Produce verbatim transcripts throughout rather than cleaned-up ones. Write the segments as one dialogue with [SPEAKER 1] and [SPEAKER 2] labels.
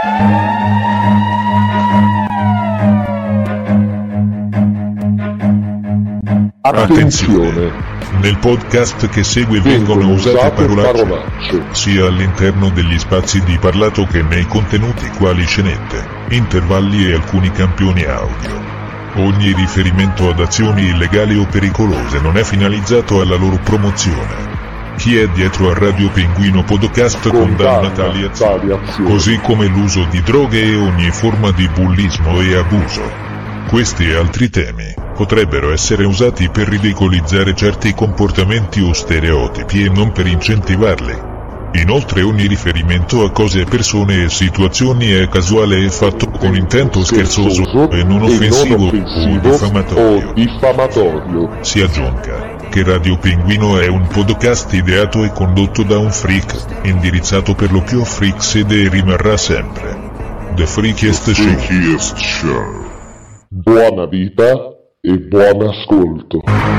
[SPEAKER 1] Attenzione! Nel podcast che segue vengono usate parolacce, sia all'interno degli spazi di parlato che nei contenuti quali scenette, intervalli e alcuni campioni audio. Ogni riferimento ad azioni illegali o pericolose non è finalizzato alla loro promozione. Chi è dietro a Radio Pinguino Podcast condanna tali azioni, così come l'uso di droghe e ogni forma di bullismo e abuso. Questi e altri temi potrebbero essere usati per ridicolizzare certi comportamenti o stereotipi e non per incentivarli. Inoltre ogni riferimento a cose, persone e situazioni è casuale e fatto con intento scherzoso e non offensivo o diffamatorio.
[SPEAKER 2] diffamatorio.
[SPEAKER 1] Si aggiunga che Radio Pinguino è un podcast ideato e condotto da un freak, indirizzato per lo più a freaks ed e rimarrà sempre The Freakiest Show.
[SPEAKER 2] Freakiest Show. Buona vita e buon ascolto.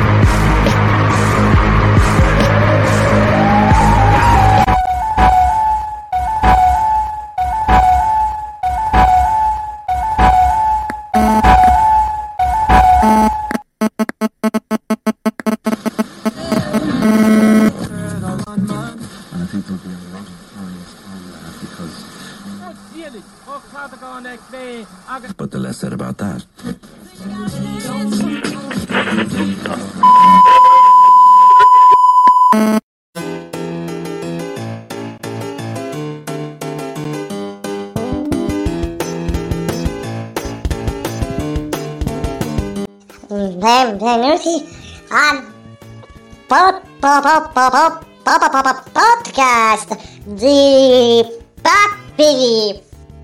[SPEAKER 3] But the less said about that.
[SPEAKER 4] Benvenuti al po- po- po- po- po- po- po- po- podcast di Pappi.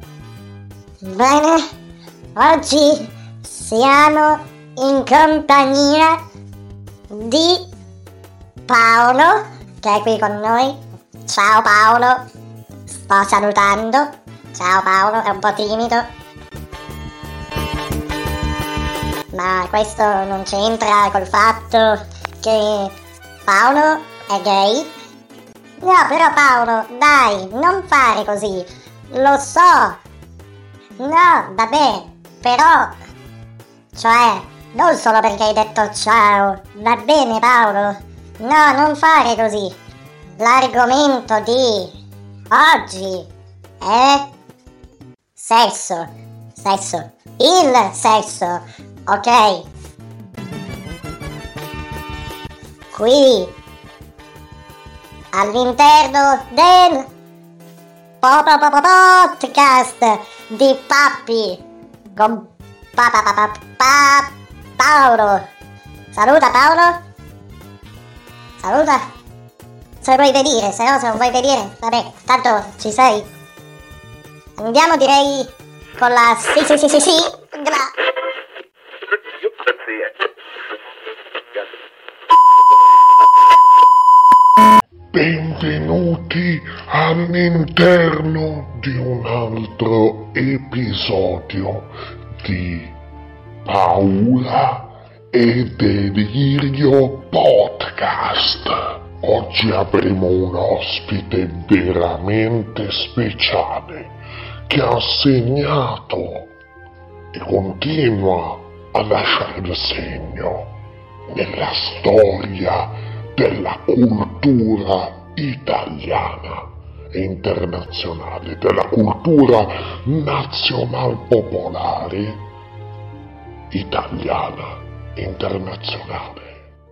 [SPEAKER 4] Bene, oggi siamo in compagnia di Paolo, che è qui con noi. Ciao Paolo, sto salutando. Ciao Paolo, è un po' timido. Ma questo non c'entra col fatto che Paolo è gay. No, però Paolo, dai, non fare così. Lo so. No, vabbè, però, cioè, non solo perché hai detto ciao, va bene Paolo, no, non fare così. L'argomento di oggi è sesso, sesso, il sesso, ok? Qui, all'interno del podcast di Pappi con pa pa pa pa pa Paolo. Saluta Paolo. Saluta. Se vuoi venire, se no se non vuoi venire, vabbè, tanto ci sei. Andiamo direi con la sì sì sì sì sì gra-
[SPEAKER 2] Benvenuti all'interno di un altro episodio di Paura e Delirio Podcast. Oggi avremo un ospite veramente speciale che ha segnato e continua a lasciare il segno nella storia della cultura italiana e internazionale, della cultura nazional popolare italiana e internazionale.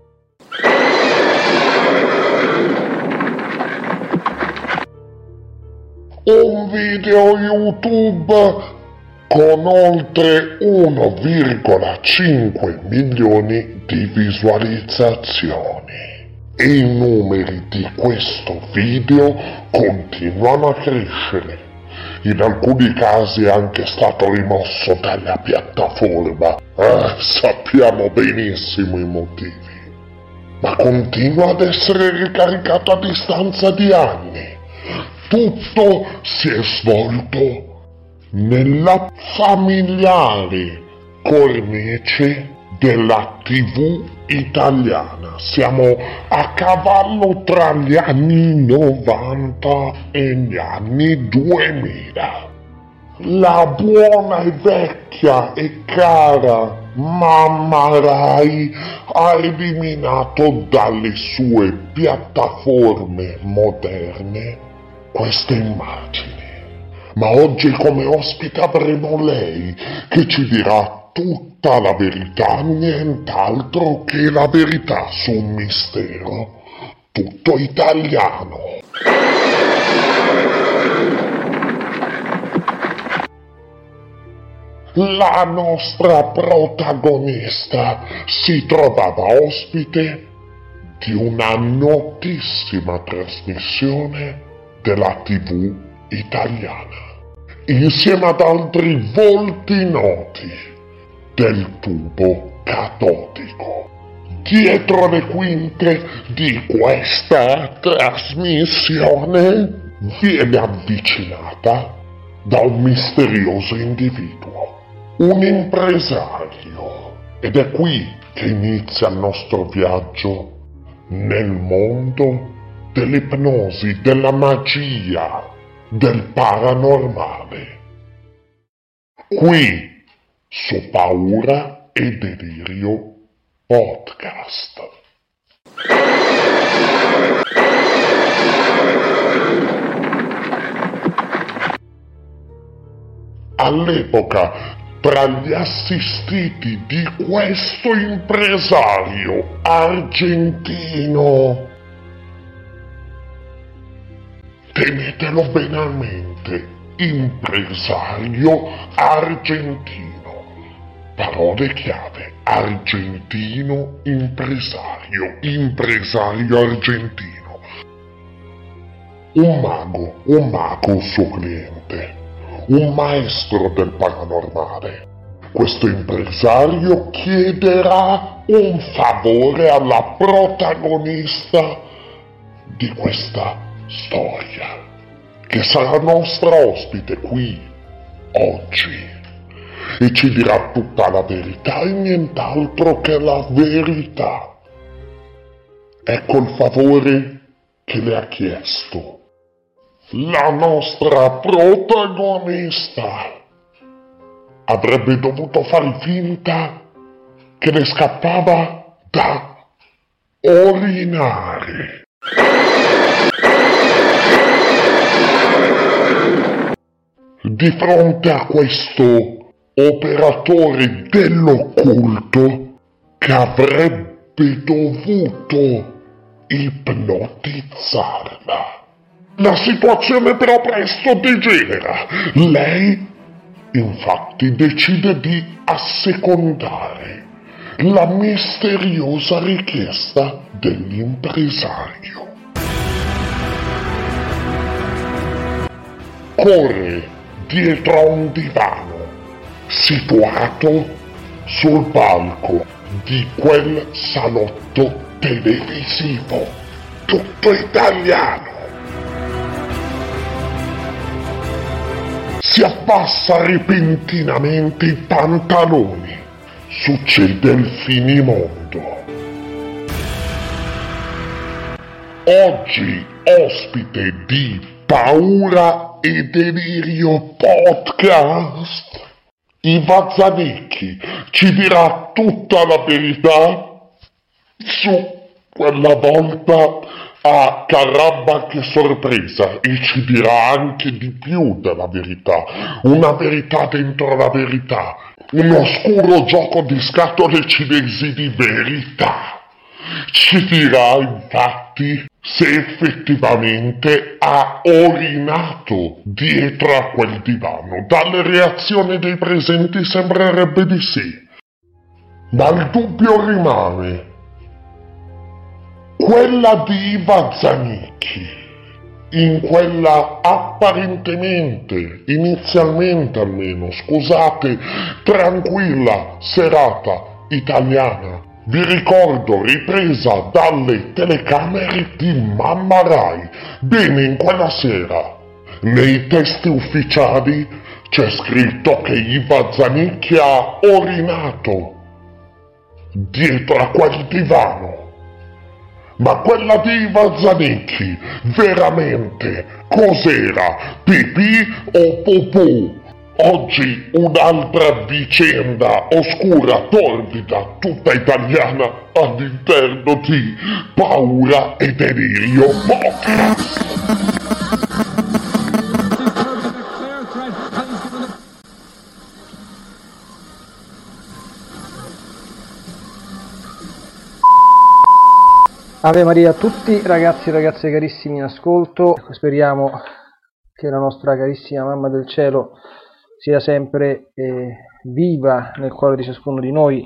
[SPEAKER 2] Un video YouTube con oltre uno virgola cinque milioni di visualizzazioni. E i numeri di questo video continuano a crescere. In alcuni casi è anche stato rimosso dalla piattaforma. Eh, sappiamo benissimo i motivi. Ma continua ad essere ricaricato a distanza di anni. Tutto si è svolto nella familiare cornice della tivù italiana. Siamo a cavallo tra gli anni novanta e gli anni duemila. la buona e vecchia e cara Mamma Rai ha eliminato dalle sue piattaforme moderne queste immagini. Ma oggi come ospite avremo lei che ci dirà tutta la verità, nient'altro che la verità su un mistero tutto italiano. La nostra protagonista si trovava ospite di una notissima trasmissione della tivù italiana, insieme ad altri volti noti del tubo catodico. Dietro le quinte di questa trasmissione viene avvicinata da un misterioso individuo, un impresario, ed è qui che inizia il nostro viaggio nel mondo dell'ipnosi, della magia, del paranormale. Qui su Paura e Delirio Podcast. All'epoca, tra gli assistiti di questo impresario argentino, tenetelo bene a mente, impresario argentino, parole chiave, argentino impresario, impresario argentino, un mago, un mago suo cliente, un maestro del paranormale. Questo impresario chiederà un favore alla protagonista di questa storia, che sarà nostra ospite qui oggi e ci dirà tutta la verità e nient'altro che la verità. Ecco il favore che le ha chiesto la nostra protagonista. Avrebbe dovuto far finta che le scappava da orinare. Di fronte a questo operatore dell'occulto che avrebbe dovuto ipnotizzarla, la situazione però presto degenera. Lei, infatti, decide di assecondare la misteriosa richiesta dell'impresario. Corre dietro a un divano situato sul palco di quel salotto televisivo tutto italiano. Si abbassa repentinamente i pantaloni. Succede il finimondo. Oggi ospite di Paura e Delirio Podcast, Iva Zanicchi ci dirà tutta la verità su quella volta a caramba che sorpresa, e ci dirà anche di più della verità, una verità dentro la verità, un oscuro gioco di scatole cinesi di verità. Ci dirà infatti se effettivamente ha orinato dietro a quel divano. Dalle reazioni dei presenti sembrerebbe di sì, ma il dubbio rimane. Quella di Iva Zanicchi, in quella apparentemente, inizialmente almeno, scusate, tranquilla serata italiana, vi ricordo, ripresa dalle telecamere di Mamma Rai. Bene, in quella sera, nei testi ufficiali c'è scritto che Iva Zanicchi ha orinato dietro a quel divano. Ma quella di Iva Zanicchi, veramente, cos'era? Pipì o pupù? Oggi un'altra vicenda oscura, torbida, tutta italiana all'interno di Paura e Delirio Podcast.
[SPEAKER 5] Ave Maria a tutti, ragazzi e ragazze carissimi in ascolto. Speriamo che la nostra carissima Mamma del Cielo sia sempre eh, viva nel cuore di ciascuno di noi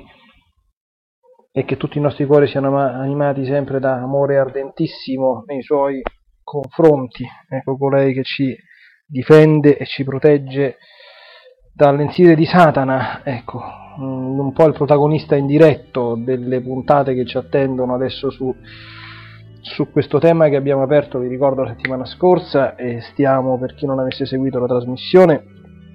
[SPEAKER 5] e che tutti i nostri cuori siano ama- animati sempre da amore ardentissimo nei suoi confronti. Ecco, colei che ci difende e ci protegge dalle insidie di Satana. Ecco, mh, un po' il protagonista indiretto delle puntate che ci attendono adesso su, su questo tema che abbiamo aperto, vi ricordo, la settimana scorsa, e stiamo, per chi non avesse seguito la trasmissione,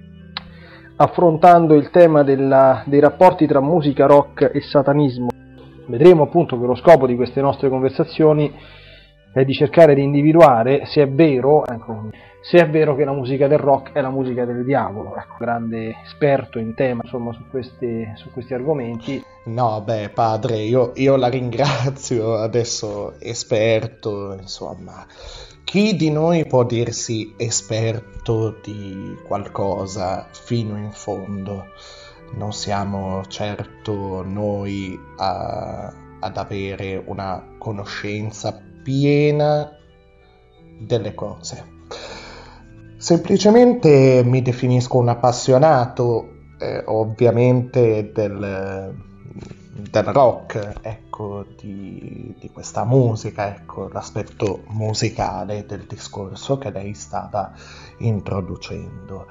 [SPEAKER 5] affrontando il tema della, dei rapporti tra musica rock e satanismo. Vedremo appunto che lo scopo di queste nostre conversazioni è di cercare di individuare se è vero, ecco, se è vero che la musica del rock è la musica del diavolo. Ecco, grande esperto in tema, insomma, su questi, su questi argomenti.
[SPEAKER 6] No, beh, padre, io, io la ringrazio, adesso esperto, insomma. Chi di noi può dirsi esperto di qualcosa fino in fondo? Non siamo certo noi a, ad avere una conoscenza piena delle cose. Semplicemente mi definisco un appassionato, eh, ovviamente, del, del rock, ecco, di, di questa musica, ecco, l'aspetto musicale del discorso che lei stava introducendo.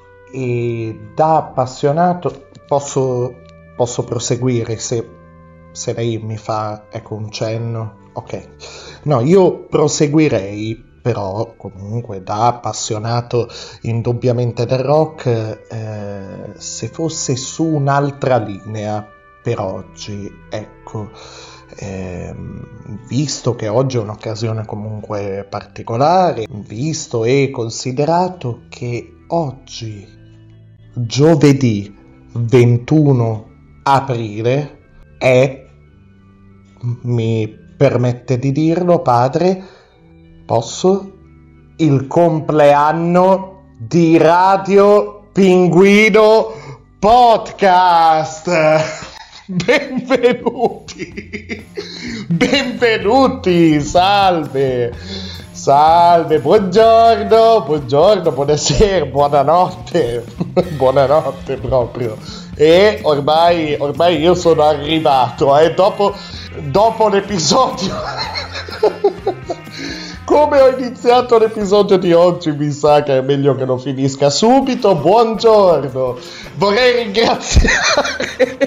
[SPEAKER 6] E da appassionato posso, posso proseguire se, se lei mi fa, ecco, un cenno. Ok, no, io proseguirei però comunque da appassionato indubbiamente del rock, eh, se fosse su un'altra linea per oggi, ecco, eh, visto che oggi è un'occasione comunque particolare, visto e considerato che oggi, giovedì ventuno aprile, è, mi permette di dirlo, padre, posso? Il compleanno di Radio Pinguino Podcast! Benvenuti! Benvenuti! Salve! Salve! Buongiorno! Buongiorno, buonasera, buonanotte! Buonanotte proprio! E ormai, ormai io sono arrivato, eh, dopo, dopo l'episodio... Come ho iniziato l'episodio di oggi, mi sa che è meglio che lo finisca subito. Buongiorno, vorrei ringraziare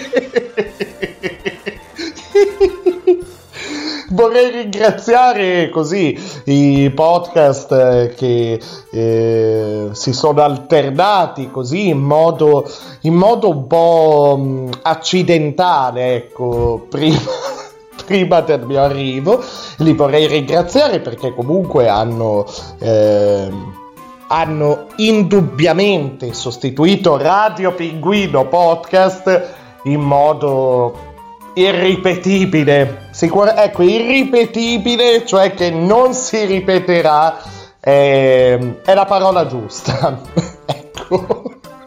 [SPEAKER 6] vorrei ringraziare così i podcast che eh, si sono alternati così in modo in modo un po' accidentale, ecco, prima prima del mio arrivo. Li vorrei ringraziare perché comunque hanno eh, hanno indubbiamente sostituito Radio Pinguino Podcast in modo irripetibile. Sicur- ecco, irripetibile, cioè che non si ripeterà, eh, è la parola giusta. Ecco.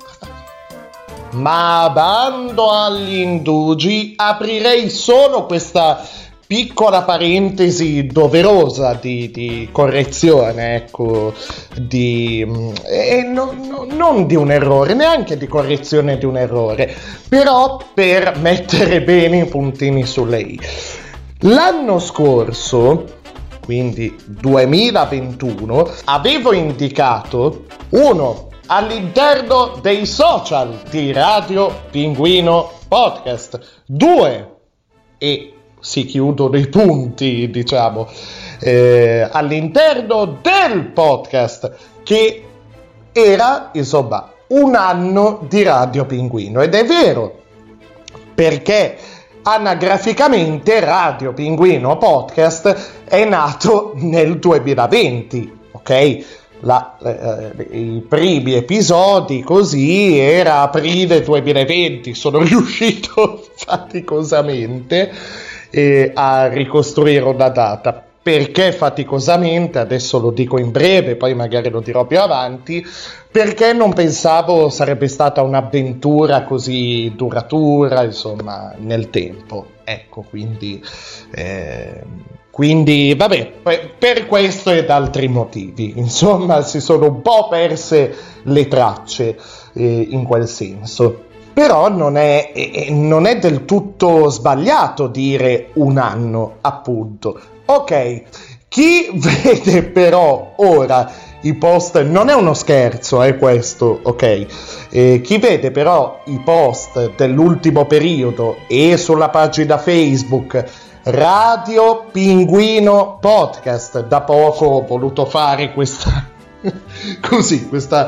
[SPEAKER 6] Ma bando agli indugi, aprirei solo questa piccola parentesi doverosa di, di correzione, ecco, di, e non, non, non di un errore, neanche di correzione di un errore, però per mettere bene i puntini sulle i. L'anno scorso, quindi duemilaventuno, avevo indicato uno all'interno dei social di Radio Pinguino Podcast, due, e si chiudono i punti, diciamo, eh, all'interno del podcast, che era, insomma, un anno di Radio Pinguino. Ed è vero, perché anagraficamente Radio Pinguino Podcast è nato nel duemilaventi, ok? La, eh, i primi episodi così era aprile duemilaventi, sono riuscito faticosamente eh, a ricostruire una data. Perché faticosamente? Adesso lo dico in breve, poi magari lo dirò più avanti. Perché non pensavo sarebbe stata un'avventura così duratura, insomma, nel tempo. Ecco, quindi eh, quindi vabbè, per questo ed altri motivi, insomma, si sono un po' perse le tracce eh, in quel senso. Però non è, eh, non è del tutto sbagliato dire un anno, appunto. Ok, chi vede però ora i post, non è uno scherzo, è eh, questo, ok? Eh, chi vede però i post dell'ultimo periodo e sulla pagina Facebook Radio Pinguino Podcast, da poco ho voluto fare questa così, questa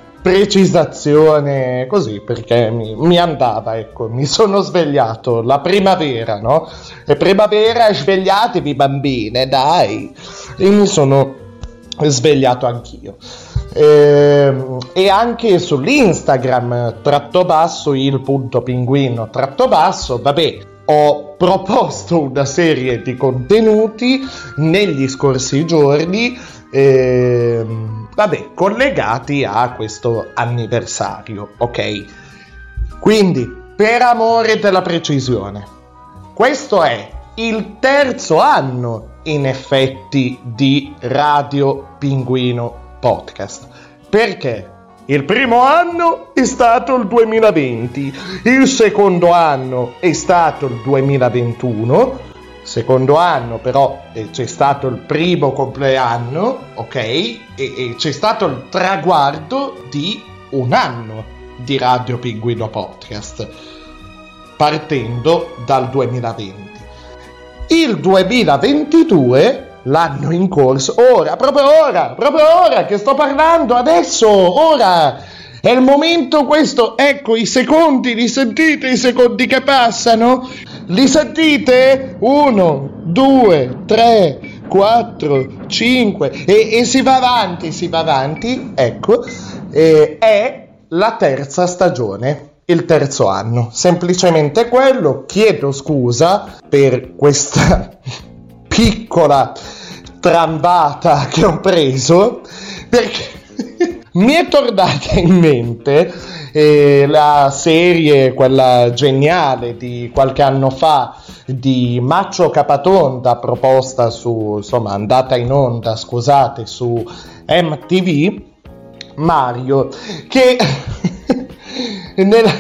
[SPEAKER 6] precisazione così perché mi, mi andava, ecco, mi sono svegliato la primavera, no? E primavera, svegliatevi bambine, dai, e mi sono svegliato anch'io. E, e anche sull'Instagram tratto basso il punto pinguino tratto basso, vabbè, ho proposto una serie di contenuti negli scorsi giorni, eh, vabbè, collegati a questo anniversario, ok? Quindi, per amore della precisione, questo è il terzo anno in effetti di Radio Pinguino Podcast. Perché? Il primo anno è stato il duemilaventi, il secondo anno è stato il duemilaventuno, secondo anno però eh, c'è stato il primo compleanno, ok? E, e c'è stato il traguardo di un anno di Radio Pinguino Podcast, partendo dal duemilaventi. Il duemilaventidue, l'anno in corso, ora, proprio ora, proprio ora che sto parlando, adesso, ora, è il momento questo, ecco i secondi, li sentite i secondi che passano? Li sentite? Uno, due, tre, quattro, cinque, e, e si va avanti, si va avanti, ecco, eh, è la terza stagione. Il terzo anno, semplicemente quello. Chiedo scusa per questa piccola trambata che ho preso, perché mi è tornata in mente eh, la serie, quella geniale di qualche anno fa di Maccio Capatonda, proposta su, insomma, andata in onda, scusate, su M T V, Mario, che nella...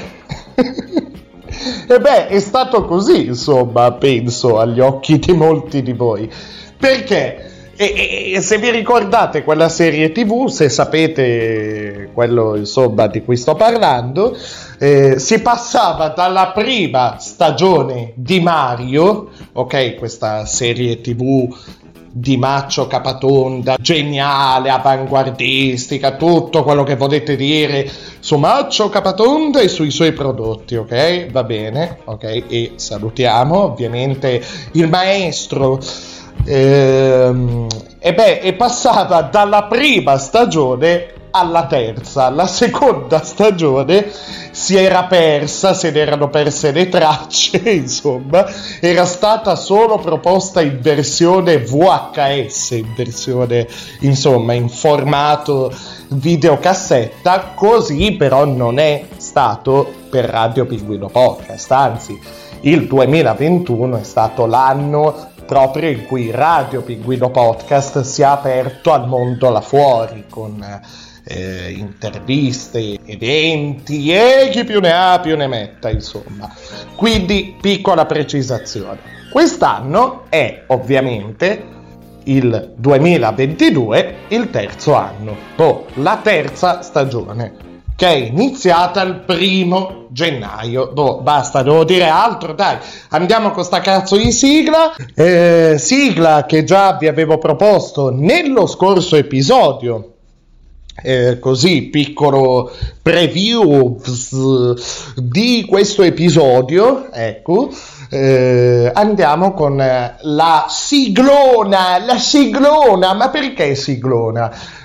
[SPEAKER 6] e beh, è stato così, insomma, penso, agli occhi di molti di voi, perché e, e, se vi ricordate quella serie tv, se sapete quello, insomma, di cui sto parlando, eh, si passava dalla prima stagione di Mario, ok, questa serie tv di Maccio Capatonda, geniale, avanguardistica, tutto quello che volete dire su Maccio Capatonda e sui suoi prodotti, ok? Va bene, ok? E salutiamo ovviamente il maestro. Ehm, e beh, e passava dalla prima stagione alla terza. La seconda stagione si era persa, se ne erano perse le tracce, insomma, era stata solo proposta in versione V H S, in versione, insomma, in formato videocassetta. Così però non è stato per Radio Pinguino Podcast, anzi il duemilaventuno è stato l'anno proprio in cui Radio Pinguino Podcast si è aperto al mondo là fuori, con eh, interviste, eventi e chi più ne ha più ne metta, insomma. Quindi, piccola precisazione, quest'anno è ovviamente il duemilaventidue, il terzo anno, oh, la terza stagione, che è iniziata il primo gennaio. Boh, basta, devo dire altro, dai, andiamo con sta cazzo di sigla, eh, sigla che già vi avevo proposto nello scorso episodio. Eh, così, piccolo preview di questo episodio, ecco. Eh, andiamo con la siglona, la siglona, ma perché siglona?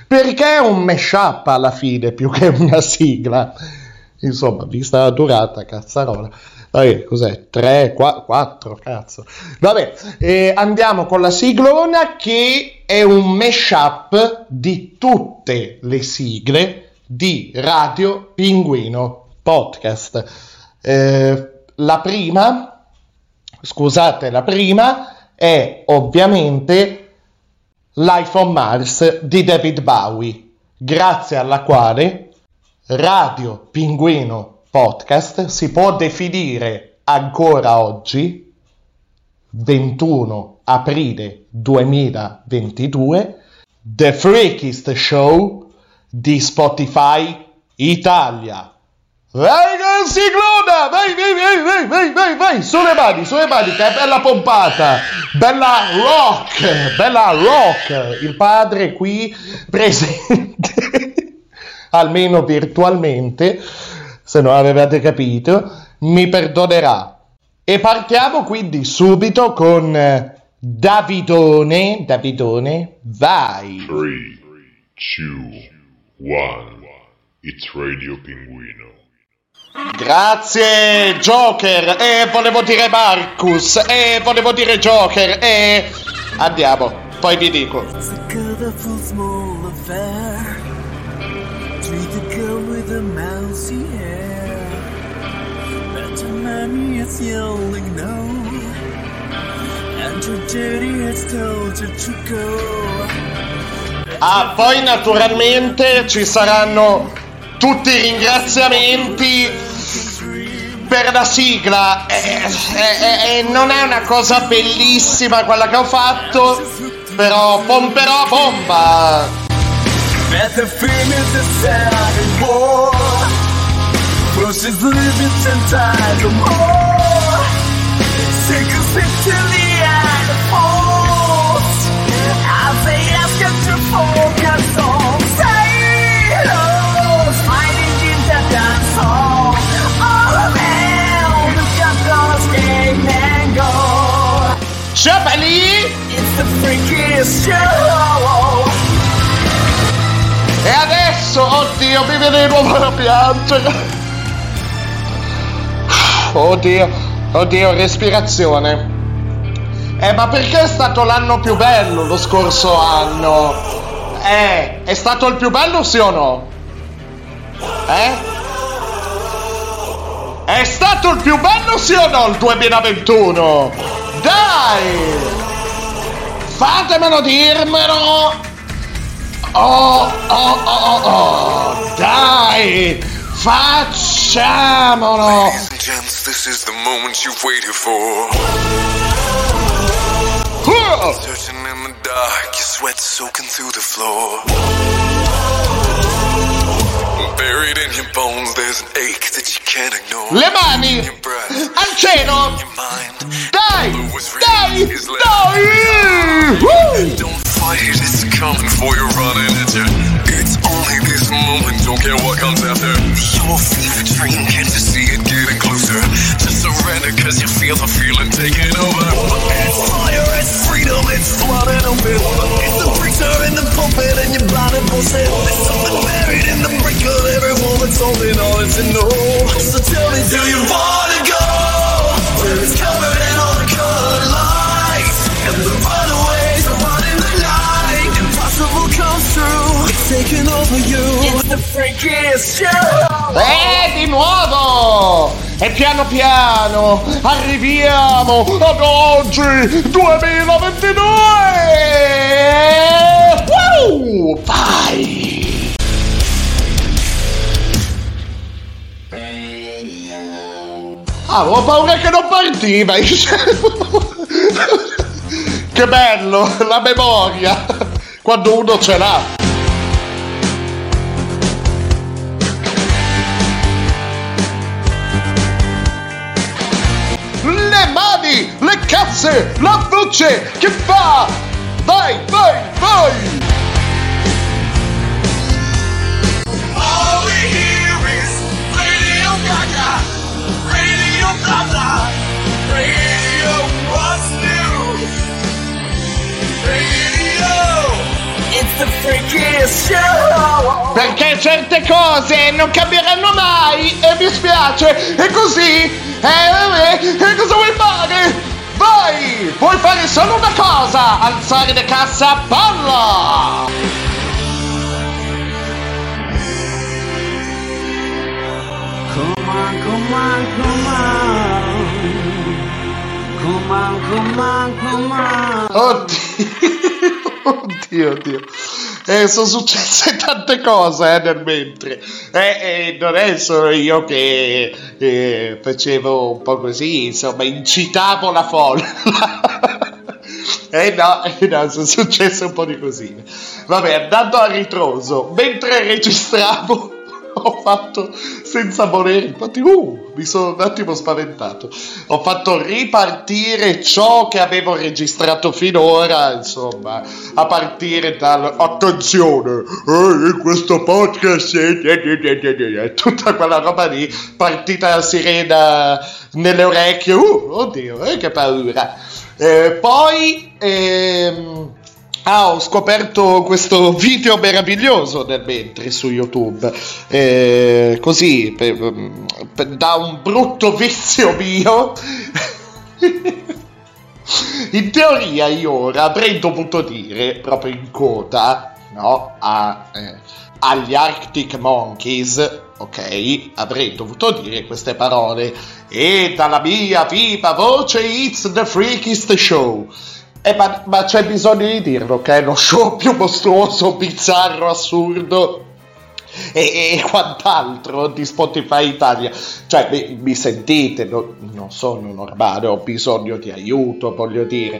[SPEAKER 6] perché è un mashup alla fine più che una sigla. Insomma, vista la durata, cazzarola. Vabbè, cos'è? tre, quattro, cazzo. Vabbè, eh, andiamo con la siglona, che è un mashup di tutte le sigle di Radio Pinguino Podcast. Eh, la prima, scusate, la prima è ovviamente Life on Mars di David Bowie, grazie alla quale Radio Pinguino Podcast si può definire ancora oggi, ventuno aprile duemilaventidue, The Freakiest Show di Spotify Italia. Vai con siglona, vai, vai, vai, vai, vai, vai, vai, sulle mani, sulle mani, che è bella pompata, bella rock, bella rock, il padre qui presente, almeno virtualmente, se non avevate capito, mi perdonerà. E partiamo quindi subito con Davidone, Davidone, vai.
[SPEAKER 1] tre, due, uno, it's Radio Pinguino.
[SPEAKER 6] Grazie Joker, e eh, volevo dire Marcus, e eh, volevo dire Joker, e eh. andiamo, poi vi dico.
[SPEAKER 7] It's a colorful small affair. Treat the girl with the mousy hair. But your mommy is yelling no, and your daddy has told you to go.
[SPEAKER 6] Ah, poi naturalmente ci saranno tutti i ringraziamenti per la sigla. Eh, eh, eh, non è una cosa bellissima quella che ho fatto, però pomperò a bomba.
[SPEAKER 7] That the film is a sad war, pushes the limits and time to more. Take a sip to the end of force, as they ask us to focus on sailors fighting in the dance hall. All around the campus came and go.
[SPEAKER 6] Ciapali!
[SPEAKER 7] It's the freakiest show.
[SPEAKER 6] E adesso, oddio, mi viene di nuovo da piangere. Oddio, oddio, respirazione. Eh, ma perché è stato l'anno più bello lo scorso anno? Eh, è stato il più bello, sì o no? Eh? È stato il più bello, sì o no, il duemilaventuno? Dai! Fatemelo dirmelo! Oh, oh, oh, oh, oh, dai, facciamolo!
[SPEAKER 8] Ladies and gents, this is the moment you've waited for.
[SPEAKER 6] Uh.
[SPEAKER 8] Searching in the dark, your sweat soaking through the floor. Buried in your bones, there's an ache that you can't ignore.
[SPEAKER 6] Le mani
[SPEAKER 8] Your breath,
[SPEAKER 6] al cielo!
[SPEAKER 8] your mind,
[SPEAKER 6] Dai,
[SPEAKER 8] all of what's real
[SPEAKER 6] dai,
[SPEAKER 8] is left.
[SPEAKER 6] dai! Woo.
[SPEAKER 8] Don't fight it, it's coming for you, running at you. It's only this moment, don't care what comes after. Your fever dream, can't you see it getting closer? Just surrender, cause you feel the feeling taking over. It's fire, it's freedom, it's flooding open. It's the preacher and the pulpit and your blinded bullshit. There's something buried in the brink of every wall that's holding all that you know. So tell me, do you wanna go where it's covered in all the colored lights and the runaways are running the night? Impossible comes true, it's taking over you. It's the freakiest show.
[SPEAKER 6] Eh, di nuovo! E piano piano arriviamo ad oggi, duemilaventidue! Woo! Vai! Ah, avevo paura che non partiva! Che bello, la memoria! Quando uno ce l'ha! Le mani, le cazze, la voce, che fa? Vai, vai, vai!
[SPEAKER 7] All we hear is Radio Gaga, Radio Gaga, Radio What's New, Radio. It's the freakiest show.
[SPEAKER 6] perché certe cose non cambieranno mai e mi spiace, e così, eh, eh, eh, cosa vuoi fare? Vai, puoi fare solo una cosa, alzare le casse a palla!
[SPEAKER 7] Come on, come on, come on. Come on, come on, come on.
[SPEAKER 6] Oddio, oddio, oddio. Eh, sono successe tante cose eh, nel mentre. Eh, eh, non è solo io che eh, facevo un po' così, insomma, incitavo la folla. Eh no, eh no, sono successe un po' di cosine. Vabbè, andando a ritroso, mentre registravo ho fatto senza volere, infatti uh, mi sono un attimo spaventato, ho fatto ripartire ciò che avevo registrato finora, insomma, a partire dal attenzione, eh, in questo podcast eh, eh, eh, eh, tutta quella roba lì, partita la sirena nelle orecchie, uh, oddio, eh, che paura. Eh, poi ehm, Ah, ho scoperto questo video meraviglioso nel mentre su YouTube, eh, così, per, per, da un brutto vizio mio, in teoria io ora avrei dovuto dire, proprio in coda, no, a, eh, agli Arctic Monkeys, ok, avrei dovuto dire queste parole, e dalla mia viva voce it's the freakiest show. Eh, ma, ma c'è bisogno di dirlo, che è lo show più mostruoso, bizzarro, assurdo e, e quant'altro di Spotify Italia. Cioè, mi, mi sentite, no, non sono normale, ho bisogno di aiuto, voglio dire.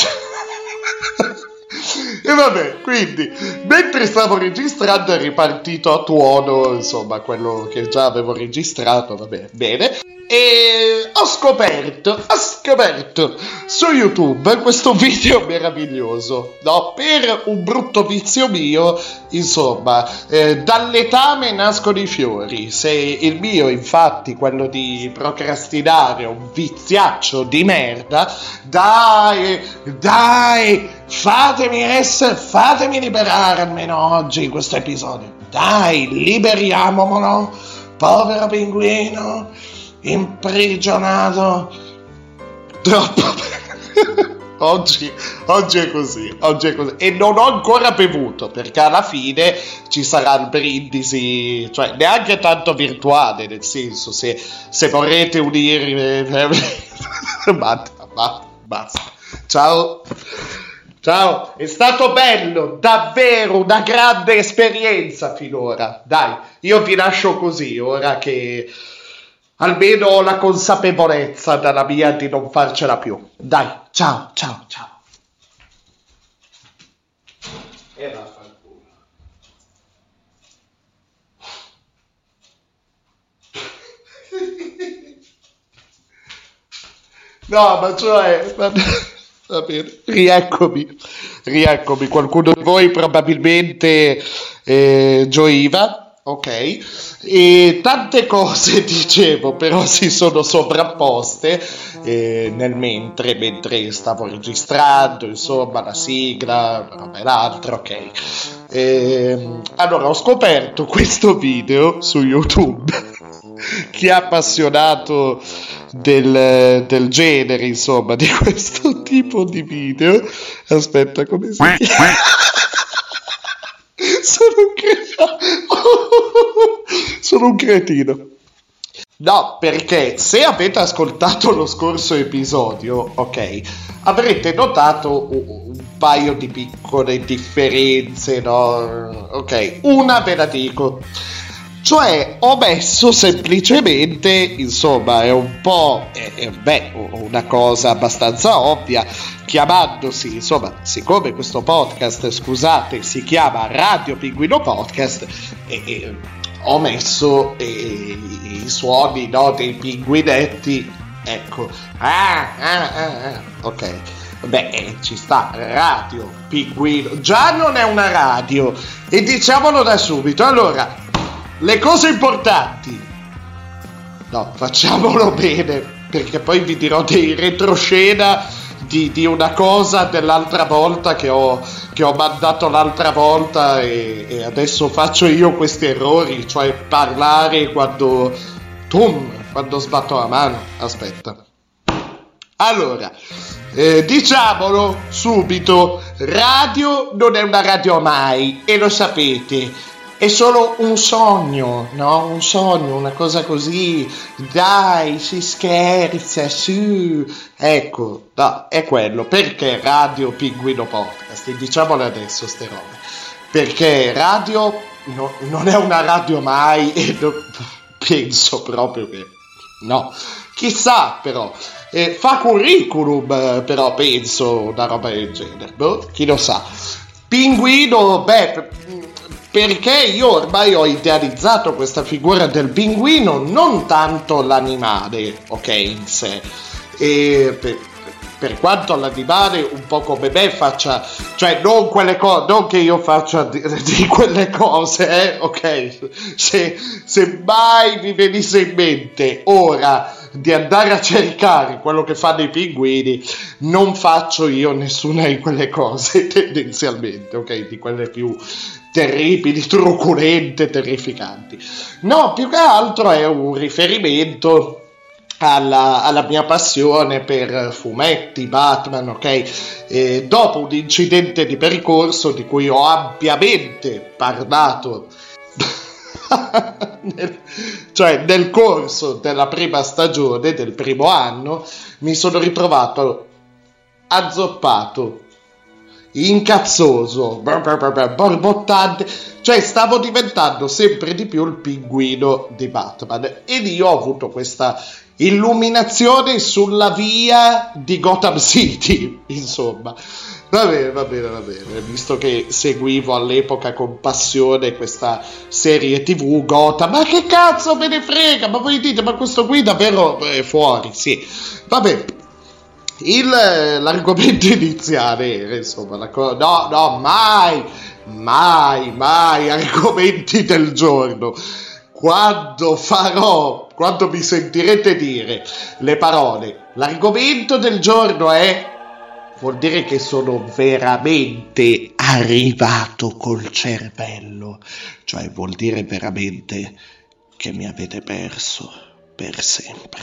[SPEAKER 6] E vabbè, quindi, mentre stavo registrando è ripartito a tuono, insomma, quello che già avevo registrato, vabbè, bene. E ho scoperto, ho scoperto su YouTube questo video meraviglioso, no? Per un brutto vizio mio, insomma, eh, dall'etame nascono i fiori. Se il mio, infatti, quello di procrastinare, è un viziaccio di merda, dai, dai, fatemi essere, fatemi liberare almeno oggi in questo episodio. Dai, liberiamolo, povero pinguino imprigionato troppo. oggi, oggi è così, oggi è così, e non ho ancora bevuto perché alla fine ci sarà il brindisi, cioè neanche tanto virtuale, nel senso, se, se vorrete unirvi, basta, basta, basta, ciao. Ciao, è stato bello, davvero una grande esperienza finora. Dai, io vi lascio così, ora che almeno ho la consapevolezza dalla mia di non farcela più. Dai, ciao, ciao, ciao. E vaffanculo. No, ma cioè... Va bene, rieccomi, rieccomi, qualcuno di voi probabilmente eh, gioiva, ok, e tante cose dicevo, però si sono sovrapposte eh, nel mentre, mentre stavo registrando, insomma, la sigla, una roba e l'altra, ok. E, allora, ho scoperto questo video su YouTube. Chi è appassionato del, del genere, insomma, di questo tipo di video, aspetta, come si chiama? Sono un cretino. Sono un cretino. No, perché se avete ascoltato lo scorso episodio, ok, avrete notato un, un paio di piccole differenze, no? Ok, una ve la dico. Cioè, ho messo semplicemente, insomma, è un po', eh, beh, una cosa abbastanza ovvia, chiamandosi, insomma, siccome questo podcast, scusate, si chiama Radio Pinguino Podcast, e, e ho messo eh, i suoni, no, dei pinguinetti, ecco, ah, ah, ah, ah. Ok, beh, eh, ci sta, Radio Pinguino, già non è una radio, e diciamolo da subito, allora... Le cose importanti, no, facciamolo bene, perché poi vi dirò dei retroscena di, di una cosa dell'altra volta che ho, che ho mandato l'altra volta e, e adesso faccio io questi errori, cioè parlare quando tum, quando sbatto la mano. Aspetta. Allora, eh, diciamolo subito, radio non è una radio mai, e lo sapete, è solo un sogno, no? Un sogno, una cosa così, dai, si scherza, su, ecco, no, è quello, perché Radio Pinguino Podcast, diciamolo adesso ste robe, perché radio no, non è una radio mai, e no, penso proprio che, no, chissà però, eh, fa curriculum eh, però penso una roba del genere, boh, chi lo sa. Pinguino, beh, perché io ormai ho idealizzato questa figura del pinguino, non tanto l'animale, ok, in sé, e per, per quanto l'animale un po' come me faccia, cioè non quelle cose, non che io faccia di, di quelle cose, eh, ok, se, se mai mi venisse in mente ora di andare a cercare quello che fanno i pinguini, non faccio io nessuna di quelle cose tendenzialmente, ok, di quelle più terribili, truculente, terrificanti. No, più che altro è un riferimento alla, alla mia passione per fumetti, Batman, ok? E dopo un incidente di percorso di cui ho ampiamente parlato nel, cioè nel corso della prima stagione, del primo anno, mi sono ritrovato azzoppato, incazzoso, borbottante, cioè stavo diventando sempre di più il pinguino di Batman, ed io ho avuto questa illuminazione sulla via di Gotham City, insomma. Va bene, va bene, va bene, visto che seguivo all'epoca con passione questa serie tv Gotham, ma che cazzo me ne frega, ma voi dite, ma questo qui davvero è fuori, sì, va bene. Il, l'argomento iniziale era, insomma, la co- no, no, mai, mai, mai argomenti del giorno. Quando farò, quando mi sentirete dire le parole, l'argomento del giorno è, vuol dire che sono veramente arrivato col cervello, cioè vuol dire veramente che mi avete perso per sempre.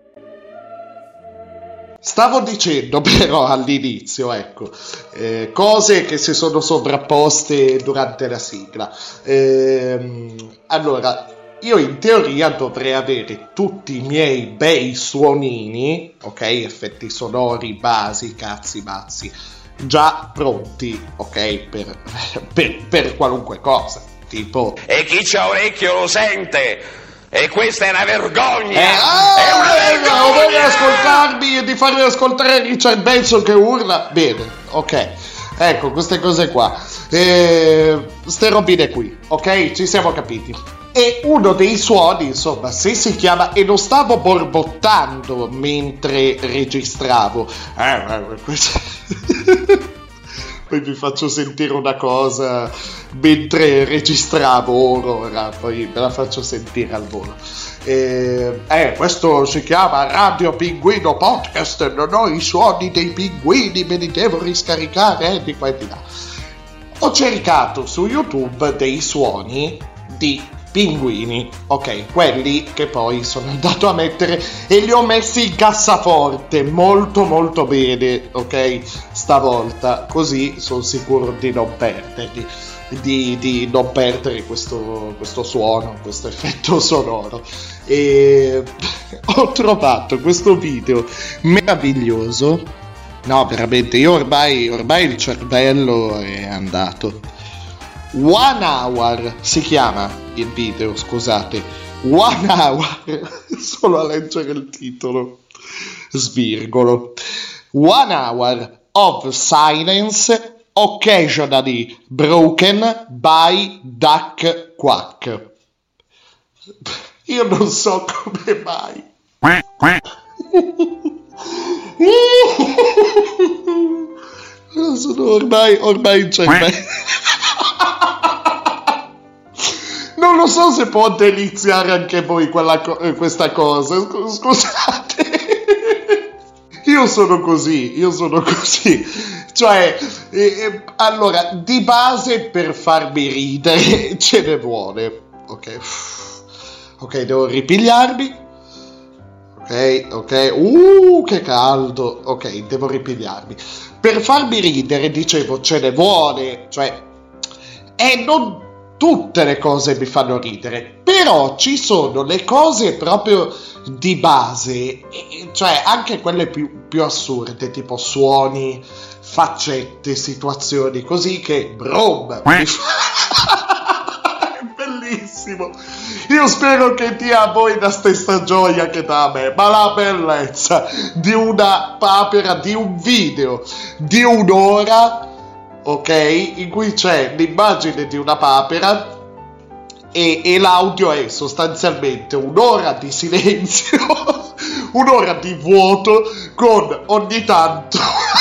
[SPEAKER 6] Stavo dicendo però all'inizio, ecco, eh, cose che si sono sovrapposte durante la sigla. Eh, allora, io in teoria dovrei avere tutti i miei bei suonini, ok, effetti sonori, basi, cazzi, mazzi, già pronti, ok, per, per, per qualunque cosa, tipo...
[SPEAKER 9] E chi c'ha orecchio lo sente! E questa è una vergogna!
[SPEAKER 6] Eh, ah,
[SPEAKER 9] è una vergogna!
[SPEAKER 6] Ho voglia di ascoltarmi e di farmi ascoltare Richard Benson che urla. Bene, ok. Ecco, queste cose qua. Eh, ste robine qui, ok? Ci siamo capiti. E uno dei suoni, insomma, se si chiama... E non stavo borbottando mentre registravo. Eh, eh, questo... Poi vi faccio sentire una cosa mentre registravo ora, poi ve la faccio sentire al volo. Eh, eh, questo si chiama Radio Pinguino Podcast, non ho i suoni dei pinguini, me li devo riscaricare eh, di qua e di là. Ho cercato su YouTube dei suoni di pinguini, ok, quelli che poi sono andato a mettere e li ho messi in cassaforte molto molto bene, ok, stavolta, così sono sicuro di non perderli, di, di non perdere questo, questo suono, questo effetto sonoro. E ho trovato questo video meraviglioso, no veramente, io ormai, ormai il cervello è andato. One Hour si chiama il video, scusate, One Hour, solo a leggere il titolo svirgolo. One Hour of Silence Occasionally Broken by Duck Quack. Io non so come mai. Sono ormai, ormai in cervello. Non lo so se può deliziare anche voi quella co- questa cosa. Scusate. io sono così, io sono così, cioè, eh, eh, allora, di base per farmi ridere ce ne vuole, ok, ok, devo ripigliarmi, ok, ok, uh, che caldo, ok, devo ripigliarmi, per farmi ridere, dicevo, ce ne vuole, cioè, e non tutte le cose mi fanno ridere, però ci sono le cose proprio di base, cioè anche quelle più, più assurde, tipo suoni, faccette, situazioni così che brom, mi fa... è bellissimo. Io spero che dia a voi la stessa gioia che dà a me, ma la bellezza di una papera, di un video di un'ora, ok, in cui c'è l'immagine di una papera e, e l'audio è sostanzialmente un'ora di silenzio, un'ora di vuoto con ogni tanto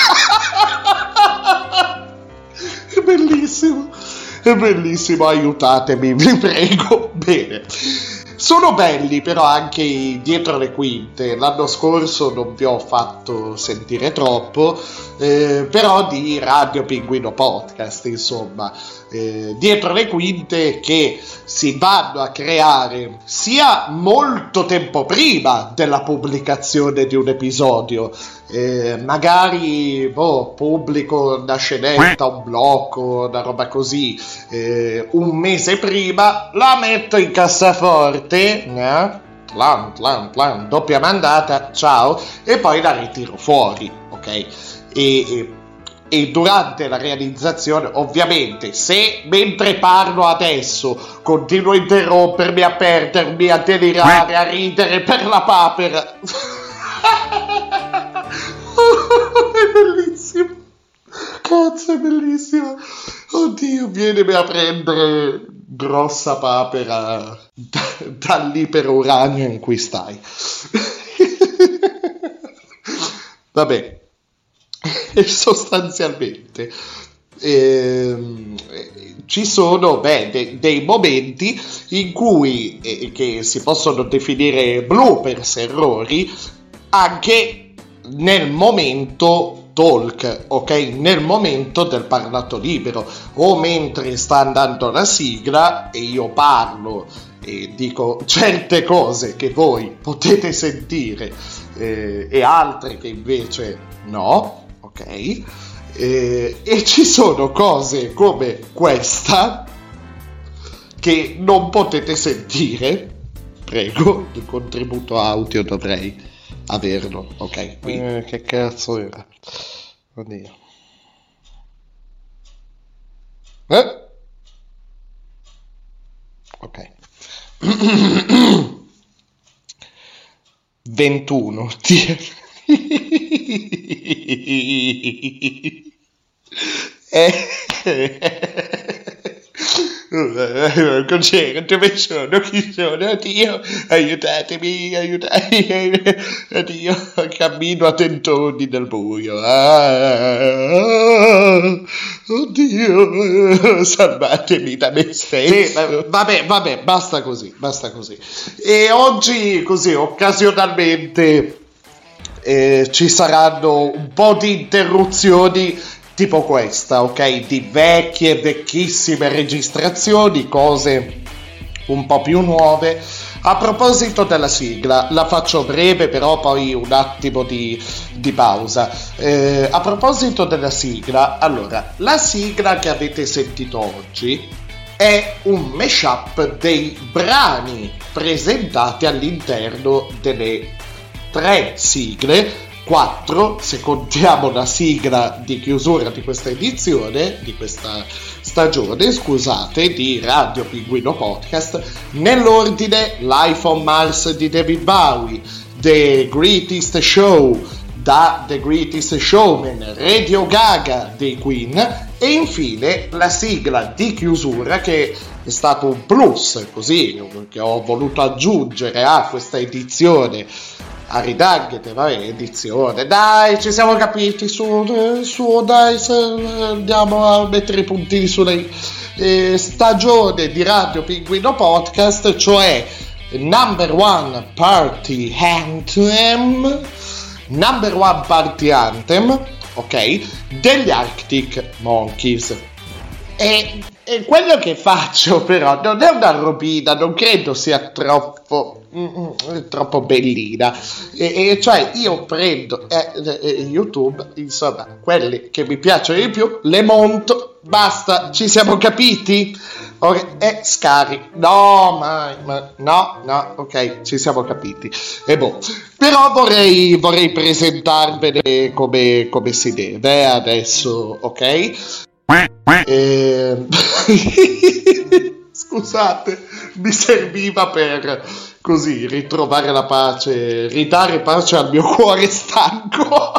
[SPEAKER 6] è bellissimo, è bellissimo, aiutatemi, vi prego. Bene, sono belli però anche i dietro le quinte. L'anno scorso non vi ho fatto sentire troppo, eh, però di Radio Pinguino Podcast, insomma, eh, dietro le quinte che si vanno a creare sia molto tempo prima della pubblicazione di un episodio, eh, magari boh, pubblico una scenetta, un blocco, una roba così, eh, un mese prima, la metto in cassaforte, eh? Plan, plan, plan, doppia mandata, ciao, e poi la ritiro fuori, ok? E, e, e durante la realizzazione, ovviamente, se mentre parlo adesso continuo a interrompermi, a perdermi, a delirare, a ridere per la papera, è bellissimo, cazzo, è bellissimo, oddio, vienimi a prendere, grossa papera, da, dall'iperuranio in cui stai. Vabbè, e sostanzialmente ehm, ci sono beh, de, dei momenti in cui eh, che si possono definire bloopers, errori, anche nel momento talk, ok? Nel momento del parlato libero, o mentre sta andando la sigla e io parlo e dico certe cose che voi potete sentire eh, e altre che invece no, ok? Eh, e ci sono cose come questa che non potete sentire. Prego, il contributo audio dovrei averlo, ok? Qui. Eh, che cazzo era? Oddio. Eh? Ok. ventuno. eh. Cos'era? Dove sono? Chi sono? Oddio, aiutatemi, aiutatemi, oddio, cammino a tentoni nel buio, ah, oddio, salvatemi da me stesso. Sì, vabbè, vabbè, basta così, basta così. E oggi, così, occasionalmente, eh, ci saranno un po' di interruzioni tipo questa, ok? Di vecchie, vecchissime registrazioni, cose un po' più nuove. A proposito della sigla, la faccio breve, però poi un attimo di, di pausa. Eh, a proposito della sigla, allora, la sigla che avete sentito oggi è un mashup dei brani presentati all'interno delle tre sigle, quattro se contiamo la sigla di chiusura di questa edizione, di questa stagione, scusate, di Radio Pinguino Podcast, nell'ordine Life on Mars di David Bowie, The Greatest Show da The Greatest Showman, Radio Gaga dei Queen, e infine la sigla di chiusura che è stato un plus, così, che ho voluto aggiungere a questa edizione. A ridaghete, vabbè, edizione, dai, ci siamo capiti, su, su dai, andiamo a mettere i puntini sulle eh, stagione di Radio Pinguino Podcast, cioè Number One Party Anthem Number One Party Anthem, ok, degli Arctic Monkeys. E, e quello che faccio però non è una robina, non credo sia troppo mm, troppo bellina, e, e cioè io prendo eh, eh, YouTube, insomma, quelli che mi piacciono di più le monto, basta, ci siamo capiti? Okay, e scari, no, ma, ma no, no, ok, ci siamo capiti. E boh, però vorrei, vorrei presentarvene come, come si deve adesso, ok? E... Scusate, mi serviva per così ritrovare la pace, ridare pace al mio cuore stanco.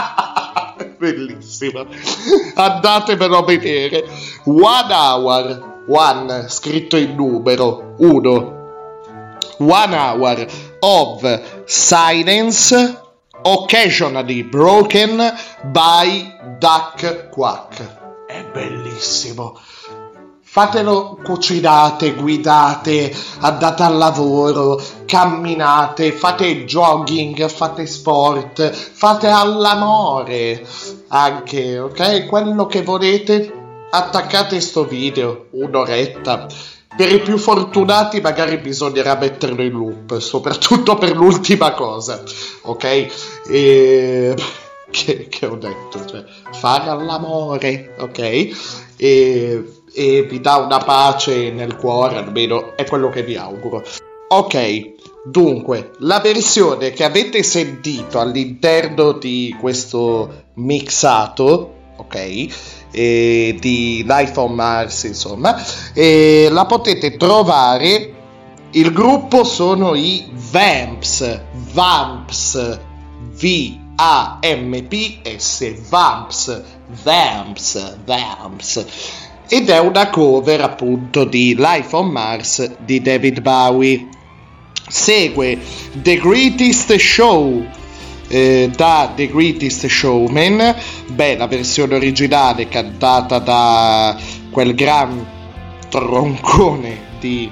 [SPEAKER 6] Bellissima, andatevelo a vedere. One Hour, One scritto in numero, uno, One Hour of Silence occasionally broken by duck quack. È bellissimo. Fatelo, cucinate, guidate, andate al lavoro, camminate, fate jogging, fate sport, fate all'amore anche, ok? Quello che volete, attaccate sto video, un'oretta. Per i più fortunati magari bisognerà metterlo in loop, soprattutto per l'ultima cosa, ok? E... Che, che ho detto, cioè, fare all'amore, ok? E, e vi dà una pace nel cuore, almeno è quello che vi auguro. Ok, dunque, la versione che avete sentito all'interno di questo mixato, ok? E di Life on Mars, insomma, e la potete trovare. Il gruppo sono i Vamps, Vamps, V A M P S, Vamps, Vamps, Vamps, ed è una cover appunto di Life on Mars di David Bowie. Segue The Greatest Show eh, da The Greatest Showman, beh, la versione originale cantata da quel gran troncone di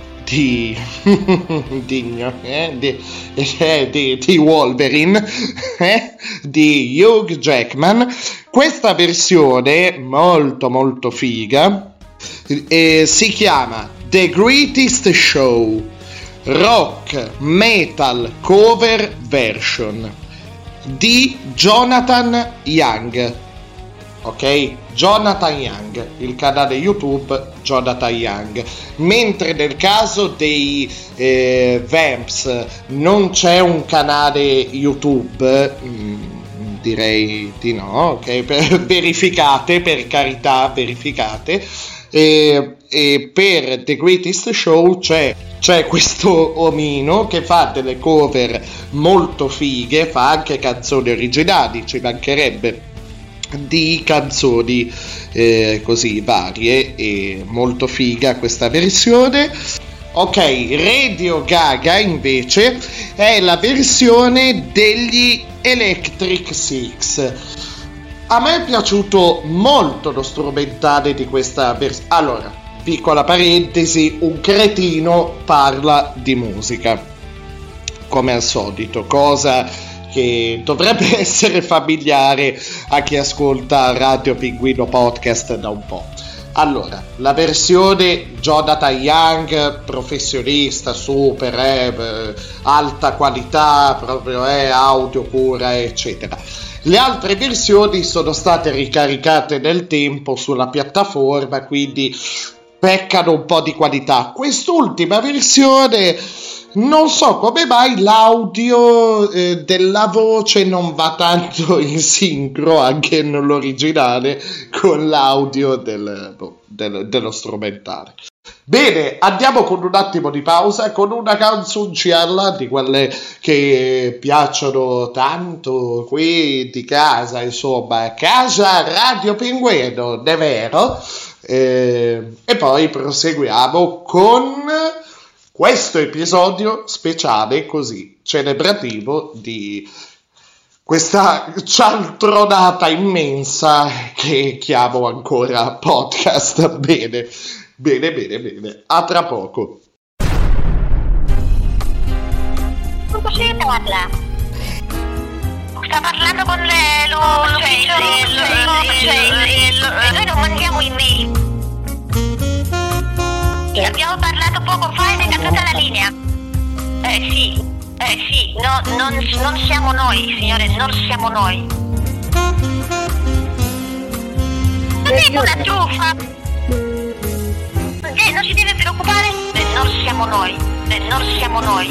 [SPEAKER 6] di di, eh, di, eh, di, di Wolverine, eh, di Hugh Jackman. Questa versione molto molto figa eh, si chiama The Greatest Show Rock Metal Cover Version di Jonathan Young, ok? Jonathan Young, il canale YouTube Jonathan Young. Mentre nel caso dei eh, Vamps non c'è un canale YouTube, mh, direi di no, ok? Per, verificate, per carità, verificate. E, e per The Greatest Show c'è, c'è questo omino che fa delle cover molto fighe, fa anche canzoni originali, ci mancherebbe, di canzoni eh, così varie, e molto figa questa versione. Ok, Radio Gaga invece è la versione degli Electric Six. A me è piaciuto molto lo strumentale di questa versione. Allora, piccola parentesi, un cretino parla di musica, come al solito, cosa che dovrebbe essere familiare a chi ascolta Radio Pinguino Podcast da un po'. Allora, la versione Jonathan Young, professionista, super, eh, alta qualità, proprio eh, audio pura, eccetera. Le altre versioni sono state ricaricate nel tempo sulla piattaforma, quindi peccano un po' di qualità. Quest'ultima versione, non so come mai l'audio eh, della voce non va tanto in sincro, anche nell'originale, con l'audio del, del, dello strumentale. Bene, andiamo con un attimo di pausa, con una canzoncella di quelle che piacciono tanto qui di casa, insomma, casa Radio Pinguino, è vero? Eh, e poi proseguiamo con questo episodio speciale così celebrativo di questa cialtronata immensa che chiamo ancora podcast. Bene, bene, bene, bene. A tra poco.
[SPEAKER 10] sta parlando con le, lo, l'ufficio, cioè, noi non mandiamo email. E abbiamo parlato poco fa ed è caduta la linea. Eh sì, eh sì, no, non, non siamo noi, signore, non siamo noi. Non è una truffa. Eh, non si deve preoccupare, eh, non siamo noi, eh, non siamo noi.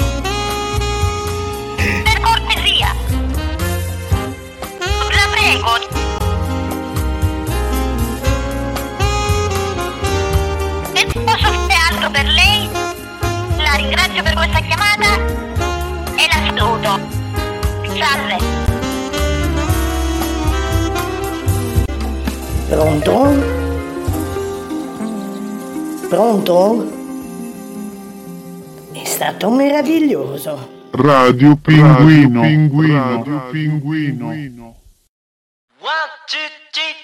[SPEAKER 10] Per cortesia. La prego. E posso fare altro per lei? La ringrazio per questa chiamata e la saluto. Salve.
[SPEAKER 11] Pronto? Pronto? È stato meraviglioso.
[SPEAKER 2] Radio Pinguino, Pinguino, Radio Pinguino.
[SPEAKER 7] One, two, three,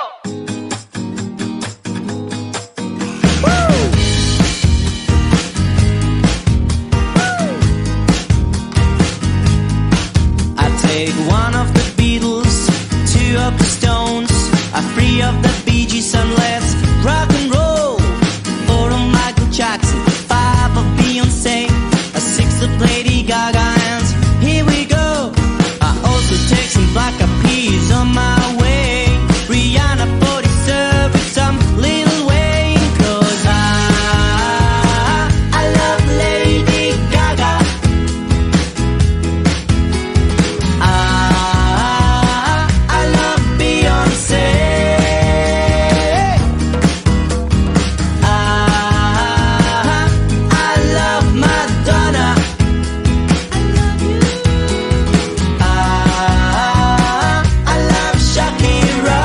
[SPEAKER 12] I take one of the Beatles, two of the Stones, a three of the Bee Gees, and let's rock and roll. Four of Michael Jackson, five of Beyonce, a six of Lady Gaga, and here we go. I also take some black eyed peas on my way. Rihanna forty serve with some Lil Wayne, 'cause I, I love Lady Gaga. I, I love Beyonce. I, I love Madonna. I, I love Shakira.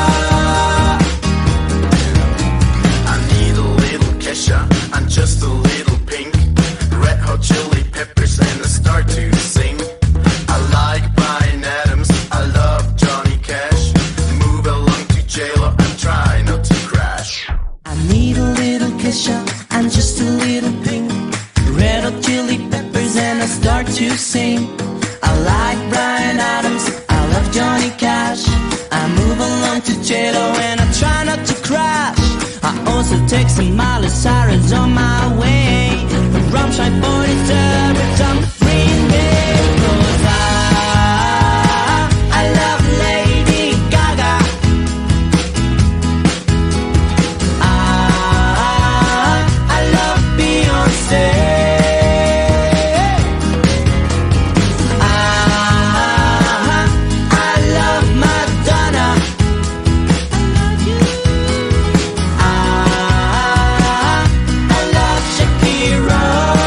[SPEAKER 13] I need a little Kesha, I'm just a little pink. Red Hot Chili Peppers and a start to sing. I like Bryan Adams, I love Johnny Cash. Move along to J-Lo, I'm trying not to crash.
[SPEAKER 12] I need a little Kesha, I'm just a little pink. Red Hot Chili Peppers and I start to sing. I like Bryan Adams, I love Johnny Cash. I move along to J-Lo and I try not to crash. I also take some Miley Cyrus on my way. Rammstein forty-seven with some Green Day. 'Cause I, I love Lady Gaga. I, I love Beyonce. I, I love Madonna. I, I love Shakira.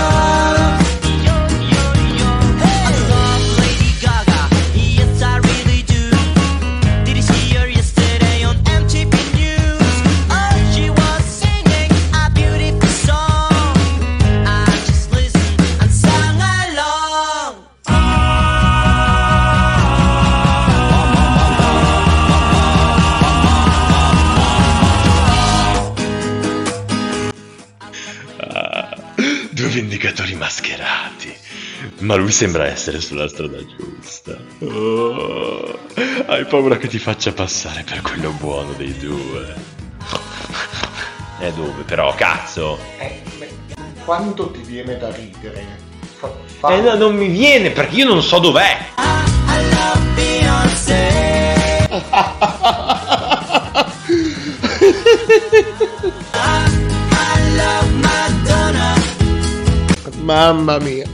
[SPEAKER 12] I love Lady Gaga. Yes, I really do. Did you see her yesterday on M T V News? Oh, she was singing a beautiful song. I just listened and sang along.
[SPEAKER 14] Ah, due vendicatori mascherati. Ma lui sembra essere sulla strada giusta. Oh, hai paura che ti faccia passare per quello buono dei due? E dove però, cazzo?
[SPEAKER 6] Eh, beh, quanto ti viene da ridere? Fa, fa...
[SPEAKER 14] Eh no, non mi viene perché io non so dov'è.
[SPEAKER 12] I love Beyonce. I love Madonna.
[SPEAKER 6] Mamma mia.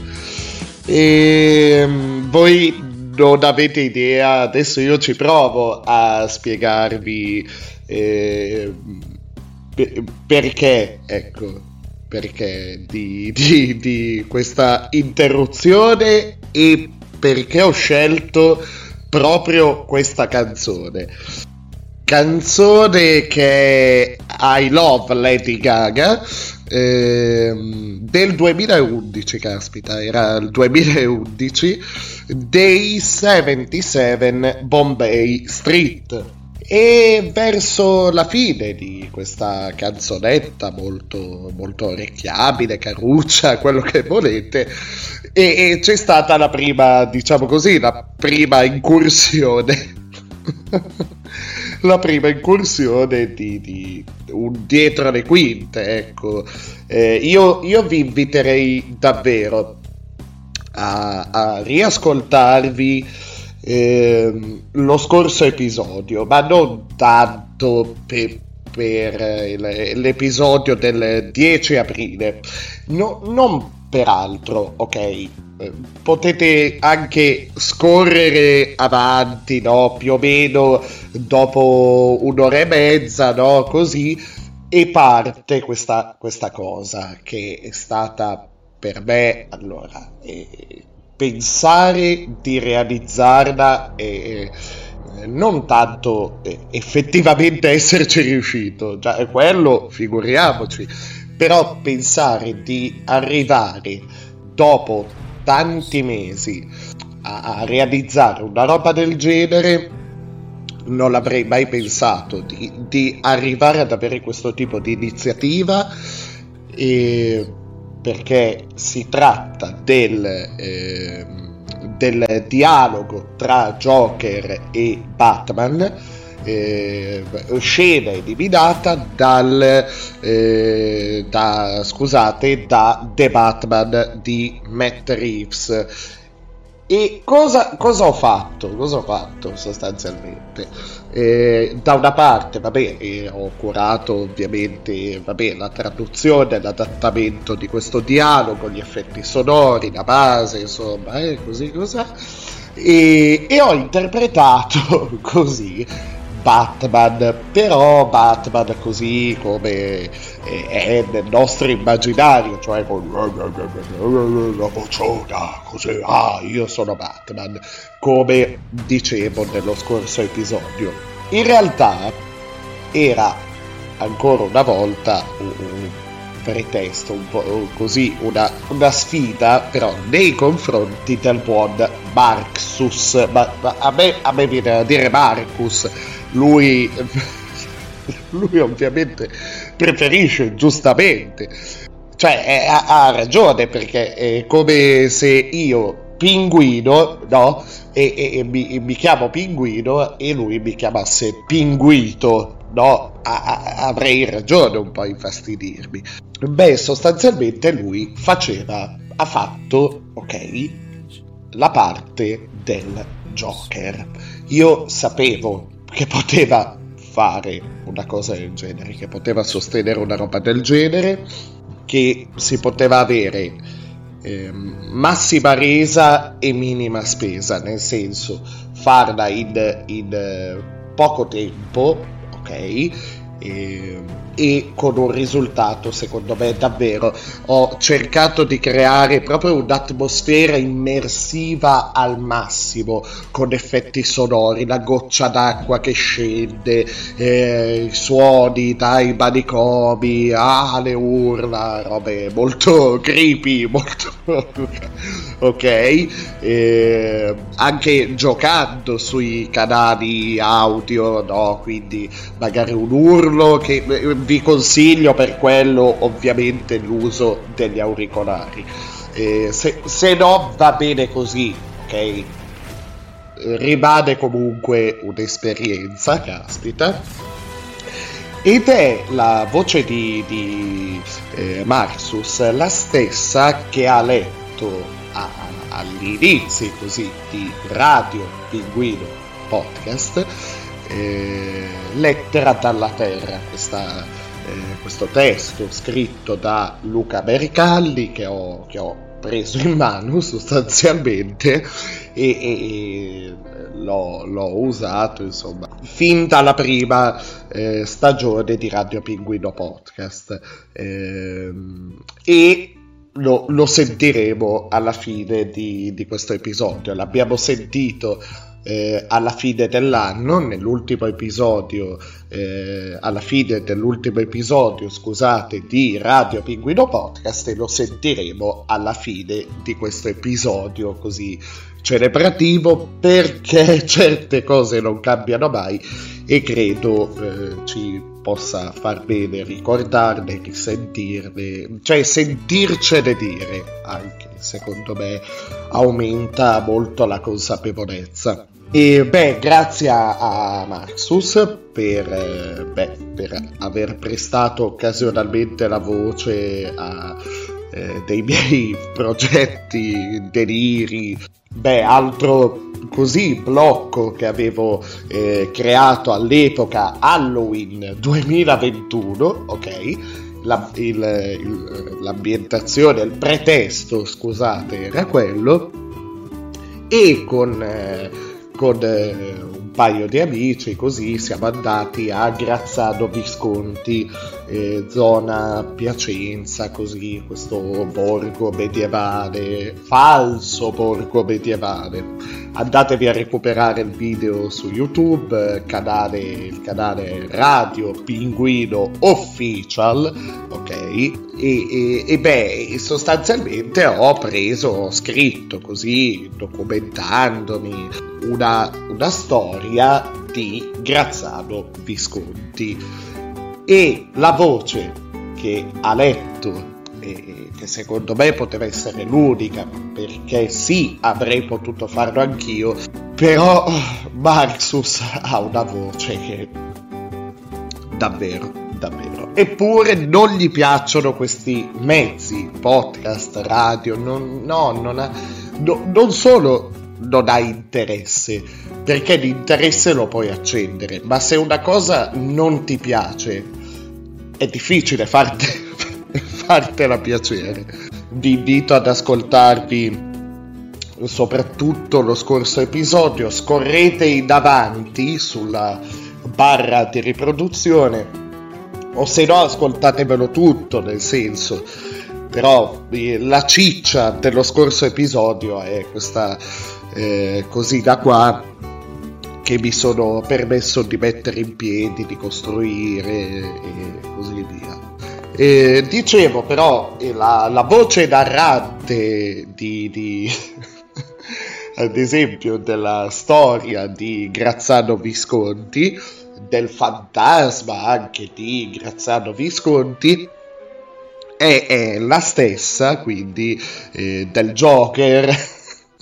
[SPEAKER 6] E voi non avete idea, adesso io ci provo a spiegarvi eh, pe- perché, ecco, perché di, di, di questa interruzione e perché ho scelto proprio questa canzone. Canzone che è I Love Lady Gaga, ehm, del duemilaundici, caspita, era il duemilaundici, dei settantasette Bombay Street. E verso la fine di questa canzonetta molto, molto orecchiabile, caruccia, quello che volete, e, e c'è stata la prima, diciamo così, la prima incursione la prima incursione di, di un dietro le quinte, ecco. Eh, io, io vi inviterei davvero a, a riascoltarvi eh, lo scorso episodio, ma non tanto per, per l'episodio del dieci aprile, no, non per altro, ok? Potete anche scorrere avanti, no? Più o meno dopo un'ora e mezza, no? Così, e parte questa, questa cosa che è stata per me, allora, eh, pensare di realizzarla e eh, non tanto eh, effettivamente esserci riuscito, già quello figuriamoci, però pensare di arrivare dopo tanti mesi a, a realizzare una roba del genere, non l'avrei mai pensato di, di arrivare ad avere questo tipo di iniziativa, eh, perché si tratta del, eh, del dialogo tra Joker e Batman, eh, scena eliminata dal eh, da, scusate da The Batman di Matt Reeves. E cosa, cosa ho fatto? Cosa ho fatto sostanzialmente? Eh, da una parte, vabbè, eh, ho curato ovviamente, vabbè, la traduzione, l'adattamento di questo dialogo, gli effetti sonori, la base, insomma, eh, così, così. E, e ho interpretato così Batman, però Batman così come è nel nostro immaginario, cioè con la vociona, così, ah, io sono Batman, come dicevo nello scorso episodio. In realtà era ancora una volta un, un pretesto, un po' così, una, una sfida, però nei confronti del buon Marcus, ma, ma a, me, a me viene a dire Marcus, lui, lui ovviamente preferisce giustamente, cioè è, ha, ha ragione, perché è come se io Pinguino, no, e, e, e, mi, e mi chiamo Pinguino e lui mi chiamasse Pinguito, no, a, a, avrei ragione un po' a infastidirmi. Beh, sostanzialmente lui faceva, ha fatto, ok, la parte del Joker. Io sapevo che poteva fare una cosa del genere, che poteva sostenere una roba del genere, che si poteva avere eh, massima resa e minima spesa, nel senso farla in, in eh, poco tempo, ok, e, e con un risultato secondo me davvero. Ho cercato di creare proprio un'atmosfera immersiva al massimo, con effetti sonori, la goccia d'acqua che scende, eh, i suoni dai manicomi, ah, le urla, robe molto creepy, molto ok, eh, anche giocando sui canali audio, no, quindi magari un urlo, che vi consiglio per quello ovviamente l'uso degli auricolari, eh, se, se no va bene così, ok, rimane comunque un'esperienza, caspita. Ed è la voce di, di eh, Marcus la stessa che ha letto a, agli inizi così di Radio Pinguino Podcast, eh, Lettera dalla Terra, questa, eh, questo testo scritto da Luca Mercalli che ho, che ho preso in mano sostanzialmente e, e l'ho, l'ho usato insomma fin dalla prima eh, stagione di Radio Pinguino Podcast, eh, e lo, lo sentiremo alla fine di, di questo episodio. L'abbiamo sentito Eh, alla fine dell'anno, nell'ultimo episodio, eh, alla fine dell'ultimo episodio, scusate, di Radio Pinguino Podcast, e lo sentiremo alla fine di questo episodio così celebrativo, perché certe cose non cambiano mai e credo eh, ci possa far bene ricordarne, risentirne, cioè sentircene dire anche, secondo me aumenta molto la consapevolezza. E beh, grazie a, a Marxus per, eh, beh, per aver prestato occasionalmente la voce a eh, dei miei progetti, deliri, beh, altro così blocco che avevo eh, creato all'epoca Halloween duemilaventuno, ok? La, il, il, l'ambientazione, il pretesto, scusate, era quello, e con, eh, con eh, un paio di amici così siamo andati a Grazzano Visconti, eh, zona Piacenza, così, questo borgo medievale, falso borgo medievale. Andatevi a recuperare il video su YouTube, canale, il canale Radio Pinguino Official, ok? E, e, e beh, sostanzialmente ho preso, ho scritto così, documentandomi, una, una storia di Grazzano Visconti. E la voce che ha letto, e che secondo me poteva essere l'unica, perché sì, avrei potuto farlo anch'io, però Marxus ha una voce che davvero, davvero. Eppure non gli piacciono questi mezzi, podcast, radio, non, no, non ha, no, non solo non ha interesse, perché l'interesse lo puoi accendere, ma se una cosa non ti piace è difficile farti, fartela piacere. Vi invito ad ascoltarvi soprattutto lo scorso episodio, scorrete in avanti sulla barra di riproduzione, o se no ascoltatevelo tutto, nel senso, però la ciccia dello scorso episodio è questa eh, così da qua, che mi sono permesso di mettere in piedi, di costruire e così via. E dicevo però, la, la voce narrante di, di ad esempio della storia di Grazzano Visconti, del fantasma anche di Grazzano Visconti, è, è la stessa, quindi eh, del Joker.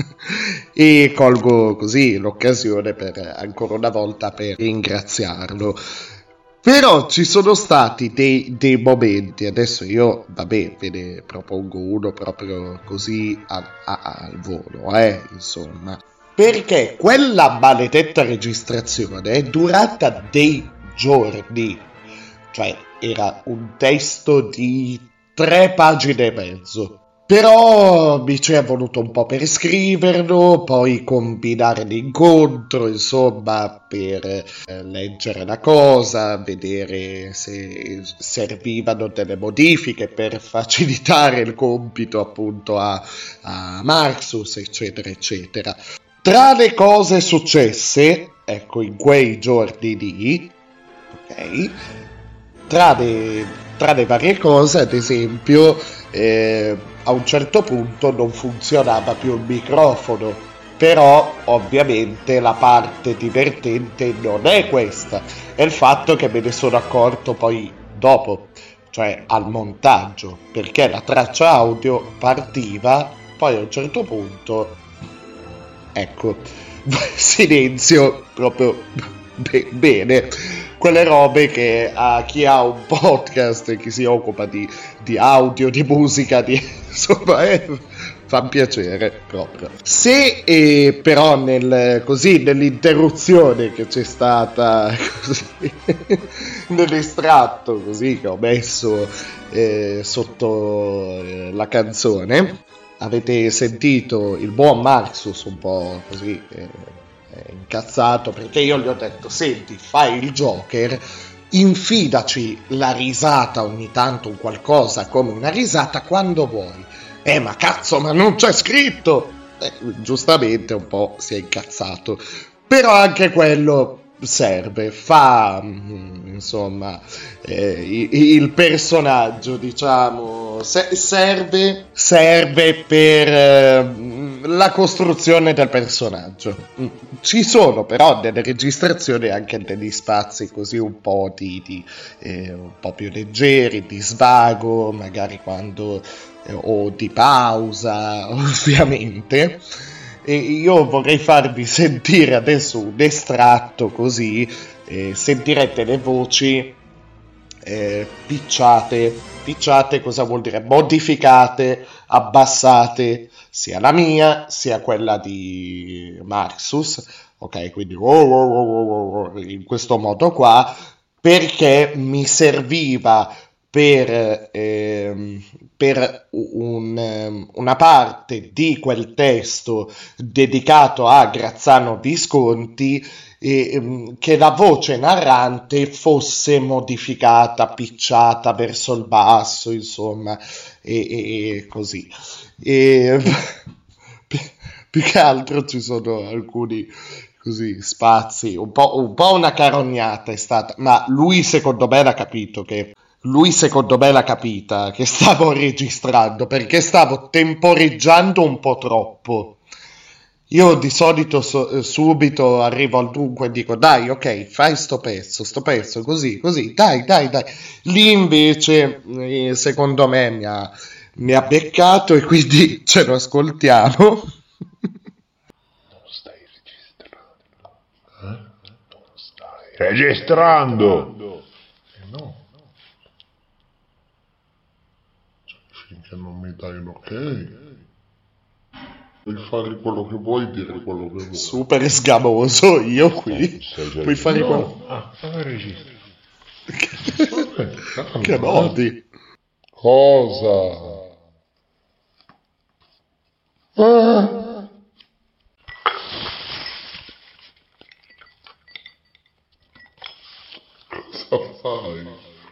[SPEAKER 6] E colgo così l'occasione per ancora una volta per ringraziarlo. Però ci sono stati dei, dei momenti, adesso io vabbè ve ne propongo uno proprio così a, a, al volo, eh, insomma, perché quella maledetta registrazione è durata dei giorni, cioè era un testo di tre pagine e mezzo. Però mi ci è voluto un po' per scriverlo, poi combinare l'incontro, insomma, per eh, leggere la cosa, vedere se servivano delle modifiche per facilitare il compito appunto a, a Marxus, eccetera, eccetera. Tra le cose successe, ecco, in quei giorni lì, ok, tra le, tra le varie cose, ad esempio, eh, a un certo punto non funzionava più il microfono, però ovviamente la parte divertente non è questa, è il fatto che me ne sono accorto poi dopo, cioè al montaggio, perché la traccia audio partiva, poi a un certo punto, ecco, silenzio proprio be- bene. Quelle robe che a chi ha un podcast e chi si occupa di, di audio, di musica, di, insomma, eh, fa piacere proprio. Se eh, però nel, così, nell'interruzione che c'è stata, così, nell'estratto così che ho messo eh, sotto eh, la canzone, avete sentito il buon Marxus un po' così eh, incazzato, perché io gli ho detto: senti, fai il Joker, infidaci la risata ogni tanto, un qualcosa come una risata quando vuoi. Eh ma cazzo, ma non c'è scritto! Eh, giustamente un po' si è incazzato, però anche quello serve, fa insomma eh, il personaggio, diciamo, se- serve serve per eh, la costruzione del personaggio. Ci sono però delle registrazioni anche degli spazi così un po' di, di eh, un po' più leggeri, di svago, magari quando eh, o di pausa, ovviamente. E io vorrei farvi sentire adesso un estratto così, eh, sentirete le voci eh, picciate. Picciate cosa vuol dire? Modificate, abbassate, sia la mia sia quella di Marxus, ok? Quindi in questo modo qua, perché mi serviva per, eh, per un, una parte di quel testo dedicato a Grazzano Visconti, e, che la voce narrante fosse modificata, picciata verso il basso, insomma, e, e, e così. E, più che altro ci sono alcuni così spazi, un po', un po' una carognata è stata, ma lui secondo me l'ha capito che Lui secondo me l'ha capita che stavo registrando, perché stavo temporeggiando un po' troppo. Io di solito so, subito arrivo al dunque e dico dai, ok, fai sto pezzo, sto pezzo, così, così, dai, dai, dai. Lì invece, eh, secondo me, mi ha, mi ha beccato e quindi ce lo ascoltiamo.
[SPEAKER 2] Non stai registrando. Eh? Non stai registrando. Eh no. Cioè, finché non mi dai un ok. Puoi fare quello che vuoi, dire quello che vuoi.
[SPEAKER 6] Super sgamoso io qui. Puoi fare
[SPEAKER 2] no.
[SPEAKER 6] quello.
[SPEAKER 2] Ah, fai registrare.
[SPEAKER 6] Che, che nodi.
[SPEAKER 2] Cosa? Ah. Cosa fai?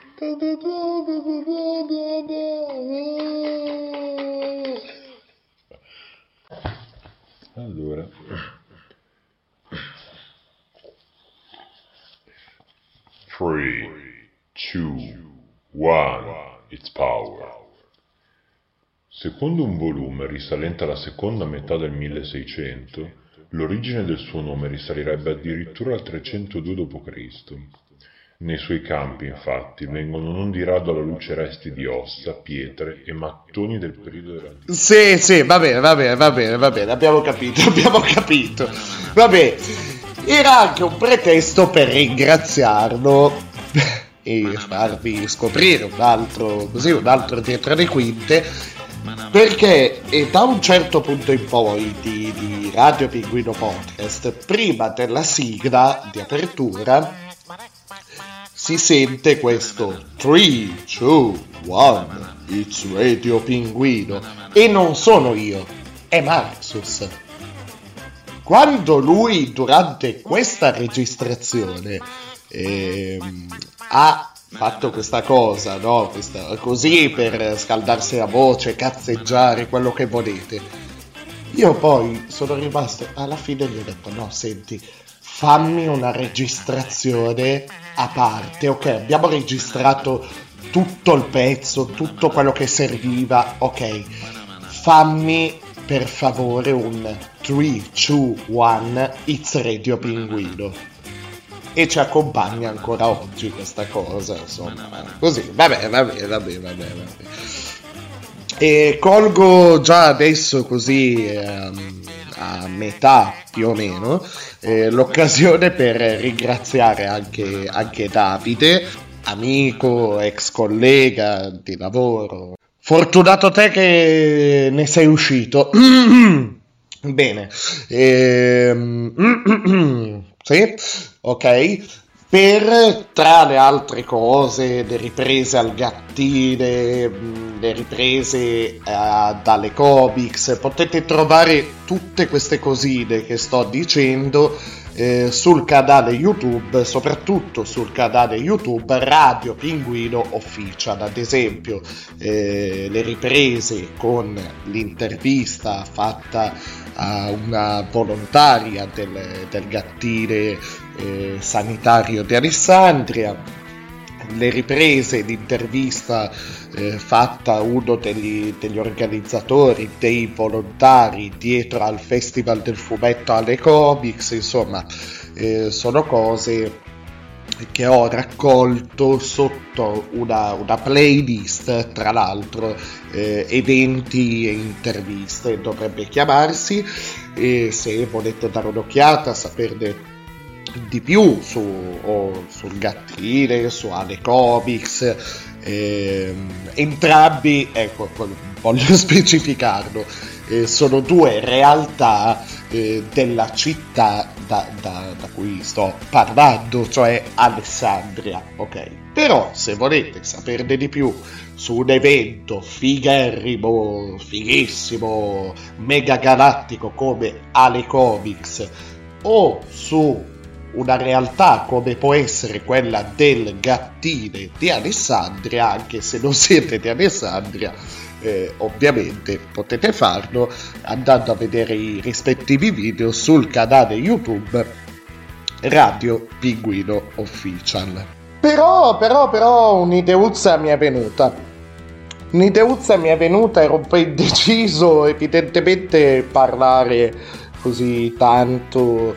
[SPEAKER 1] Allora, three, two, one, it's power. Secondo un volume risalente alla seconda metà del milleseicento, l'origine del suo nome risalirebbe addirittura al trecentodue dopo Cristo Nei suoi campi, infatti, vengono non di rado alla luce resti di ossa, pietre e mattoni del periodo dell'antichità.
[SPEAKER 6] Sì, sì, va bene, va bene, va bene, va bene, abbiamo capito, abbiamo capito. Vabbè, era anche un pretesto per ringraziarlo e farvi scoprire un altro, così, un altro dietro le quinte, perché e da un certo punto in poi di, di Radio Pinguino Podcast, prima della sigla di apertura, si sente questo three, two, one, it's Radio Pinguino, e non sono io, è Marxus. Quando lui durante questa registrazione ehm, ha fatto questa cosa, no? Questa, così per scaldarsi la voce, cazzeggiare, quello che volete, io poi sono rimasto, alla fine gli ho detto no, senti, fammi una registrazione a parte, ok, abbiamo registrato tutto il pezzo, tutto quello che serviva, ok, fammi per favore un three, two, one, it's Radio Pinguino. E ci accompagna ancora oggi questa cosa, insomma, così, vabbè, vabbè, vabbè, vabbè, vabbè. E colgo già adesso così ehm, a metà più o meno eh, l'occasione per ringraziare anche, anche Davide, amico, ex collega di lavoro. Fortunato te che ne sei uscito. Bene, ehm, sì, ok. Per, tra le altre cose, le riprese al Gattine, le riprese eh, dalle comics, potete trovare tutte queste cosine che sto dicendo eh, sul canale YouTube, soprattutto sul canale YouTube Radio Pinguino Official. Ad esempio eh, le riprese con l'intervista fatta a una volontaria del, del Gattine eh, sanitario di Alessandria, le riprese d'intervista eh, fatta a uno degli, degli organizzatori, dei volontari dietro al Festival del Fumetto alle Comics, insomma eh, sono cose che ho raccolto sotto una, una playlist, tra l'altro eh, eventi e interviste dovrebbe chiamarsi, e se volete dare un'occhiata, saperne di più su o sul Gattine, su Ale Comics, ehm, entrambi, ecco, voglio specificarlo, eh, sono due realtà eh, della città da, da, da cui sto parlando, cioè Alessandria, ok? Però se volete saperne di più su un evento figherrimo, fighissimo, mega galattico come Ale Comics, o su una realtà come può essere quella del Gattine di Alessandria, anche se non siete di Alessandria, eh, ovviamente potete farlo andando a vedere i rispettivi video sul canale YouTube Radio Pinguino Official. Però, però, però un'ideuzza mi è venuta. Un'ideuzza mi è venuta, ero un po' indeciso, evidentemente parlare così tanto.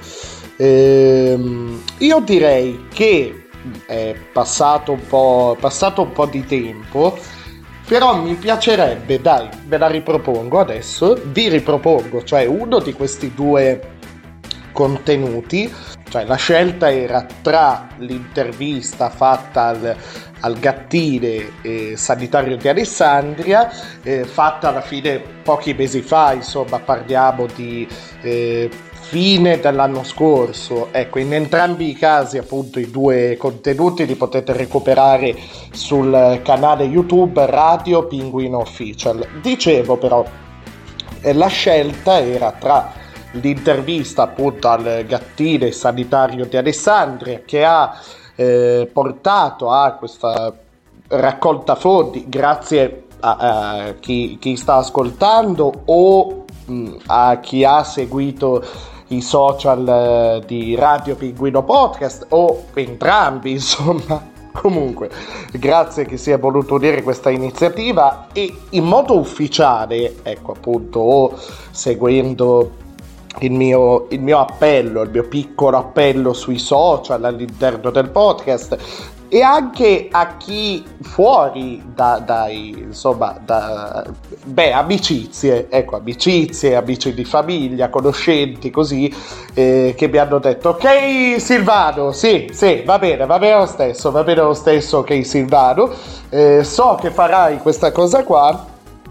[SPEAKER 6] Ehm, io direi che è passato un po', passato un po' di tempo, però mi piacerebbe, dai, ve la ripropongo adesso, vi ripropongo, cioè uno di questi due contenuti, cioè la scelta era tra l'intervista fatta al, al Gattine eh, sanitario di Alessandria, eh, fatta alla fine pochi mesi fa, insomma parliamo di eh, fine dell'anno scorso. Ecco, in entrambi i casi appunto i due contenuti li potete recuperare sul canale YouTube Radio Pinguino Official. Dicevo però, eh, la scelta era tra l'intervista appunto al Gattine sanitario di Alessandria, che ha eh, portato a questa raccolta fondi grazie a, a chi, chi sta ascoltando o mh, a chi ha seguito i social di Radio Pinguino Podcast, o entrambi, insomma. Comunque, grazie che si è voluto unire questa iniziativa, e in modo ufficiale, ecco appunto, o seguendo il mio, il mio appello, il mio piccolo appello sui social all'interno del podcast, e anche a chi fuori da, dai, insomma, da, beh, amicizie, ecco, amicizie, amici di famiglia, conoscenti, così, eh, che mi hanno detto, ok Silvano, sì, sì, va bene, va bene lo stesso, va bene lo stesso, ok Silvano, eh, so che farai questa cosa qua,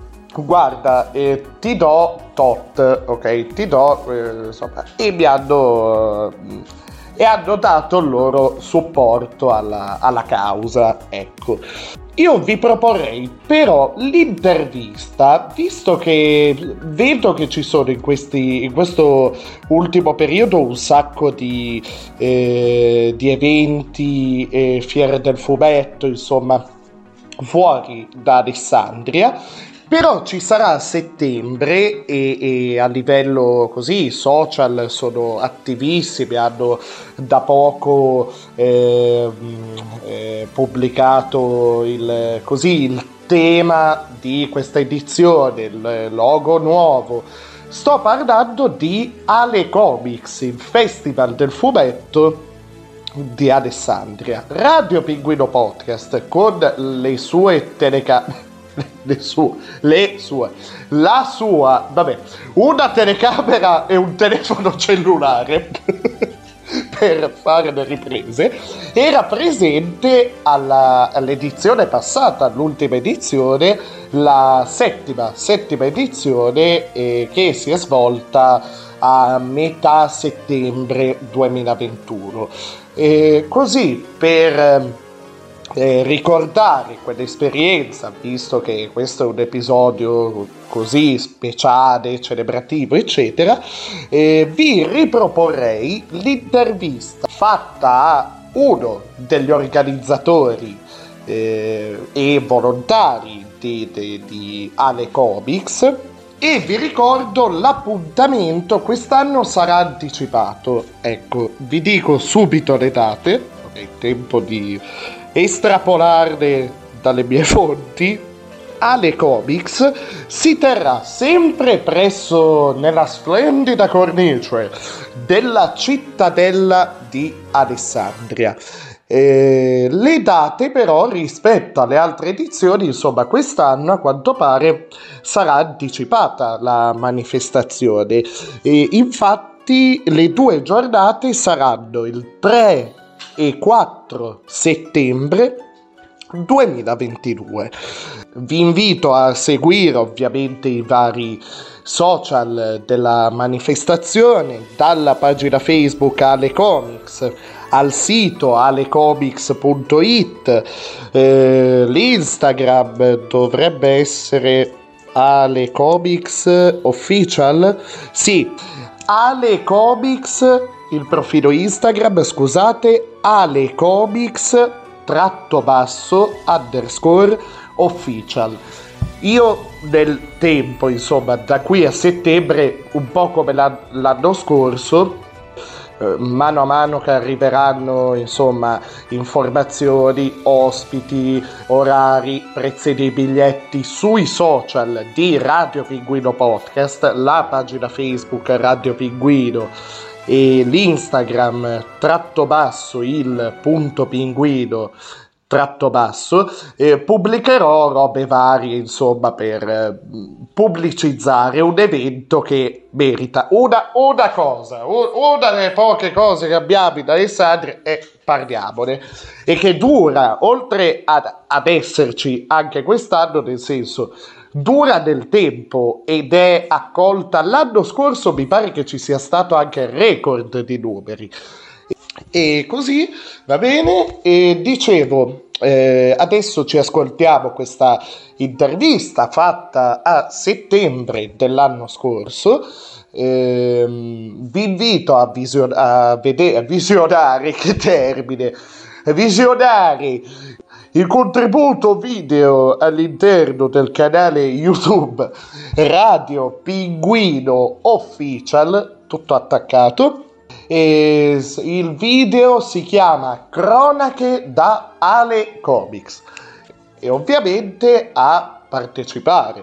[SPEAKER 6] guarda, eh, ti do tot, ok, ti do, eh, insomma, e mi hanno... Eh, e hanno dato il loro supporto alla, alla causa, ecco. Io vi proporrei però l'intervista, visto che vedo che ci sono in, questi, in questo ultimo periodo un sacco di, eh, di eventi, eh, fiere del fumetto, insomma, fuori da Alessandria. Però ci sarà a settembre e, e a livello così social sono attivissimi, hanno da poco eh, eh, pubblicato il, così, il tema di questa edizione, il logo nuovo. Sto parlando di Ale Comics, il Festival del Fumetto di Alessandria. Radio Pinguino Podcast con le sue telecamere. Le sue, le sue, la sua, vabbè, una telecamera e un telefono cellulare per fare le riprese, era presente alla, all'edizione passata, all'ultima edizione, la settima, settima edizione eh, che si è svolta a metà settembre duemilaventuno. E così per... Eh, ricordare quell'esperienza, visto che questo è un episodio così speciale, celebrativo, eccetera, eh, vi riproporrei l'intervista fatta a uno degli organizzatori eh, e volontari di, di, di Ale Comics, e vi ricordo l'appuntamento. Quest'anno sarà anticipato, ecco, vi dico subito le date, ok, tempo di estrapolarne dalle mie fonti, Ale Comics si terrà sempre presso nella splendida cornice della cittadella di Alessandria. Eh, le date però rispetto alle altre edizioni, insomma quest'anno a quanto pare sarà anticipata la manifestazione, e infatti le due giornate saranno il tre e quattro settembre duemilaventidue. Vi invito a seguire ovviamente i vari social della manifestazione, dalla pagina Facebook Ale Comics al sito alecomics punto it, eh, l'Instagram dovrebbe essere Ale Comics Official, sì, Ale Comics, il profilo Instagram, scusate, Ale Comics tratto basso underscore official. Io nel tempo, insomma, da qui a settembre, un po' come l'anno scorso, eh, mano a mano che arriveranno, insomma, informazioni, ospiti, orari, prezzi dei biglietti sui social di Radio Pinguino Podcast, la pagina Facebook Radio Pinguino e l'Instagram tratto basso il punto pinguino tratto basso, eh, pubblicherò robe varie, insomma, per eh, pubblicizzare un evento che merita una, una cosa, un, una delle poche cose che abbiamo in Alessandria, e parliamone, e che dura, oltre ad, ad esserci anche quest'anno, nel senso dura nel tempo ed è accolta. L'anno scorso mi pare che ci sia stato anche il record di numeri, e così va bene. E dicevo, eh, adesso ci ascoltiamo questa intervista fatta a settembre dell'anno scorso. Eh, vi invito a, vision- a vedere, a visionare, che termine, a visionare il contributo video all'interno del canale YouTube Radio Pinguino Official, tutto attaccato. E il video si chiama Cronache da Ale Comics, e ovviamente a partecipare.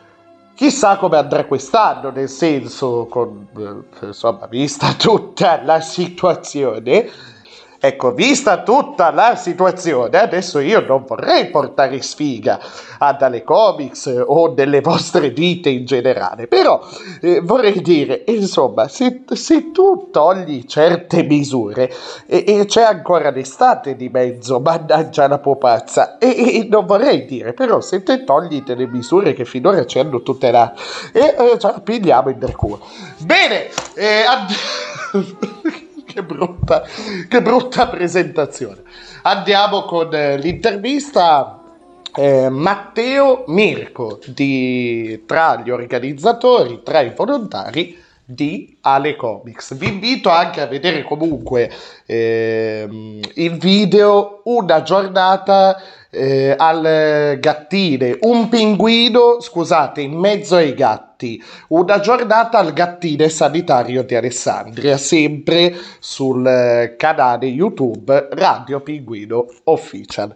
[SPEAKER 6] Chissà come andrà quest'anno, nel senso, con, insomma, vista tutta la situazione. Ecco, vista tutta la situazione, adesso io non vorrei portare sfiga ad Ale Comics o delle vostre ditte in generale, però eh, vorrei dire, insomma, se, se tu togli certe misure, e, e c'è ancora l'estate di mezzo, mannaggia la pupazza, e, e non vorrei dire, però se te togli delle misure che finora ci hanno tutelato, e eh, ci pigliamo in del culo. Bene, eh, and- Che brutta, che brutta presentazione. Andiamo con eh, l'intervista eh, Matteo Mirko, di, tra gli organizzatori, tra i volontari di Ale Comics. Vi invito anche a vedere comunque eh, il video Una giornata eh, al gattine, un pinguino, scusate, in mezzo ai gatti, una giornata al gattine sanitario di Alessandria, sempre sul canale YouTube Radio Pinguino Official.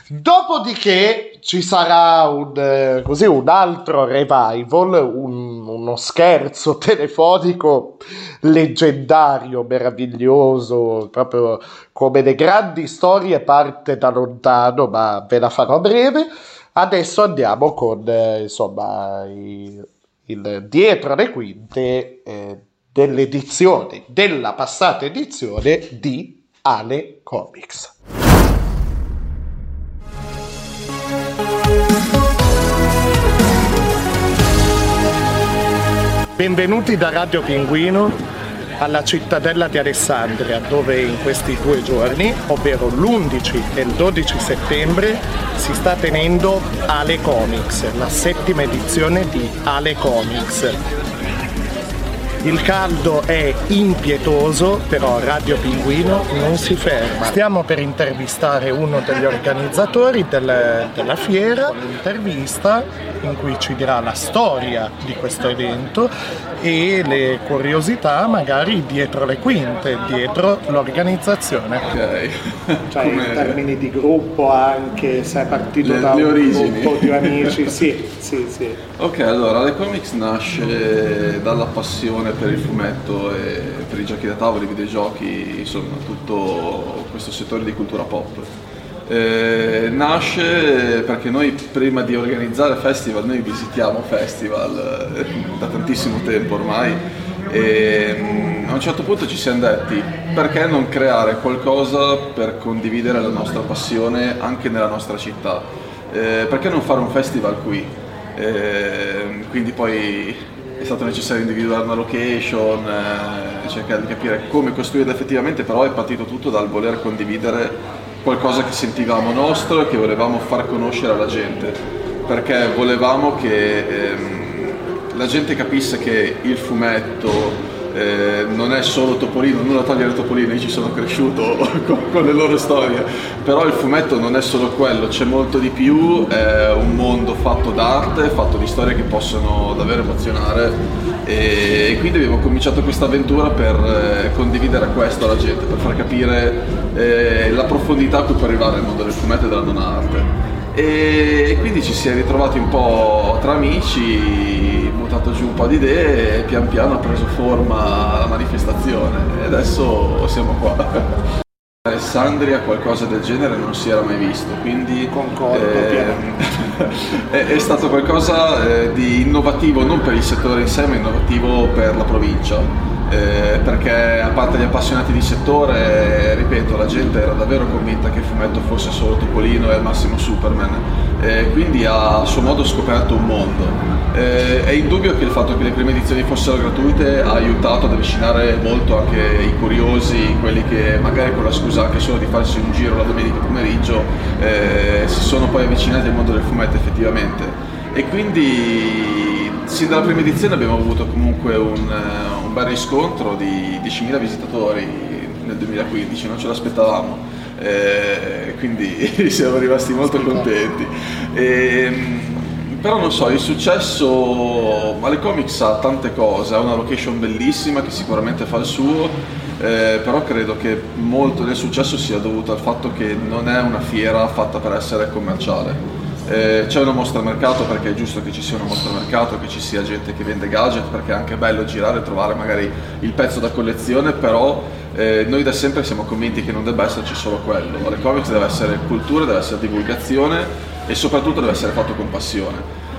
[SPEAKER 6] Dopodiché ci sarà un, così, un altro revival, un, uno scherzo telefonico leggendario, meraviglioso, proprio come le grandi storie, parte da lontano, ma ve la farò a breve. Adesso andiamo con eh, insomma i, il dietro le quinte eh, dell'edizione, della passata edizione di Ale Comics. Benvenuti da Radio Pinguino alla cittadella di Alessandria, dove in questi due giorni, ovvero l'undici e il dodici settembre, si sta tenendo Ale Comics, la settima edizione di Ale Comics. Il caldo è impietoso, però Radio Pinguino non si ferma. Stiamo per intervistare uno degli organizzatori del, della fiera, un'intervista in cui ci dirà la storia di questo evento e le curiosità magari dietro le quinte, dietro l'organizzazione.
[SPEAKER 15] Ok.
[SPEAKER 6] Cioè
[SPEAKER 15] Come...
[SPEAKER 6] in termini di gruppo anche, se è partito
[SPEAKER 15] le,
[SPEAKER 6] da
[SPEAKER 15] le
[SPEAKER 6] un
[SPEAKER 15] origini.
[SPEAKER 6] gruppo di amici, sì, sì, sì.
[SPEAKER 15] Ok, allora Le Comics nasce dalla passione per il fumetto e per i giochi da tavolo, i videogiochi, insomma tutto questo settore di cultura pop. Eh, nasce perché noi prima di organizzare festival, noi visitiamo festival eh, da tantissimo tempo ormai e mh, a un certo punto ci siamo detti perché non creare qualcosa per condividere la nostra passione anche nella nostra città, eh, perché non fare un festival qui, eh, quindi poi è stato necessario individuare una location, eh, cercare di capire come costruirla effettivamente, però è partito tutto dal voler condividere qualcosa che sentivamo nostro e che volevamo far conoscere alla gente, perché volevamo che ehm, la gente capisse che il fumetto eh, non è solo Topolino, nulla togliere Topolino, io ci sono cresciuto con, con le loro storie, però il fumetto non è solo quello, c'è molto di più, è un mondo fatto d'arte, fatto di storie che possono davvero emozionare e, e quindi abbiamo cominciato questa avventura per eh, condividere questo alla gente, per far capire eh, la profondità a cui può arrivare il mondo del fumetto e della non arte. E, e quindi ci si è ritrovati un po' tra amici, buttato giù un po' di idee e pian piano ha preso forma la manifestazione e adesso siamo qua. Alessandria qualcosa del genere non si era mai visto, quindi
[SPEAKER 6] concordo,
[SPEAKER 15] eh, è, è stato qualcosa eh, di innovativo non per il settore in sé ma innovativo per la provincia. Eh, perché a parte gli appassionati di settore, eh, ripeto, la gente era davvero convinta che il fumetto fosse solo Topolino e al massimo Superman, eh, quindi ha a suo modo scoperto un mondo. Eh, è indubbio che il fatto che le prime edizioni fossero gratuite ha aiutato ad avvicinare molto anche i curiosi, quelli che magari con la scusa anche solo di farsi un giro la domenica pomeriggio eh, si sono poi avvicinati al mondo del fumetto effettivamente. E quindi sin dalla prima edizione abbiamo avuto comunque un, un bel riscontro di diecimila visitatori nel duemilaquindici, non ce l'aspettavamo, eh, quindi siamo rimasti molto contenti. E, però non so, il successo, ma Le Comics ha tante cose, ha una location bellissima che sicuramente fa il suo, eh, però credo che molto del successo sia dovuto al fatto che non è una fiera fatta per essere commerciale. Eh, c'è una mostra mercato perché è giusto che ci sia una mostra mercato, che ci sia gente che vende gadget, perché è anche bello girare e trovare magari il pezzo da collezione, però eh, noi da sempre siamo convinti che non debba esserci solo quello. Le Comics deve essere cultura, deve essere divulgazione e soprattutto deve essere fatto con passione.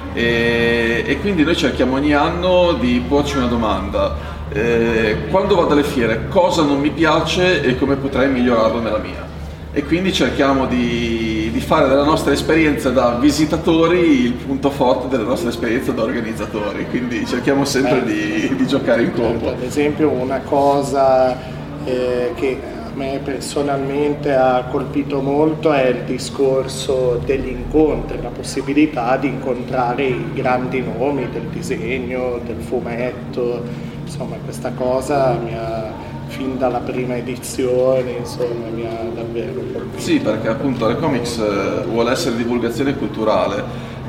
[SPEAKER 15] E, e quindi noi cerchiamo ogni anno di porci una domanda: eh, quando vado alle fiere cosa non mi piace e come potrei migliorarlo nella mia? E quindi cerchiamo di, di fare della nostra esperienza da visitatori il punto forte della nostra esperienza da organizzatori, quindi cerchiamo sempre di, di giocare in combo.
[SPEAKER 6] Ad esempio una cosa eh, che a me personalmente ha colpito molto è il discorso degli incontri, la possibilità di incontrare i grandi nomi del disegno, del fumetto, insomma questa cosa mi ha... fin dalla prima edizione, insomma, mi ha davvero colpito.
[SPEAKER 15] Sì, perché appunto Le Comics vuole essere divulgazione culturale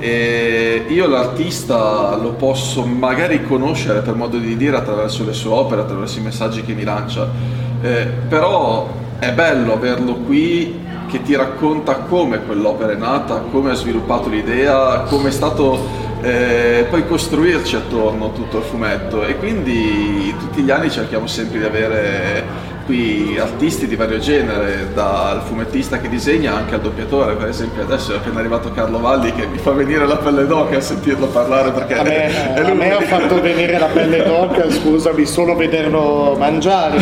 [SPEAKER 15] e io l'artista lo posso magari conoscere, per modo di dire, attraverso le sue opere, attraverso i messaggi che mi lancia, eh, però è bello averlo qui che ti racconta come quell'opera è nata, come ha sviluppato l'idea, come è stato Eh, poi costruirci attorno tutto il fumetto, e quindi tutti gli anni cerchiamo sempre di avere qui artisti di vario genere, dal fumettista che disegna anche al doppiatore. Per esempio adesso è appena arrivato Carlo Valli che mi fa venire la pelle d'oca a sentirlo parlare, perché
[SPEAKER 6] a me, è a me ha fatto venire la pelle d'oca, scusami, solo vederlo mangiare.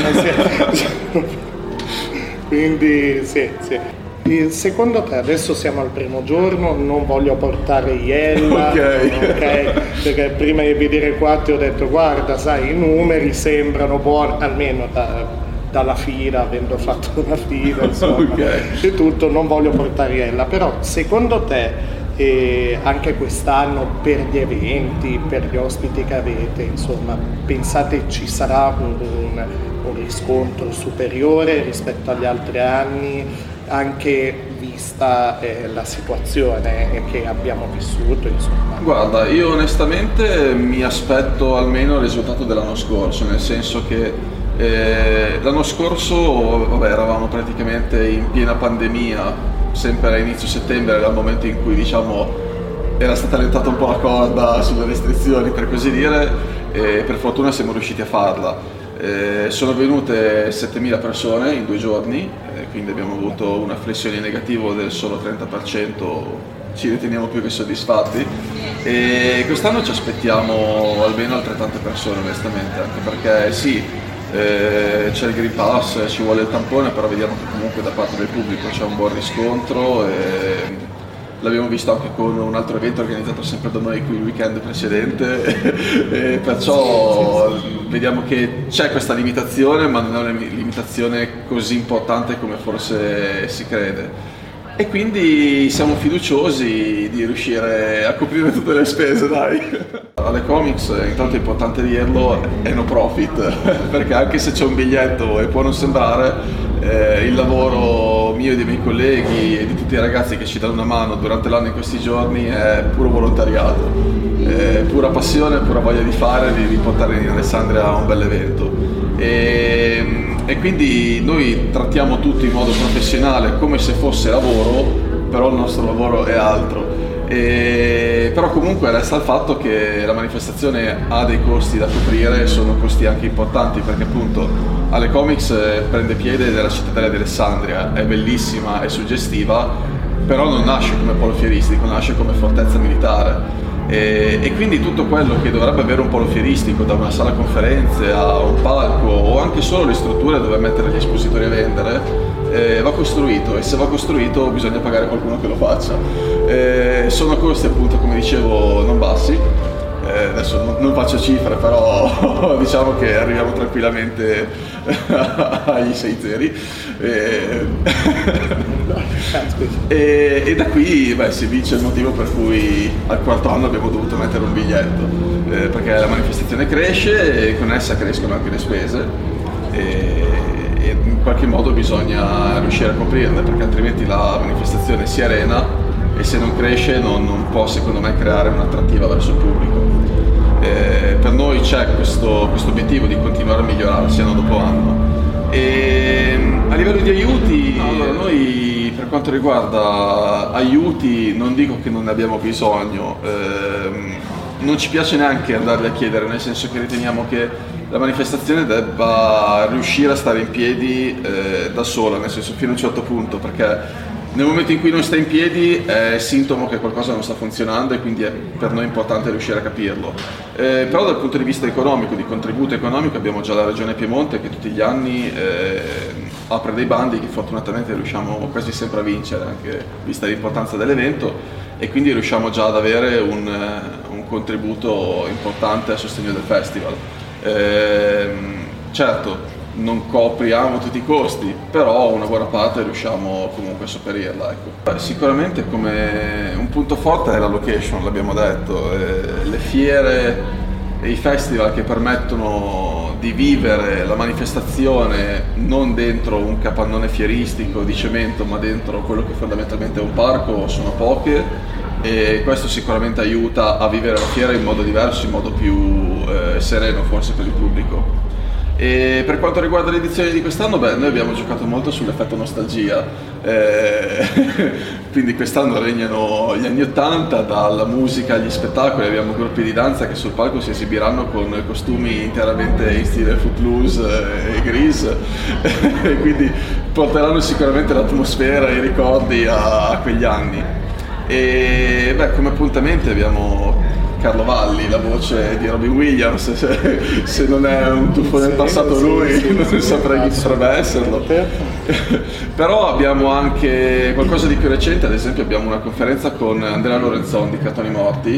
[SPEAKER 6] Quindi sì, sì. Secondo te, adesso siamo al primo giorno, non voglio portare Iella,
[SPEAKER 15] okay.
[SPEAKER 6] Okay? Perché prima di vedere qua ti ho detto guarda, sai, i numeri sembrano buoni, almeno da, dalla fila, avendo fatto una fila, insomma, okay. E tutto, non voglio portare Iella, però secondo te e anche quest'anno per gli eventi, per gli ospiti che avete, insomma, pensate ci sarà un, un, un riscontro superiore rispetto agli altri anni, anche vista eh, la situazione che abbiamo vissuto, insomma?
[SPEAKER 15] Guarda, io onestamente mi aspetto almeno il risultato dell'anno scorso, nel senso che eh, l'anno scorso vabbè, eravamo praticamente in piena pandemia, sempre a inizio settembre era il momento in cui diciamo era stata allentata un po' la corda sulle restrizioni, per così dire, e per fortuna siamo riusciti a farla. Eh, sono venute settemila persone in due giorni, eh, quindi abbiamo avuto una flessione in negativo del solo trenta per cento, ci riteniamo più che soddisfatti, e quest'anno ci aspettiamo almeno altrettante persone onestamente, anche perché sì, Eh, c'è il Green Pass, ci vuole il tampone, però vediamo che comunque da parte del pubblico c'è un buon riscontro e l'abbiamo visto anche con un altro evento organizzato sempre da noi qui il weekend precedente e perciò vediamo che c'è questa limitazione, ma non è una limitazione così importante come forse si crede. E quindi siamo fiduciosi di riuscire a coprire tutte le spese, dai. Alle Comics, intanto è importante dirlo, è no profit, perché anche se c'è un biglietto e può non sembrare, eh, il lavoro mio e dei miei colleghi e di tutti i ragazzi che ci danno una mano durante l'anno in questi giorni è puro volontariato, è pura passione, pura voglia di fare, di, di portare in Alessandria un bel evento. E, e quindi noi trattiamo tutto in modo professionale come se fosse lavoro, però il nostro lavoro è altro. E, però comunque resta il fatto che la manifestazione ha dei costi da coprire e sono costi anche importanti, perché appunto alle Comics prende piede nella cittadella di Alessandria, è bellissima, è suggestiva, però non nasce come polo fieristico, nasce come fortezza militare. E, e quindi tutto quello che dovrebbe avere un polo fieristico, da una sala conferenze a un palco o anche solo le strutture dove mettere gli espositori a vendere, eh, va costruito, e se va costruito bisogna pagare qualcuno che lo faccia. Eh, sono costi appunto, come dicevo, non bassi. Eh, adesso non, non faccio cifre, però diciamo che arriviamo tranquillamente agli sei zeri. E, e, e da qui beh, si vince il motivo per cui al quarto anno abbiamo dovuto mettere un biglietto, eh, perché la manifestazione cresce e con essa crescono anche le spese e, e in qualche modo bisogna riuscire a coprirle, perché altrimenti la manifestazione si arena e se non cresce non, non può secondo me creare un'attrattiva verso il pubblico. Eh, per noi c'è questo, questo obiettivo di continuare a migliorarsi anno dopo anno. E a livello di aiuti, allora, noi per quanto riguarda aiuti non dico che non ne abbiamo bisogno, ehm, non ci piace neanche andarli a chiedere, nel senso che riteniamo che la manifestazione debba riuscire a stare in piedi eh, da sola, nel senso fino a un certo punto, perché nel momento in cui non sta in piedi è sintomo che qualcosa non sta funzionando e quindi è per noi importante riuscire a capirlo. Eh, però dal punto di vista economico, di contributo economico, abbiamo già la Regione Piemonte che tutti gli anni eh, apre dei bandi che fortunatamente riusciamo quasi sempre a vincere, anche vista l'importanza dell'evento, e quindi riusciamo già ad avere un, un contributo importante a sostegno del festival. Eh, certo, non copriamo tutti i costi, però una buona parte riusciamo comunque a sopperirla. Ecco. Sicuramente come un punto forte è la location, l'abbiamo detto, eh, le fiere e i festival che permettono di vivere la manifestazione non dentro un capannone fieristico di cemento, ma dentro quello che fondamentalmente è un parco, sono poche, e questo sicuramente aiuta a vivere la fiera in modo diverso, in modo più eh, sereno forse per il pubblico. E per quanto riguarda l'edizione di quest'anno, beh, noi abbiamo giocato molto sull'effetto nostalgia, eh, quindi quest'anno regnano gli anni ottanta, dalla musica agli spettacoli, abbiamo gruppi di danza che sul palco si esibiranno con costumi interamente in stile Footloose e Grease, e quindi porteranno sicuramente l'atmosfera e i ricordi a, a quegli anni. E beh, come appuntamenti abbiamo Carlo Valli, la voce di Robin Williams, se, se non è un tuffo del passato lui, sì, non sì, saprei chi potrebbe esserlo. Però abbiamo anche qualcosa di più recente, ad esempio abbiamo una conferenza con Andrea Lorenzon di Cartoni Morti,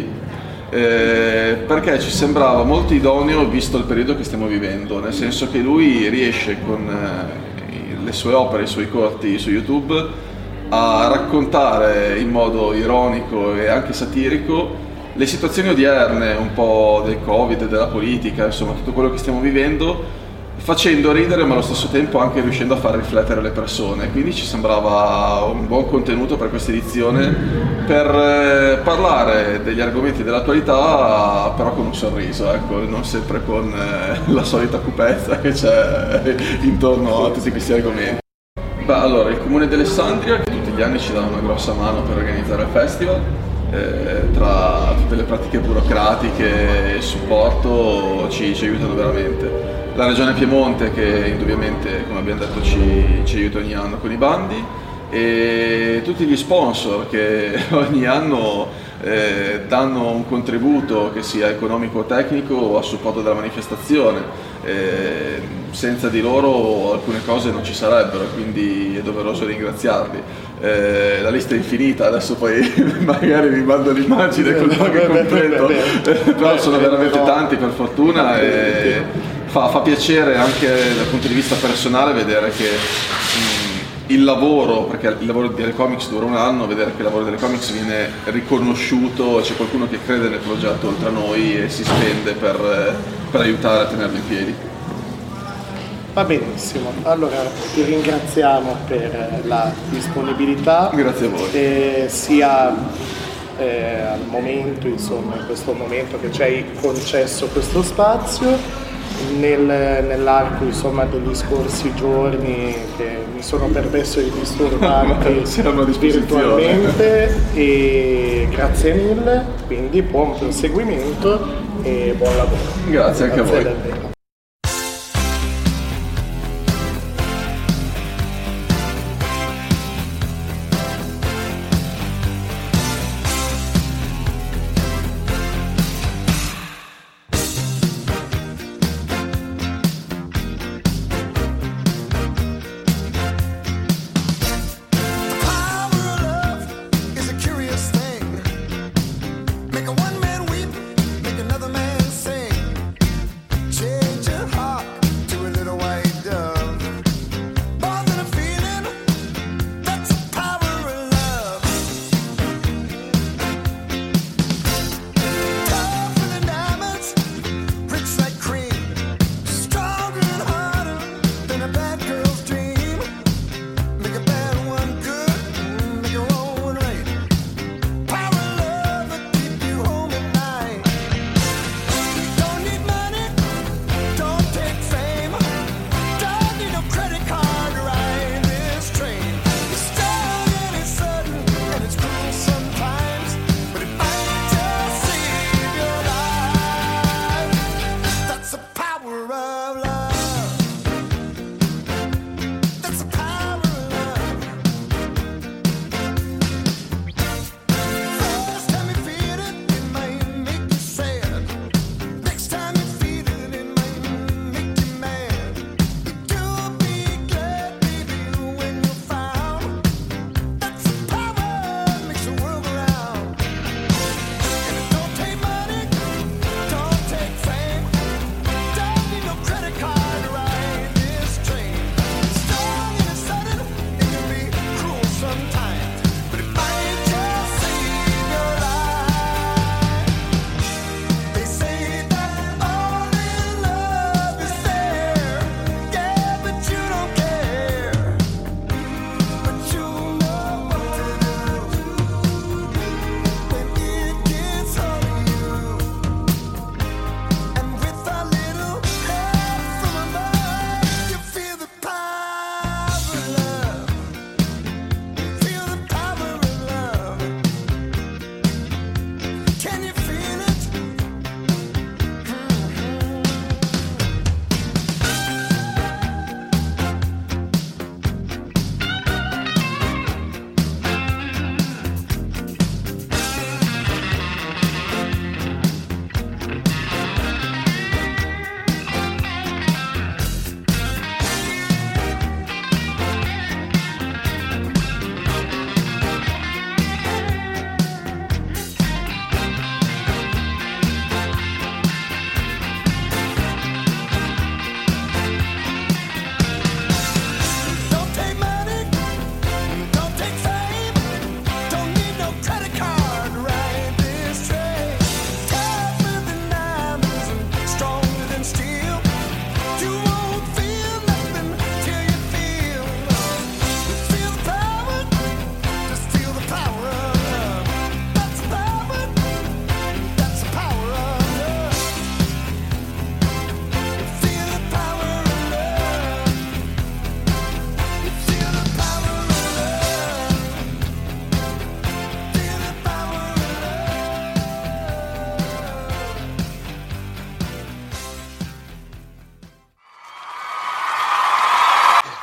[SPEAKER 15] eh, perché ci sembrava molto idoneo visto il periodo che stiamo vivendo, nel senso che lui riesce con eh, le sue opere, i suoi corti su YouTube a raccontare in modo ironico e anche satirico le situazioni odierne, un po' del Covid, della politica, insomma tutto quello che stiamo vivendo, facendo ridere ma allo stesso tempo anche riuscendo a far riflettere le persone. Quindi ci sembrava un buon contenuto per questa edizione, per eh, parlare degli argomenti dell'attualità però con un sorriso, ecco, non sempre con eh, la solita cupezza che c'è intorno a tutti questi argomenti. Beh, allora, il Comune di Alessandria, che tutti gli anni ci dà una grossa mano per organizzare il festival, eh, tra tutte le pratiche burocratiche e il supporto ci, ci aiutano veramente. La Regione Piemonte, che indubbiamente, come abbiamo detto, ci, ci aiuta ogni anno con i bandi, e tutti gli sponsor che ogni anno eh, danno un contributo, che sia economico o tecnico, a supporto della manifestazione. Eh, senza di loro alcune cose non ci sarebbero, quindi è doveroso ringraziarli. Eh, la lista è infinita, adesso poi magari vi mando l'immagine con il nome completo, però sono veramente tanti, per fortuna, e fa, fa piacere anche dal punto di vista personale vedere che mh, il lavoro, perché il lavoro di Telecomics dura un anno, vedere che il lavoro di Telecomics viene riconosciuto, c'è qualcuno che crede nel progetto oltre a noi e si spende per, per aiutare a tenerlo in piedi.
[SPEAKER 6] Va benissimo, allora ti ringraziamo per la disponibilità.
[SPEAKER 15] Grazie a voi.
[SPEAKER 6] Eh, sia eh, al momento, insomma, in questo momento che ci hai concesso questo spazio, nel, nell'arco, insomma, degli scorsi giorni che mi sono permesso di disturbarti virtualmente, e grazie mille, quindi buon proseguimento e buon lavoro.
[SPEAKER 15] Grazie anche
[SPEAKER 6] grazie
[SPEAKER 15] a voi.
[SPEAKER 6] Davvero.
[SPEAKER 7] Make a one man weep, make another man sing.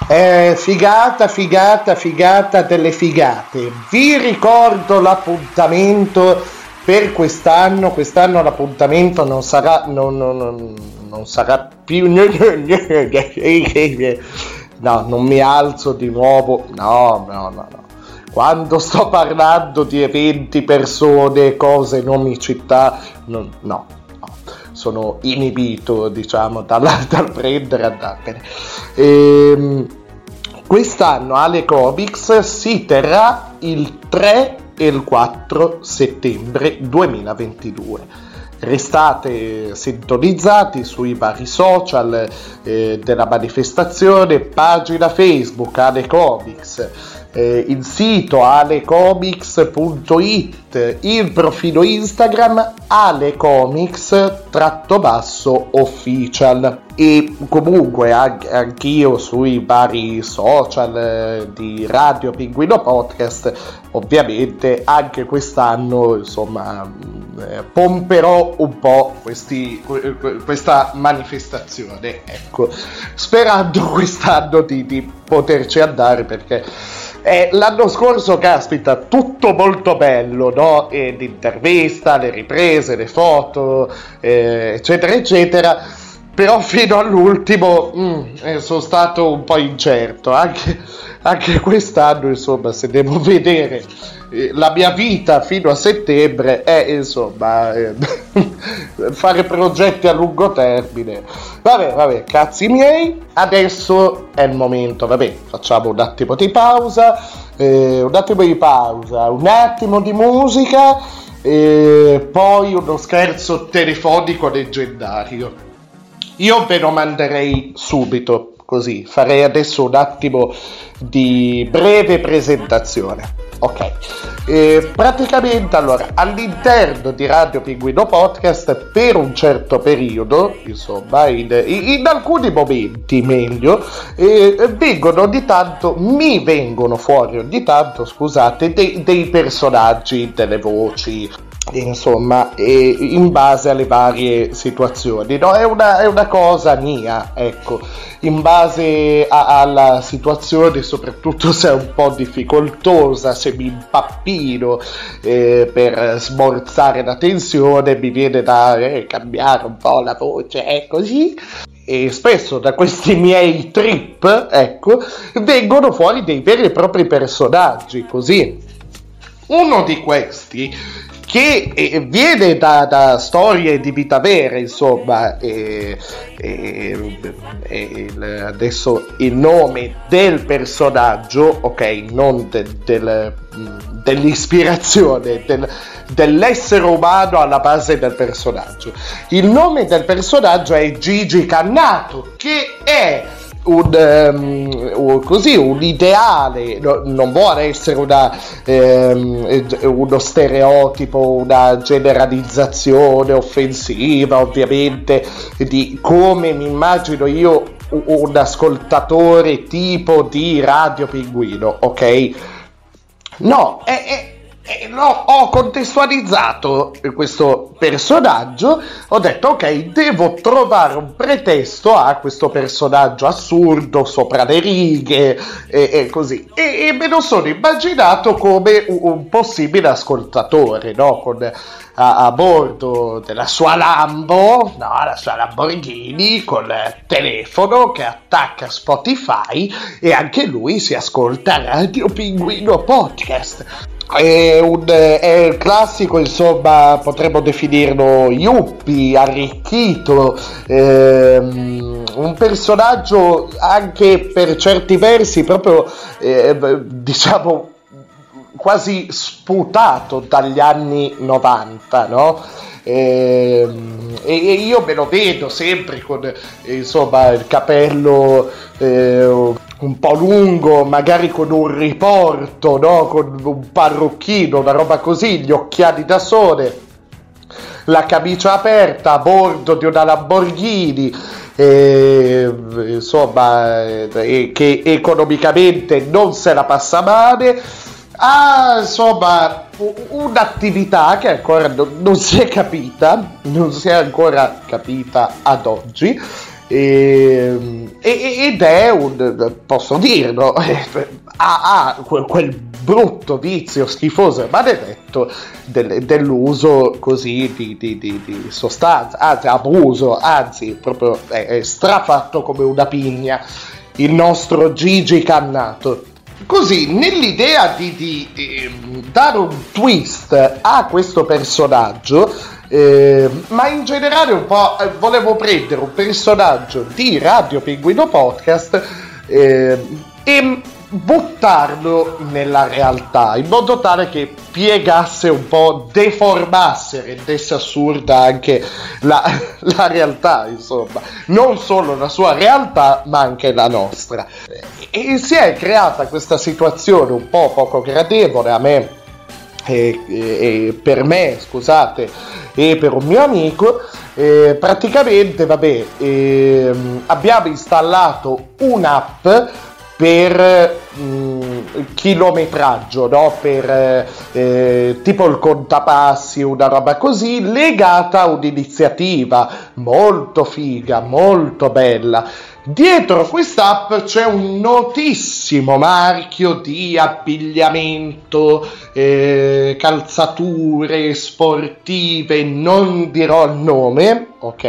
[SPEAKER 6] Eh, figata, figata, figata delle figate. Vi ricordo l'appuntamento per quest'anno. Quest'anno l'appuntamento non sarà non, non, non, non sarà più no, non mi alzo di nuovo. No, no, no, no. Quando sto parlando di eventi, persone, cose, nomi, città, no, no, no. Sono inibito, diciamo, dal, dal prendere andarmene. Ehm, quest'anno Ale Comics si terrà il tre e il quattro settembre duemilaventidue. Restate sintonizzati sui vari social eh, della manifestazione, pagina Facebook Ale Comics, eh, il sito alecomics punto it, il profilo Instagram alecomics-official e comunque anche anch'io sui vari social eh, di Radio Pinguino Podcast. Ovviamente anche quest'anno insomma eh, pomperò un po' questi, questa manifestazione, ecco, sperando quest'anno di, di poterci andare, perché Eh, l'anno scorso, caspita, tutto molto bello, no? E l'intervista, le riprese, le foto, eh, eccetera, eccetera. Però fino all'ultimo mh, eh, sono stato un po' incerto. Anche, anche quest'anno, insomma, se devo vedere eh, la mia vita fino a settembre, è eh, insomma, eh, fare progetti a lungo termine. Vabbè, vabbè, cazzi miei. Adesso è il momento, vabbè, facciamo un attimo di pausa, eh, un attimo di pausa, un attimo di musica, e poi uno scherzo telefonico leggendario. Io ve lo manderei subito, così, farei adesso un attimo di breve presentazione. Ok, eh, praticamente allora all'interno di Radio Pinguino Podcast per un certo periodo, insomma in, in alcuni momenti meglio, eh, vengono ogni tanto, mi vengono fuori ogni tanto, scusate, dei, dei personaggi, delle voci, insomma, eh, in base alle varie situazioni, no? È una, è una cosa mia, ecco, in base a, alla situazione, soprattutto se è un po' difficoltosa, se mi impappino eh, per smorzare la tensione, mi viene da eh, cambiare un po' la voce, è così. E spesso da questi miei trip, ecco, vengono fuori dei veri e propri personaggi, così. Uno di questi, che eh, viene da, da storie di vita vera, insomma, e, e, e il, adesso il nome del personaggio, ok, non de, del, dell'ispirazione, del, dell'essere umano alla base del personaggio. Il nome del personaggio è Gigi Cannato, che è un um, così un ideale, no, non vuole essere una, um, uno stereotipo, una generalizzazione offensiva, ovviamente, di come mi immagino io un ascoltatore tipo di Radio Pinguino, ok? No, è, è Eh, no, ho contestualizzato questo personaggio, ho detto ok, devo trovare un pretesto a questo personaggio assurdo, sopra le righe e, e così, e, e me lo sono immaginato come un, un possibile ascoltatore, no? Con a, a bordo della sua Lambo, no, la sua Lamborghini, con il telefono che attacca Spotify, e anche lui si ascolta Radio Pinguino Podcast. È, un, è il classico, insomma, potremmo definirlo yuppie, arricchito, ehm, un personaggio anche per certi versi proprio, eh, diciamo, quasi sputato dagli anni novanta, no? E, e io me lo vedo sempre con, insomma, il capello eh, un po' lungo, magari con un riporto, no? Con un parrucchino, una roba così, gli occhiali da sole, la camicia aperta a bordo di una Lamborghini, eh, insomma, eh, che economicamente non se la passa male. Ah, insomma, un'attività che ancora non, non si è capita, non si è ancora capita ad oggi, e, ed è un, posso dirlo, ha, ha quel brutto vizio schifoso e maledetto del, dell'uso così di, di, di, di sostanza, anzi abuso, anzi proprio è, è strafatto come una pigna il nostro Gigi Cannato. Così, nell'idea di, di, di dare un twist a questo personaggio, eh, ma in generale un po' eh, volevo prendere un personaggio di Radio Pinguino Podcast eh, e buttarlo nella realtà, in modo tale che piegasse un po', deformasse, rendesse assurda anche la, la realtà, insomma, non solo la sua realtà ma anche la nostra. E si è creata questa situazione un po' poco gradevole a me e, e, e per me, scusate, e per un mio amico. Eh, praticamente, vabbè, eh, abbiamo installato un'app per mh, chilometraggio, no? Per eh, tipo il contapassi, una roba così, legata a un'iniziativa molto figa, molto bella. Dietro quest'app c'è un notissimo marchio di abbigliamento, eh, calzature sportive, non dirò il nome, ok?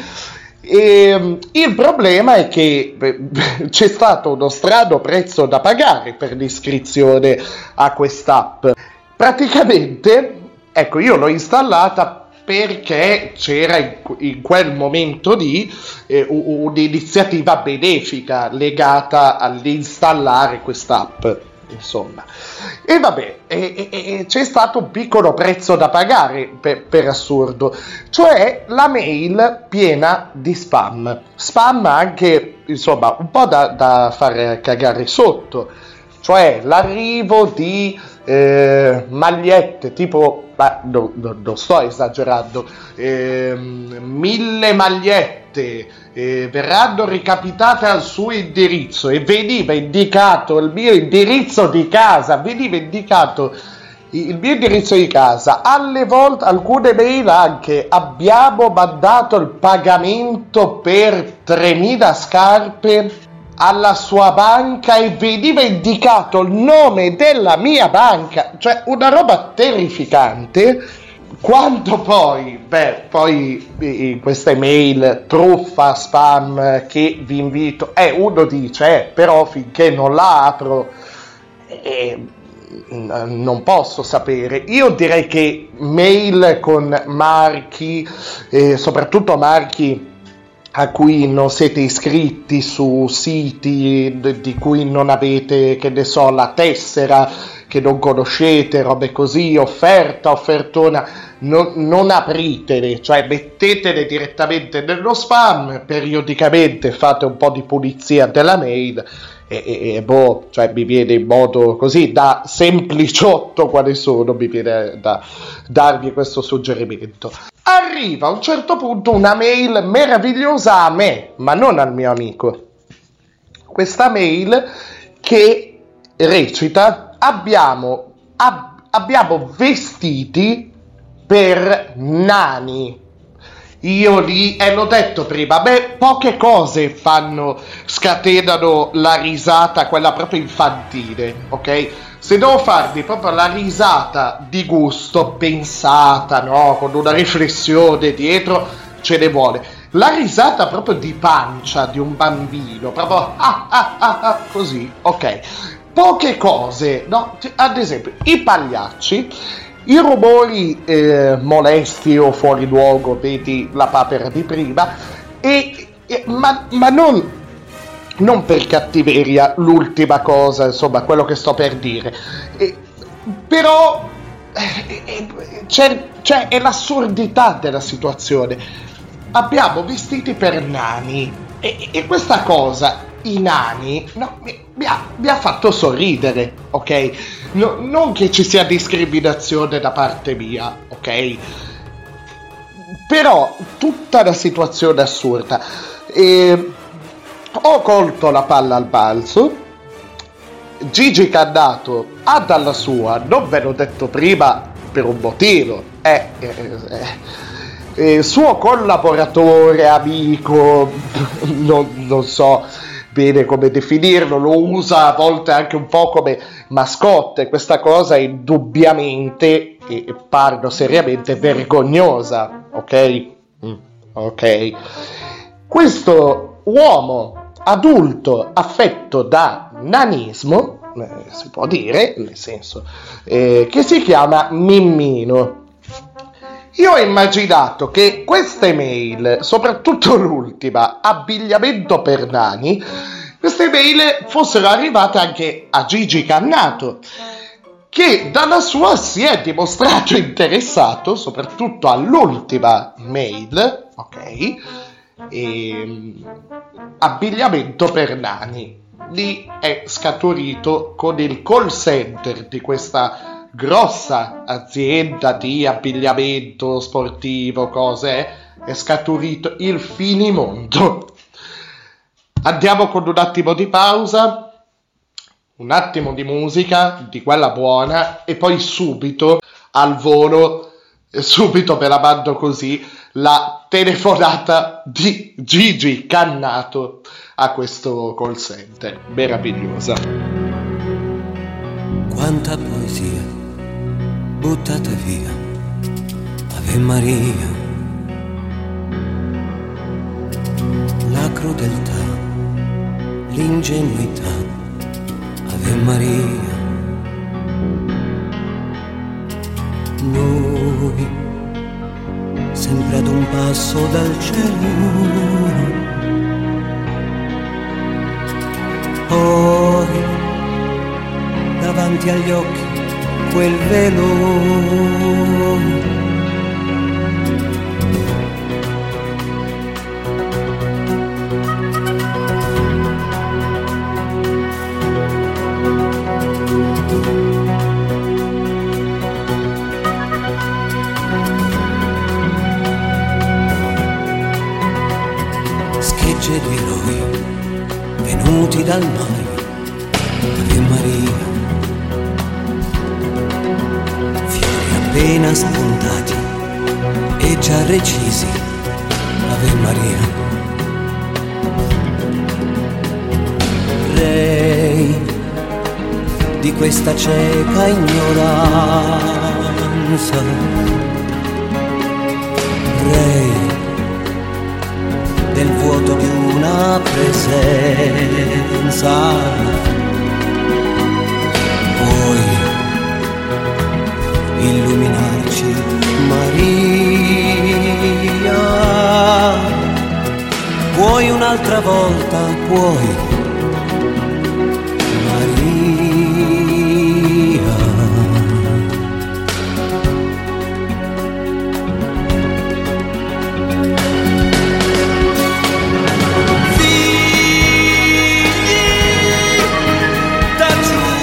[SPEAKER 6] E il problema è che c'è stato uno strano prezzo da pagare per l'iscrizione a quest'app. Praticamente, ecco, io l'ho installata perché c'era in, in quel momento lì eh, un'iniziativa benefica legata all'installare quest'app, insomma. E vabbè, e, e, e c'è stato un piccolo prezzo da pagare, per, per assurdo, cioè la mail piena di spam. Spam anche, insomma, un po' da, da far cagare sotto, cioè l'arrivo di eh, magliette tipo, ma no, no, non sto esagerando, eh, mille magliette eh, verranno recapitate al suo indirizzo e veniva indicato il mio indirizzo di casa, veniva indicato il mio indirizzo di casa, alle volte alcune mail anche abbiamo mandato il pagamento per tremila scarpe alla sua banca e veniva indicato il nome della mia banca, cioè una roba terrificante. Quando poi, beh, poi in queste mail truffa, spam che vi invito, eh, uno dice, eh, però finché non la apro eh, non posso sapere. Io direi che mail con marchi, eh, soprattutto marchi a cui non siete iscritti su siti di cui non avete, che ne so, la tessera, che non conoscete, robe così, offerta, offertona, non, non apritele, cioè mettetele direttamente nello spam, periodicamente fate un po' di pulizia della mail e, e, e boh, cioè mi viene in modo così, da sempliciotto quale sono, mi viene da darvi questo suggerimento. Arriva a un certo punto una mail meravigliosa a me, ma non al mio amico. Questa mail che recita: abbiamo, ab, abbiamo vestiti per nani. Io lì, e eh, l'ho detto prima, beh, poche cose fanno, scatenano la risata, quella proprio infantile, ok? Se devo farvi proprio la risata di gusto, pensata, no? Con una riflessione dietro, ce ne vuole. La risata proprio di pancia di un bambino, proprio ah ah ah, ah così, ok. Poche cose, no? Ad esempio, i pagliacci, i rumori eh, molesti o fuori luogo, vedi la papera di prima, e, e, ma, ma non... non per cattiveria, l'ultima cosa, insomma, quello che sto per dire, eh, però eh, eh, c'è, c'è è l'assurdità della situazione. Abbiamo vestiti per nani e, e questa cosa, i nani, no, mi, mi, ha, mi ha fatto sorridere, ok? No, non che ci sia discriminazione da parte mia, ok? Però tutta la situazione assurda. E ho colto la palla al balzo. Gigi Cannato ha dalla sua, non ve l'ho detto prima per un motivo, eh, eh, eh, eh, suo collaboratore, amico, non, non so bene come definirlo, lo usa a volte anche un po' come mascotte. Questa cosa è indubbiamente, e parlo seriamente, vergognosa, ok? Mm, ok. Questo uomo adulto affetto da nanismo, eh, si può dire, nel senso, eh, che si chiama Mimmino. Io ho immaginato che queste mail, soprattutto l'ultima, abbigliamento per nani, queste mail fossero arrivate anche a Gigi Cannato, che dalla sua si è dimostrato interessato, soprattutto all'ultima mail, ok? E, abbigliamento per nani. Lì è scaturito con il call center di questa grossa azienda di abbigliamento sportivo, cose, è scaturito il finimondo. Andiamo con un attimo di pausa, un attimo di musica, di quella buona, e poi subito al volo, subito ve la mando così, la telefonata di Gigi Cannato a questo call center, meravigliosa.
[SPEAKER 7] Quanta poesia buttata via, Ave Maria, la crudeltà, l'ingenuità, Ave Maria. Noi, sempre ad un passo dal cielo, poi davanti agli occhi quel velo. Schegge di eroi venuti dal mare, Ave Maria. Appena spuntati e già recisi, Ave Maria. Re di questa cieca ignoranza, Re del vuoto di una presenza, poi illuminarci, Maria. Puoi un'altra volta, puoi, Maria. Figli da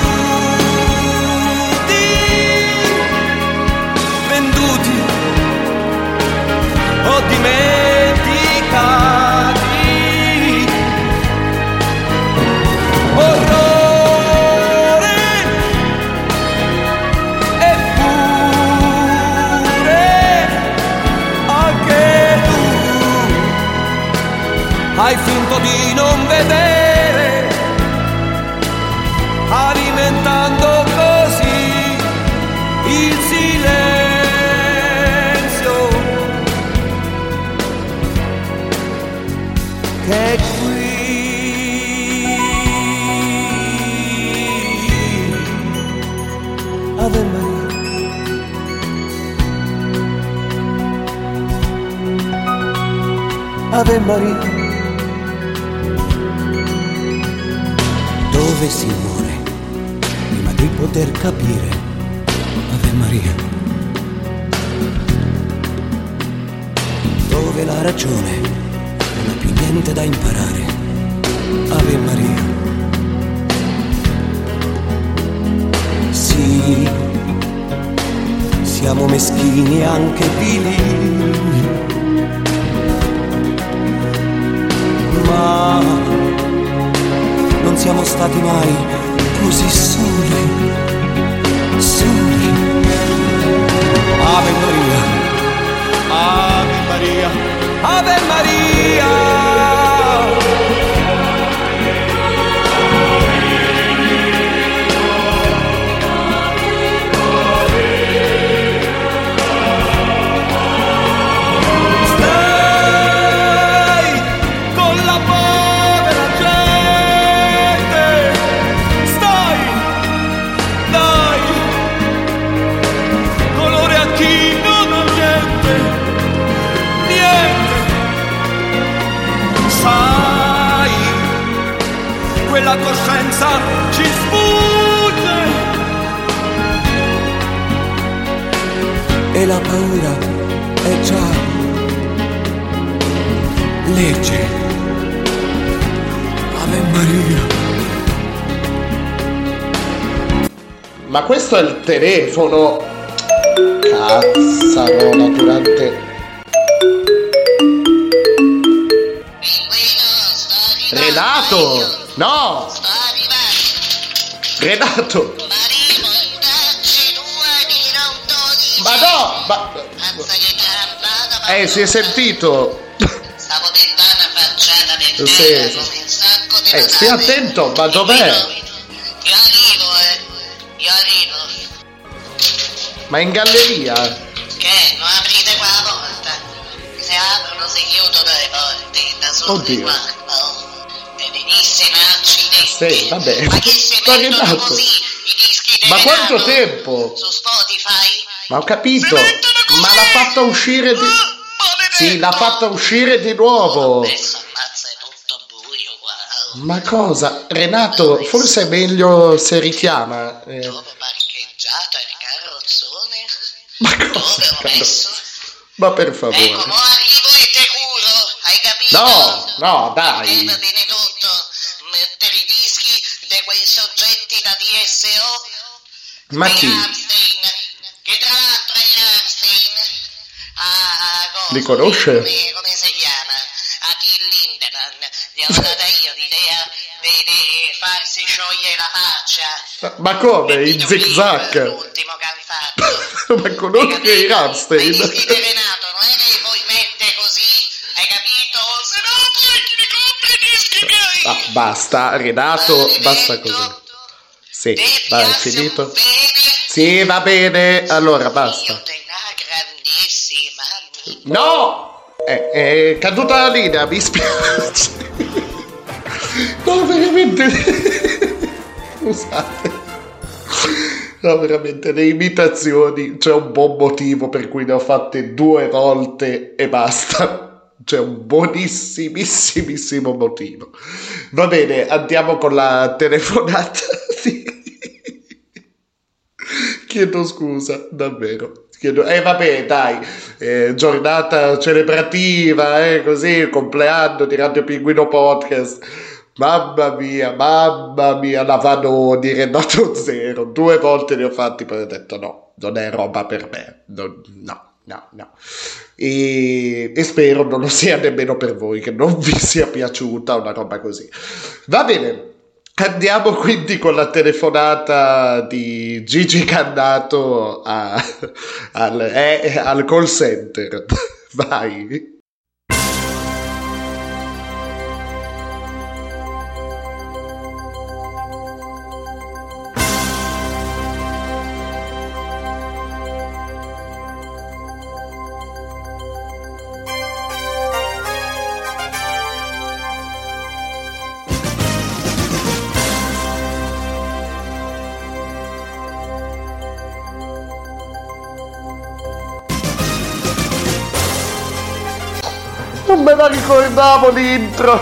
[SPEAKER 7] dimenticati, orrore, eppure anche tu hai finto di non vedere, alimentando così il silenzio che è qui. Ave Maria. Ave Maria. Dove si muore prima di poter capire, Ave Maria. Dove la ragione non ha più niente da imparare, Ave Maria. Sì, siamo meschini e anche vili, ma non siamo stati mai così soli, soli. Ave Maria, Ave Ave Maria. La coscienza ci sfugge e la paura è già legge. Ave Maria.
[SPEAKER 6] Ma questo è il telefono. Cazzarola durante. Renato! No! Renato! Ma no! Ma... Eh, si è sentito! Sì. Eh, stia attento, ma dov'è? Ma in galleria?
[SPEAKER 10] Che? Non aprite qua la porta? Se aprono si chiudono le porte da solo.
[SPEAKER 6] Oddio.
[SPEAKER 10] Sì,
[SPEAKER 6] vabbè.
[SPEAKER 10] Ma che si
[SPEAKER 6] Ma
[SPEAKER 10] mettono
[SPEAKER 6] Renato.
[SPEAKER 10] così i dischi di
[SPEAKER 6] Ma quanto
[SPEAKER 10] Renato
[SPEAKER 6] tempo?
[SPEAKER 10] su Spotify?
[SPEAKER 6] Ma ho capito, ma l'ha fatta uscire di... Sì, l'ha fatta uscire di nuovo. Ma cosa? Renato, forse è meglio se richiama. Eh.
[SPEAKER 10] Parcheggiato il carrozzone.
[SPEAKER 6] Ma cosa? Carro... Ma per favore.
[SPEAKER 10] Ecco, mo arrivo e te curo, hai capito?
[SPEAKER 6] No, no, dai.
[SPEAKER 10] Tieni tutto, mettere i dischi di quei soggetti da D S O.
[SPEAKER 6] Ma chi?
[SPEAKER 10] Rammstein, che tra l'altro è Rammstein. Ah, cosa?
[SPEAKER 6] Li conosce?
[SPEAKER 10] Come, come si chiama? A Till Lindemann. Gli ho data io l'idea di, di farsi sciogliere la faccia.
[SPEAKER 6] Ma come? In zigzag?
[SPEAKER 10] L'ultimo che hanno fatto.
[SPEAKER 6] Ma conosce i Rammstein?
[SPEAKER 10] Ma i dischi di Renato non è che poi mette così, hai capito? Se no poi chi li compra i dischi miei.
[SPEAKER 6] Ah, basta, Renato, basta così. Sì, vai, è finito? Sì, va bene, allora basta. No! È, è caduta la linea, mi spiace. No, veramente. Scusate. No, veramente, le imitazioni c'è un buon motivo per cui ne ho fatte due volte e basta. C'è un buonissimissimo motivo. Va bene, andiamo con la telefonata. Chiedo scusa, davvero. Chiedo... Eh vabbè, dai, eh, giornata celebrativa, eh, così, il compleanno di Radio Pinguino Podcast. Mamma mia, mamma mia, la Vanoni, Renato Zero. Due volte ne ho fatti, poi ho detto no, non è roba per me. Non, no, no, no. E, e spero non lo sia nemmeno per voi, che non vi sia piaciuta una roba così. Va bene. Andiamo quindi con la telefonata di Gigi Cannato a, al, eh, al call center. Vai. Non me la ricordavo l'intro.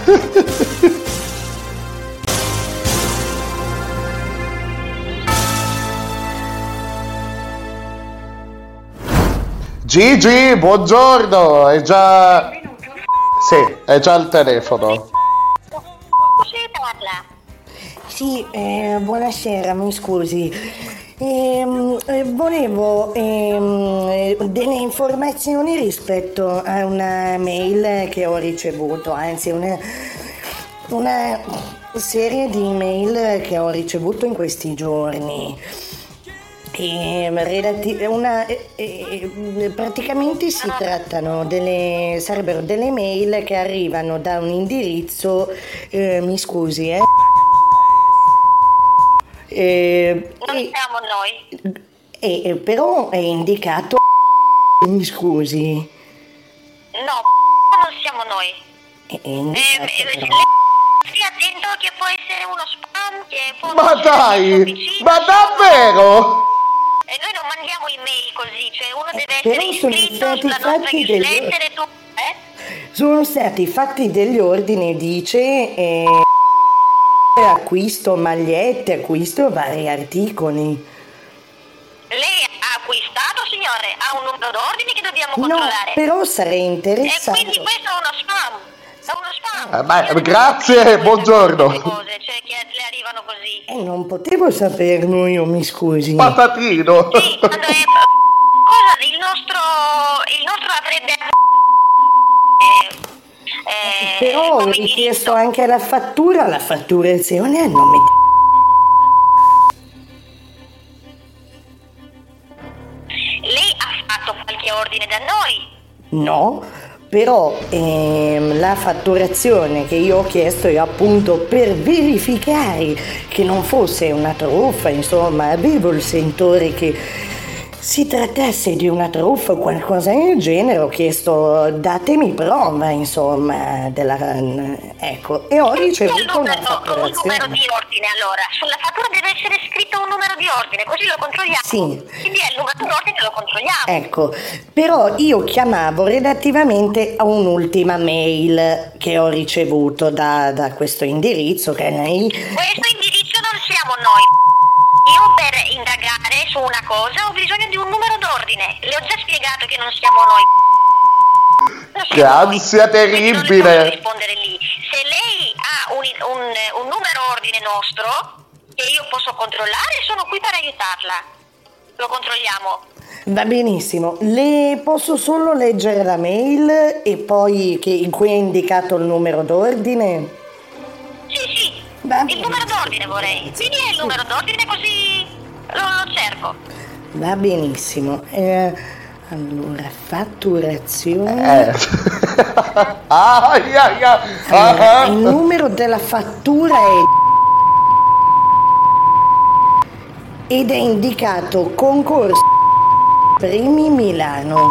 [SPEAKER 6] Gigi, buongiorno, è già... Sì, è già al telefono.
[SPEAKER 11] Sì, eh, buonasera, mi scusi. Ehm, eh, volevo ehm, delle informazioni rispetto a una mail che ho ricevuto, anzi una, una serie di mail che ho ricevuto in questi giorni. E, relati- una, eh, eh, praticamente si trattano delle, sarebbero delle mail che arrivano da un indirizzo, eh, mi scusi, eh. Eh,
[SPEAKER 10] Non
[SPEAKER 11] e,
[SPEAKER 10] siamo noi.
[SPEAKER 11] e- e però è indicato, mi scusi.
[SPEAKER 10] No, non siamo noi.
[SPEAKER 11] È
[SPEAKER 10] Eh,
[SPEAKER 11] indicato,
[SPEAKER 10] eh,
[SPEAKER 11] però.
[SPEAKER 10] lei stia attento che può essere uno spam, che può
[SPEAKER 6] Ma
[SPEAKER 10] essere
[SPEAKER 6] dai,
[SPEAKER 10] vicino,
[SPEAKER 6] ma davvero?
[SPEAKER 10] E noi non mandiamo email così, cioè uno deve
[SPEAKER 11] però
[SPEAKER 10] essere
[SPEAKER 11] sono
[SPEAKER 10] iscritto
[SPEAKER 11] stati
[SPEAKER 10] sulla nostra
[SPEAKER 11] fatti degli-
[SPEAKER 10] newsletter e tu... Eh?
[SPEAKER 11] Sono stati fatti degli ordini, dice, eh, acquisto magliette, acquisto vari articoli.
[SPEAKER 10] Lei ha acquistato, signore, ha un numero d'ordine che dobbiamo
[SPEAKER 11] No,
[SPEAKER 10] controllare.
[SPEAKER 11] però sarei
[SPEAKER 10] E
[SPEAKER 11] interessato.
[SPEAKER 10] quindi questo è uno spam. È uno spam.
[SPEAKER 6] Eh, beh, grazie, buongiorno.
[SPEAKER 10] Cose, cioè che le arrivano così.
[SPEAKER 11] E non potevo saperlo io, mi scusi.
[SPEAKER 6] Patatino.
[SPEAKER 10] Sì, quando è... Cosa, il nostro... Il nostro avrebbe... Eh, eh,
[SPEAKER 11] Però ho
[SPEAKER 10] come
[SPEAKER 11] richiesto anche la fattura, la fatturazione a nome di...
[SPEAKER 10] Lei ha fatto qualche ordine da noi?
[SPEAKER 11] No, però ehm, la fatturazione che io ho chiesto è appunto per verificare che non fosse una truffa, insomma, avevo il sentore che si trattasse di una truffa o qualcosa del genere, ho chiesto datemi prova, insomma, della... ecco, e ho ricevuto una
[SPEAKER 10] Un numero
[SPEAKER 11] fatturazione.
[SPEAKER 10] di ordine, allora. Sulla fattura deve essere scritto un numero di ordine, così lo controlliamo.
[SPEAKER 11] Sì.
[SPEAKER 10] Quindi è il numero di ordine, lo controlliamo.
[SPEAKER 11] Ecco, però io chiamavo relativamente a un'ultima mail che ho ricevuto da, da questo indirizzo che lei...
[SPEAKER 10] Questo indirizzo non siamo noi. Io per indagare su una cosa ho bisogno di un numero d'ordine. Le ho già spiegato che non siamo noi. Non
[SPEAKER 6] Che
[SPEAKER 10] siamo
[SPEAKER 6] ansia
[SPEAKER 10] noi. Quindi non le posso
[SPEAKER 6] terribile.
[SPEAKER 10] rispondere lì. Se lei ha un, un, un numero ordine nostro che io posso controllare, sono qui per aiutarla. Lo controlliamo.
[SPEAKER 11] Va benissimo, le posso solo leggere la mail e poi che, in cui è indicato il numero d'ordine?
[SPEAKER 10] Sì, sì.
[SPEAKER 11] Va
[SPEAKER 10] Il numero d'ordine vorrei. Quindi è il numero d'ordine, così lo, lo cerco.
[SPEAKER 11] Va benissimo. Eh, allora, fatturazione.
[SPEAKER 6] Eh. Ah, ah, ah,
[SPEAKER 11] Allora,
[SPEAKER 6] ah.
[SPEAKER 11] il numero della fattura è ed è indicato concorso Primi Milano.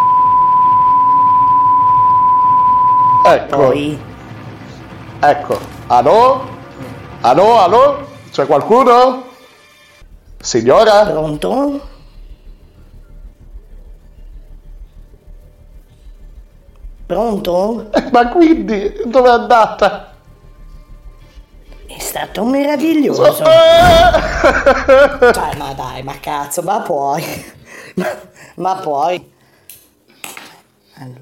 [SPEAKER 6] Ecco.
[SPEAKER 11] Poi
[SPEAKER 6] Ecco. Allo? Allo, allo? C'è qualcuno? Signora?
[SPEAKER 11] pronto? Pronto?
[SPEAKER 6] Eh, Ma quindi dove è andata?
[SPEAKER 11] È stato meraviglioso.
[SPEAKER 6] Eh!
[SPEAKER 11] Cioè, ma dai, ma cazzo, ma puoi. Ma, ma puoi. Allora.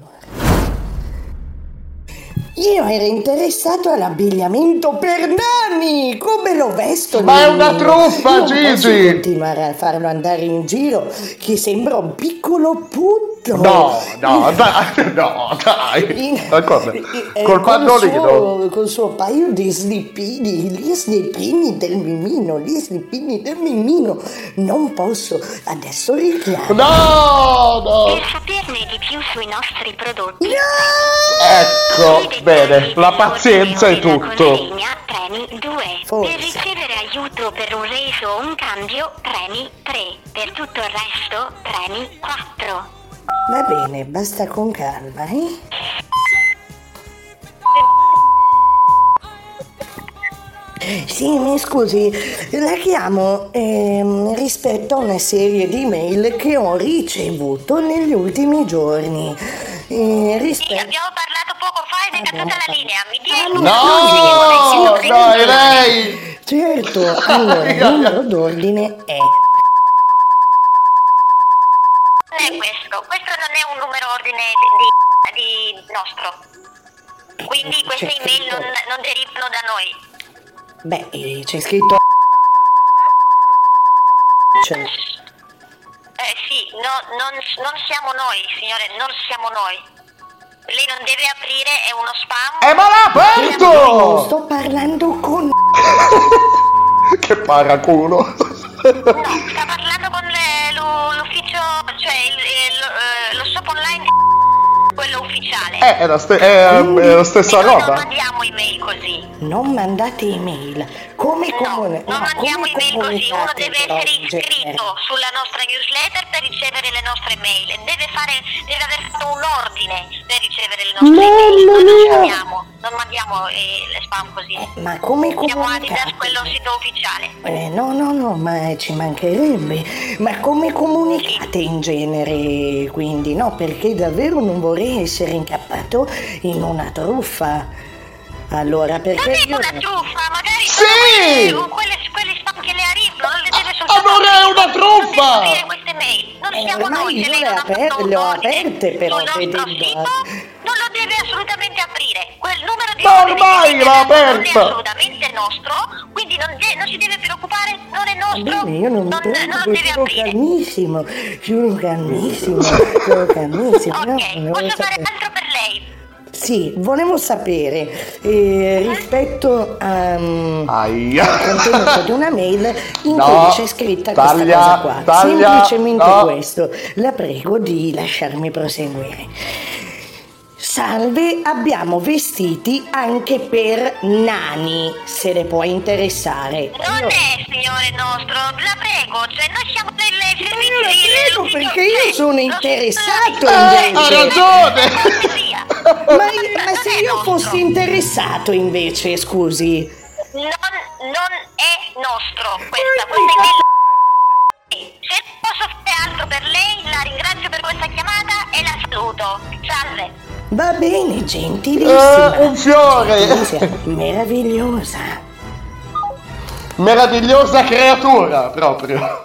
[SPEAKER 11] Io ero interessato all'abbigliamento per nani. Come lo vesto?
[SPEAKER 6] Ma è una
[SPEAKER 11] nemmeno?
[SPEAKER 6] truffa,
[SPEAKER 11] Non posso
[SPEAKER 6] Gigi!
[SPEAKER 11] continuare a farlo andare in giro che sembra un piccolo putto.
[SPEAKER 6] No, no, dai, no, dai. Ma come?
[SPEAKER 11] Eh,
[SPEAKER 6] Col
[SPEAKER 11] col
[SPEAKER 6] pannolino?
[SPEAKER 11] suo, col suo paio di slippini, gli slippini del mimino, gli slippini del mimino. Non posso, adesso richiamo.
[SPEAKER 6] No, no.
[SPEAKER 10] Per saperne di più sui nostri prodotti,
[SPEAKER 6] Ecco, bene, la pazienza è tutto.
[SPEAKER 10] consegna premi due.
[SPEAKER 11] Forse.
[SPEAKER 10] Per ricevere aiuto per un reso o un cambio, premi tre. Per tutto il resto, premi quattro.
[SPEAKER 11] Va bene, basta con calma, eh? Sì, mi scusi, la chiamo ehm, rispetto a una serie di mail che ho ricevuto negli ultimi giorni. Eh,
[SPEAKER 10] Sì,
[SPEAKER 11] rispetto...
[SPEAKER 10] abbiamo parlato poco fa ed è caduta la linea. Mi dia il
[SPEAKER 6] No,
[SPEAKER 10] numero
[SPEAKER 6] no, è lei.
[SPEAKER 11] Certo, allora il numero d'ordine è...
[SPEAKER 10] Non è questo, questo non è un numero ordine di, di nostro. Quindi queste
[SPEAKER 11] C'è
[SPEAKER 10] email
[SPEAKER 11] scritto-
[SPEAKER 10] non, non derivano da noi.
[SPEAKER 11] Beh, eh, c'è scritto... Cioè,
[SPEAKER 10] Eh sì, no, non, non siamo noi, signore, non siamo noi. Lei non deve aprire, è uno spam.
[SPEAKER 6] Eh, ma l'ha
[SPEAKER 11] non
[SPEAKER 6] aperto!
[SPEAKER 11] sto parlando con...
[SPEAKER 6] Che paraculo.
[SPEAKER 10] No, sta parlando con cioè il, il, eh, lo shop online quello ufficiale.
[SPEAKER 6] Eh, è la, ste- è, è la stessa
[SPEAKER 10] e noi
[SPEAKER 6] roba.
[SPEAKER 10] non mandiamo email così.
[SPEAKER 11] Non mandate email. Come comune?
[SPEAKER 10] Non
[SPEAKER 11] ma
[SPEAKER 10] mandiamo
[SPEAKER 11] come
[SPEAKER 10] email così, uno
[SPEAKER 11] comunicate
[SPEAKER 10] deve
[SPEAKER 11] però
[SPEAKER 10] essere
[SPEAKER 11] in genere?
[SPEAKER 10] iscritto sulla nostra newsletter per ricevere le nostre mail, deve fare, deve aver fatto un ordine per ricevere le nostre mail. Noi non ci mandiamo, non mandiamo eh, le spam così.
[SPEAKER 11] Ma come
[SPEAKER 10] Siamo
[SPEAKER 11] comunicate?
[SPEAKER 10] Adidas, quello sito ufficiale.
[SPEAKER 11] Eh, no, no, no, ma ci mancherebbe. Ma come comunicate in genere, quindi? No, perché davvero non vorrei essere incappato in una truffa. Allora, perché
[SPEAKER 10] non è
[SPEAKER 11] io...
[SPEAKER 10] una truffa, magari
[SPEAKER 6] Sì!
[SPEAKER 10] sono quelle, quelle spam che le arrivano, non le deve soltanto
[SPEAKER 6] Allora è una truffa!
[SPEAKER 10] non deve aprire queste mail. Non
[SPEAKER 11] Eh,
[SPEAKER 10] siamo
[SPEAKER 11] ormai
[SPEAKER 10] noi, se
[SPEAKER 11] io
[SPEAKER 10] lei
[SPEAKER 11] le,
[SPEAKER 10] non ha
[SPEAKER 11] aper-
[SPEAKER 10] fatto un
[SPEAKER 11] le ho
[SPEAKER 10] ordine
[SPEAKER 11] aperte però,
[SPEAKER 10] sul nostro
[SPEAKER 11] vedendo...
[SPEAKER 10] sito, non lo deve assolutamente aprire. Quel numero di
[SPEAKER 6] Ma ormai
[SPEAKER 10] ordine
[SPEAKER 6] l'ha
[SPEAKER 10] non è
[SPEAKER 6] aperta!
[SPEAKER 10] assolutamente nostro, quindi non, de- non si deve preoccupare, non è nostro,
[SPEAKER 11] Bene, io non mi
[SPEAKER 10] non, non
[SPEAKER 11] preoccupo,
[SPEAKER 10] lo deve
[SPEAKER 11] sono
[SPEAKER 10] aprire.
[SPEAKER 11] calmissimo, sono calmissimo, sono calmissimo.
[SPEAKER 10] Ok,
[SPEAKER 11] no, volevo
[SPEAKER 10] posso fare
[SPEAKER 11] sapere-
[SPEAKER 10] altro per lei?
[SPEAKER 11] Sì, volevo sapere eh, rispetto a, mm,
[SPEAKER 6] Aia.
[SPEAKER 11] al contenuto di una mail in
[SPEAKER 6] No,
[SPEAKER 11] cui c'è scritta
[SPEAKER 6] taglia,
[SPEAKER 11] questa cosa qua.
[SPEAKER 6] taglia,
[SPEAKER 11] Semplicemente
[SPEAKER 6] no.
[SPEAKER 11] questo. La prego di lasciarmi proseguire. Salve, abbiamo vestiti anche per nani, se le può interessare.
[SPEAKER 10] Non
[SPEAKER 11] Io-
[SPEAKER 10] è, signore nostro, la prego, cioè noi siamo delle
[SPEAKER 11] Eh,
[SPEAKER 10] servizi
[SPEAKER 11] la prego,
[SPEAKER 10] l'ufficio-
[SPEAKER 11] perché io
[SPEAKER 10] cioè,
[SPEAKER 11] sono
[SPEAKER 10] lo-
[SPEAKER 11] interessato
[SPEAKER 6] Eh,
[SPEAKER 11] invece.
[SPEAKER 6] ha ragione!
[SPEAKER 11] Ma, ma se
[SPEAKER 10] è
[SPEAKER 11] io
[SPEAKER 10] nostro.
[SPEAKER 11] fossi interessato invece, scusi.
[SPEAKER 10] Non, non è nostro questa, questa email. Se posso fare altro per lei, la ringrazio per questa chiamata e la saluto. Salve.
[SPEAKER 11] Va bene, gentilissima.
[SPEAKER 6] Eh, un fiore!
[SPEAKER 11] Gentilissima, meravigliosa.
[SPEAKER 6] Meravigliosa creatura, proprio.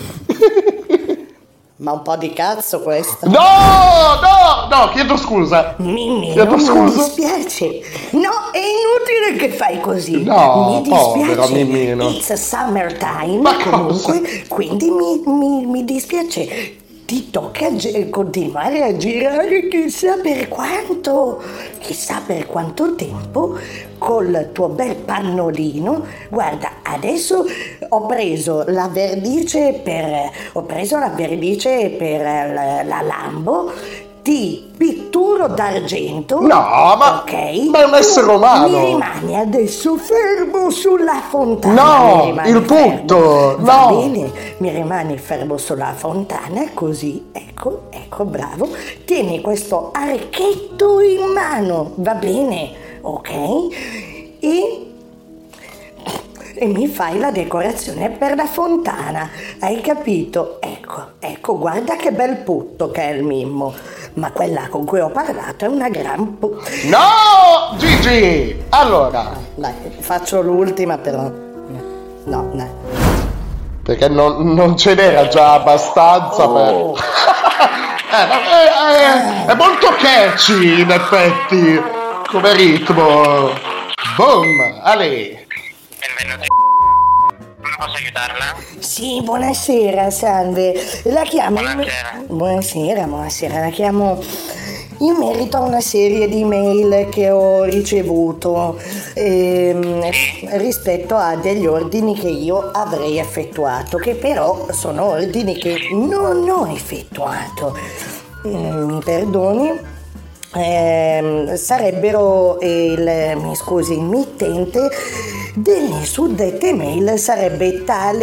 [SPEAKER 11] Ma un po' di cazzo questo.
[SPEAKER 6] No, no, no, chiedo scusa.
[SPEAKER 11] Mimmi,
[SPEAKER 6] Chiedo
[SPEAKER 11] non mi
[SPEAKER 6] scusa.
[SPEAKER 11] dispiace. No, è inutile che fai così.
[SPEAKER 6] No,
[SPEAKER 11] mi dispiace.
[SPEAKER 6] povero Mimmino.
[SPEAKER 11] It's summertime,
[SPEAKER 6] Ma cosa?
[SPEAKER 11] comunque, quindi mi, mi, mi dispiace. Ti tocca gi- continuare a girare chissà per quanto, chissà per quanto tempo col tuo bel pannolino. Guarda, adesso ho preso la vernice per, ho preso la vernice per la, la Lambo di pitturo d'argento.
[SPEAKER 6] No, ma-
[SPEAKER 11] ok?
[SPEAKER 6] ma è un essere umano.
[SPEAKER 11] Mi rimani adesso fermo sulla fontana.
[SPEAKER 6] No,
[SPEAKER 11] mi rimani
[SPEAKER 6] il punto,
[SPEAKER 11] fermo. Va
[SPEAKER 6] no.
[SPEAKER 11] bene, mi rimani fermo sulla fontana, così, ecco, ecco, bravo. Tieni questo archetto in mano, va bene, ok? E... e mi fai la decorazione per la fontana, hai capito? Ecco, ecco, guarda che bel putto che è il Mimmo, ma quella con cui ho parlato è una gran pu...
[SPEAKER 6] No, Gigi! Allora,
[SPEAKER 11] Dai, faccio l'ultima però. No, no.
[SPEAKER 6] perché non, non ce n'era già abbastanza
[SPEAKER 11] Oh.
[SPEAKER 6] per... Eh, ma- eh, eh, è molto catchy in effetti come ritmo. Boom, Ale.
[SPEAKER 9] Benvenuti. Come posso aiutarla?
[SPEAKER 11] Sì, buonasera, salve. La chiamo...
[SPEAKER 9] Buonasera.
[SPEAKER 11] Buonasera, buonasera. La chiamo in merito a una serie di mail che ho ricevuto ehm, rispetto a degli ordini che io avrei effettuato, che però sono ordini che non ho effettuato. Mm, Mi perdoni? Ehm, sarebbero il, mi scusi, il mittente delle suddette mail sarebbe tale.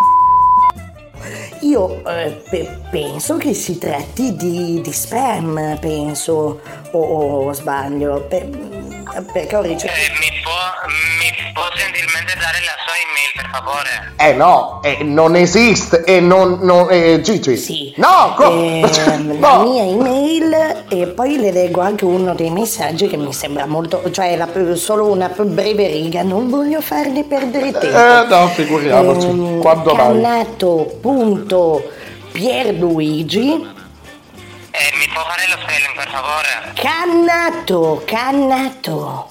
[SPEAKER 11] Io eh, pe- penso che si tratti di, di spam, penso, o, o sbaglio, per- perché ho ricevuto...
[SPEAKER 9] Eh, mi può, mi può gentilmente dare la sua email, per favore?
[SPEAKER 6] Eh no, eh, non esiste e non... non eh, Gigi.
[SPEAKER 11] Sì.
[SPEAKER 6] No, co-
[SPEAKER 11] Ehm, la
[SPEAKER 6] no.
[SPEAKER 11] mia email, e poi le leggo anche uno dei messaggi che mi sembra molto, cioè la- solo una breve riga, non voglio farne perdere tempo.
[SPEAKER 6] Eh no, figuriamoci,
[SPEAKER 11] Ehm,
[SPEAKER 6] quando mai.
[SPEAKER 11] Cannato.pierluigi
[SPEAKER 9] Eh, mi può fare lo spelling, per favore?
[SPEAKER 11] Cannato, Cannato.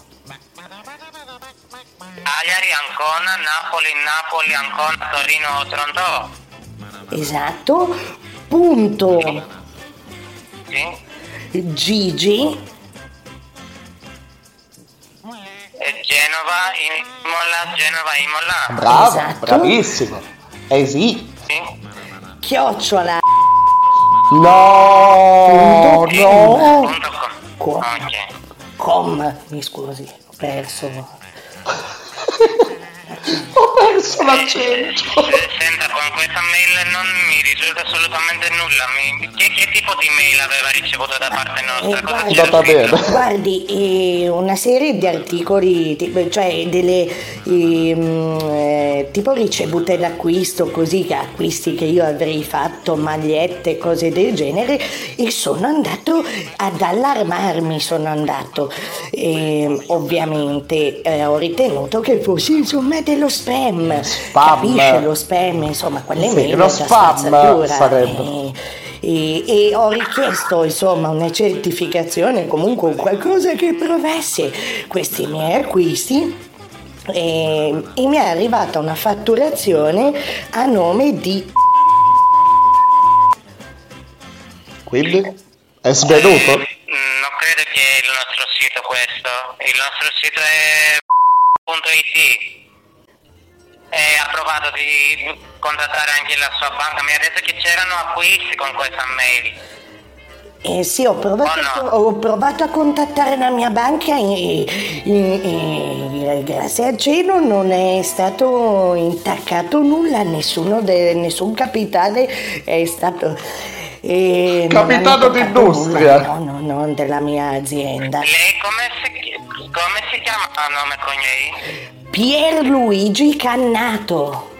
[SPEAKER 9] Cagliari, Ancona, Napoli, Napoli, Ancona, Torino, Toronto?
[SPEAKER 11] Esatto. Punto
[SPEAKER 9] Sì?
[SPEAKER 11] Gigi
[SPEAKER 9] Eh, Genova, Imola, Genova, Imola?
[SPEAKER 6] Bravo,
[SPEAKER 11] Esatto.
[SPEAKER 6] bravissimo. Eh sì.
[SPEAKER 9] Sì?
[SPEAKER 11] chiocciola
[SPEAKER 6] No, no.
[SPEAKER 11] Com. Com, mi scusi, ho perso.
[SPEAKER 6] Ho perso l'accento.
[SPEAKER 16] Senta, con questa mail non mi risulta assolutamente nulla. Mi... Che, che tipo di mail aveva ricevuto da parte nostra?
[SPEAKER 11] Eh,
[SPEAKER 16] Cosa
[SPEAKER 11] guardi,
[SPEAKER 16] c'era scritto?
[SPEAKER 11] guardi eh, una serie di articoli, tipo, cioè delle ehm, eh, tipo ricevute d'acquisto, così, che acquisti che io avrei fatto, magliette, cose del genere, e sono andato ad allarmarmi, sono andato. E, ovviamente eh, ho ritenuto che fosse insomma dello spam,
[SPEAKER 6] Spam.
[SPEAKER 11] capisce, lo spam, insomma, quelle
[SPEAKER 6] Sì,
[SPEAKER 11] mail
[SPEAKER 6] lo
[SPEAKER 11] da
[SPEAKER 6] spam
[SPEAKER 11] spazzatura,
[SPEAKER 6] sarebbe.
[SPEAKER 11] eh, E, e ho richiesto insomma una certificazione, comunque qualcosa che provasse questi miei acquisti, e, e mi è arrivata una fatturazione a nome di...
[SPEAKER 6] Quindi è svenuto?
[SPEAKER 16] Non credo che il nostro sito questo. Il nostro sito è .it. E ha provato di contattare anche la sua banca. Mi ha detto che c'erano acquisti con questa mail.
[SPEAKER 11] Eh sì, ho provato, ho provato a contattare la mia banca e, e- e grazie al cielo non è stato intaccato nulla, nessuno de- nessun capitale è stato... eh, non
[SPEAKER 6] Capitano
[SPEAKER 11] hanno toccato
[SPEAKER 6] d'industria.
[SPEAKER 11] nulla, No, no, no, della mia azienda.
[SPEAKER 16] Lei come si, come si chiama a nome e cognome?
[SPEAKER 11] Pierluigi Cannato.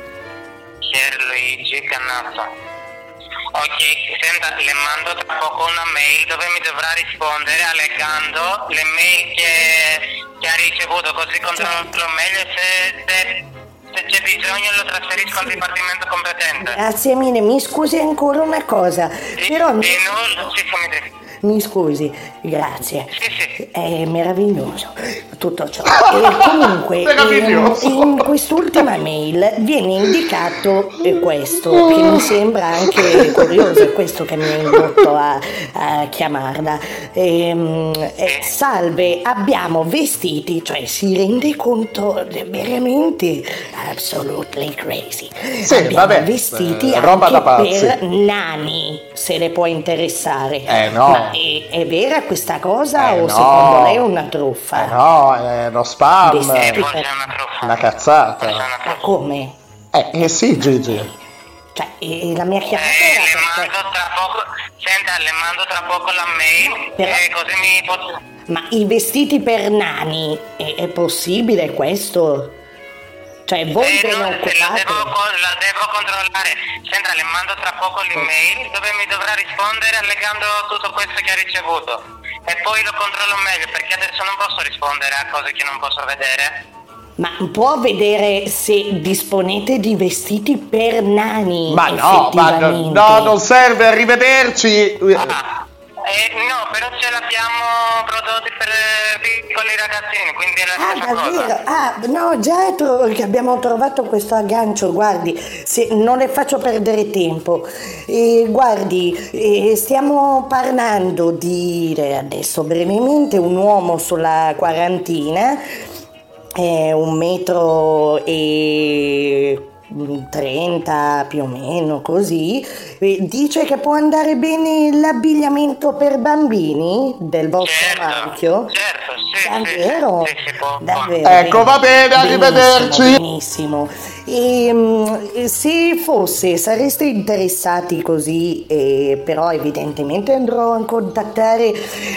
[SPEAKER 16] Pierluigi Cannato. Ok, senta, le mando tra poco una mail dove mi dovrà rispondere allegando le mail che, che ha ricevuto, così controllo meglio e se, se, se c'è bisogno lo trasferisco al dipartimento competente.
[SPEAKER 11] Grazie mille, mi scusi ancora una cosa, però mi,
[SPEAKER 16] Di nulla, sì, sì, mi dica.
[SPEAKER 11] mi scusi, grazie. È meraviglioso tutto ciò. E comunque in,
[SPEAKER 6] Meraviglioso.
[SPEAKER 11] in quest'ultima mail viene indicato eh, questo, che mi sembra anche curioso, è questo che mi ha indotto a, a chiamarla. Ehm, eh, salve, abbiamo vestiti, cioè si rende conto de- veramente absolutely crazy.
[SPEAKER 6] Sì,
[SPEAKER 11] abbiamo
[SPEAKER 6] vabbè,
[SPEAKER 11] vestiti
[SPEAKER 6] eh, roba da
[SPEAKER 11] anche
[SPEAKER 6] pazzi.
[SPEAKER 11] per nani, se le può interessare.
[SPEAKER 6] Eh, no.
[SPEAKER 11] Ma è, è vera questa cosa
[SPEAKER 6] Eh,
[SPEAKER 11] o
[SPEAKER 6] no.
[SPEAKER 11] secondo lei è una truffa?
[SPEAKER 6] Eh no, è uno spam.
[SPEAKER 11] Vestiti per-
[SPEAKER 6] Una cazzata.
[SPEAKER 11] Ma come?
[SPEAKER 6] Eh, eh sì, Gigi.
[SPEAKER 11] Cioè, e la mia chiamata
[SPEAKER 16] Eh,
[SPEAKER 11] era
[SPEAKER 16] le
[SPEAKER 11] perché-
[SPEAKER 16] mando tra poco, senta, le mando tra poco la mail
[SPEAKER 11] Però-
[SPEAKER 16] e così mi posso...
[SPEAKER 11] Ma i vestiti per nani, è, è possibile questo? Cioè, voi
[SPEAKER 16] Eh,
[SPEAKER 11] ve
[SPEAKER 16] no,
[SPEAKER 11] ne
[SPEAKER 16] se la
[SPEAKER 11] occupate?
[SPEAKER 16] devo, co- la devo controllare. Senta, le mando tra poco l'email dove mi dovrà rispondere allegando tutto questo che ha ricevuto. E poi lo controllo meglio perché adesso non posso rispondere a cose che non posso vedere.
[SPEAKER 11] Ma può vedere se disponete di vestiti per nani?
[SPEAKER 6] Ma no, ma no,
[SPEAKER 11] effettivamente?
[SPEAKER 6] no, non serve, arrivederci.
[SPEAKER 16] Eh, no, però ce l'abbiamo prodotti per eh, piccoli ragazzini, quindi è la
[SPEAKER 11] Ah,
[SPEAKER 16] stessa cosa.
[SPEAKER 11] davvero? Ah, no, già tro- che abbiamo trovato questo aggancio, guardi, se non le faccio perdere tempo. Eh, guardi, eh, stiamo parlando di, eh, adesso brevemente, un uomo sulla quarantina, eh, un metro e trenta più o meno, così, eh, dice che può andare bene l'abbigliamento per bambini del vostro marchio.
[SPEAKER 16] Certo, sì,
[SPEAKER 11] davvero?
[SPEAKER 16] sì, sì, si può.
[SPEAKER 11] Davvero?
[SPEAKER 6] Ecco, va bene, arrivederci.
[SPEAKER 11] Benissimo, benissimo. E, mm, se fosse, sareste interessati così, eh, però evidentemente andrò a contattare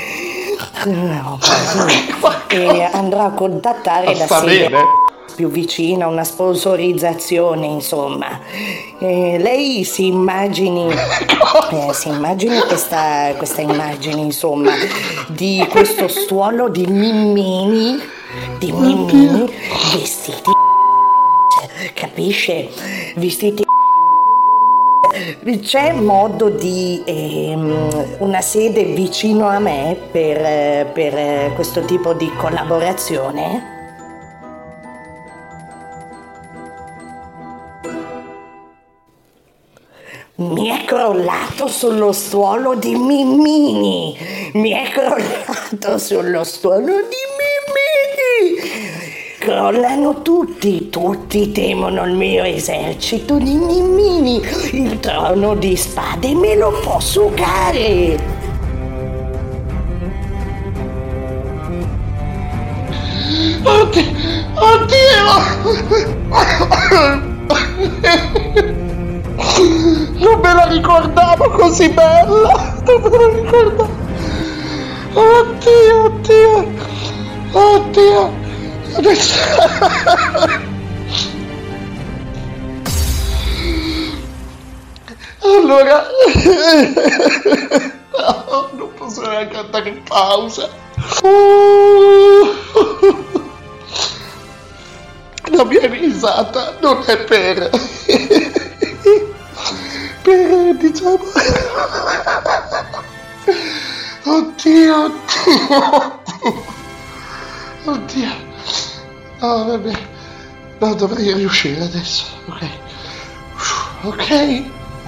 [SPEAKER 11] no, eh, andrò a contattare la
[SPEAKER 6] Sta
[SPEAKER 11] sede
[SPEAKER 6] bene.
[SPEAKER 11] più vicina, una sponsorizzazione, insomma. Eh, lei si immagini, eh, si immagini questa, questa immagine, insomma, di questo stuolo di mimmini, di mimmini vestiti, capisce? Vestiti. C'è modo di ehm, una sede vicino a me per, per questo tipo di collaborazione? Mi è crollato sullo stuolo di Mimmini. Mi è crollato sullo stuolo di Mimmini. crollano tutti, tutti temono il mio esercito di ninnini, il trono di spade me lo può sucare.
[SPEAKER 6] Oddio, oddio! Non me la ricordavo così bella, non me la ricordavo. Oddio, oddio, oddio. Adesso... Allora... No, non posso neanche andare in pausa. La mia risata non è per... per, diciamo... Oddio, oddio, oddio. No, vabbè. No, dovrei riuscire adesso. Ok. Ok.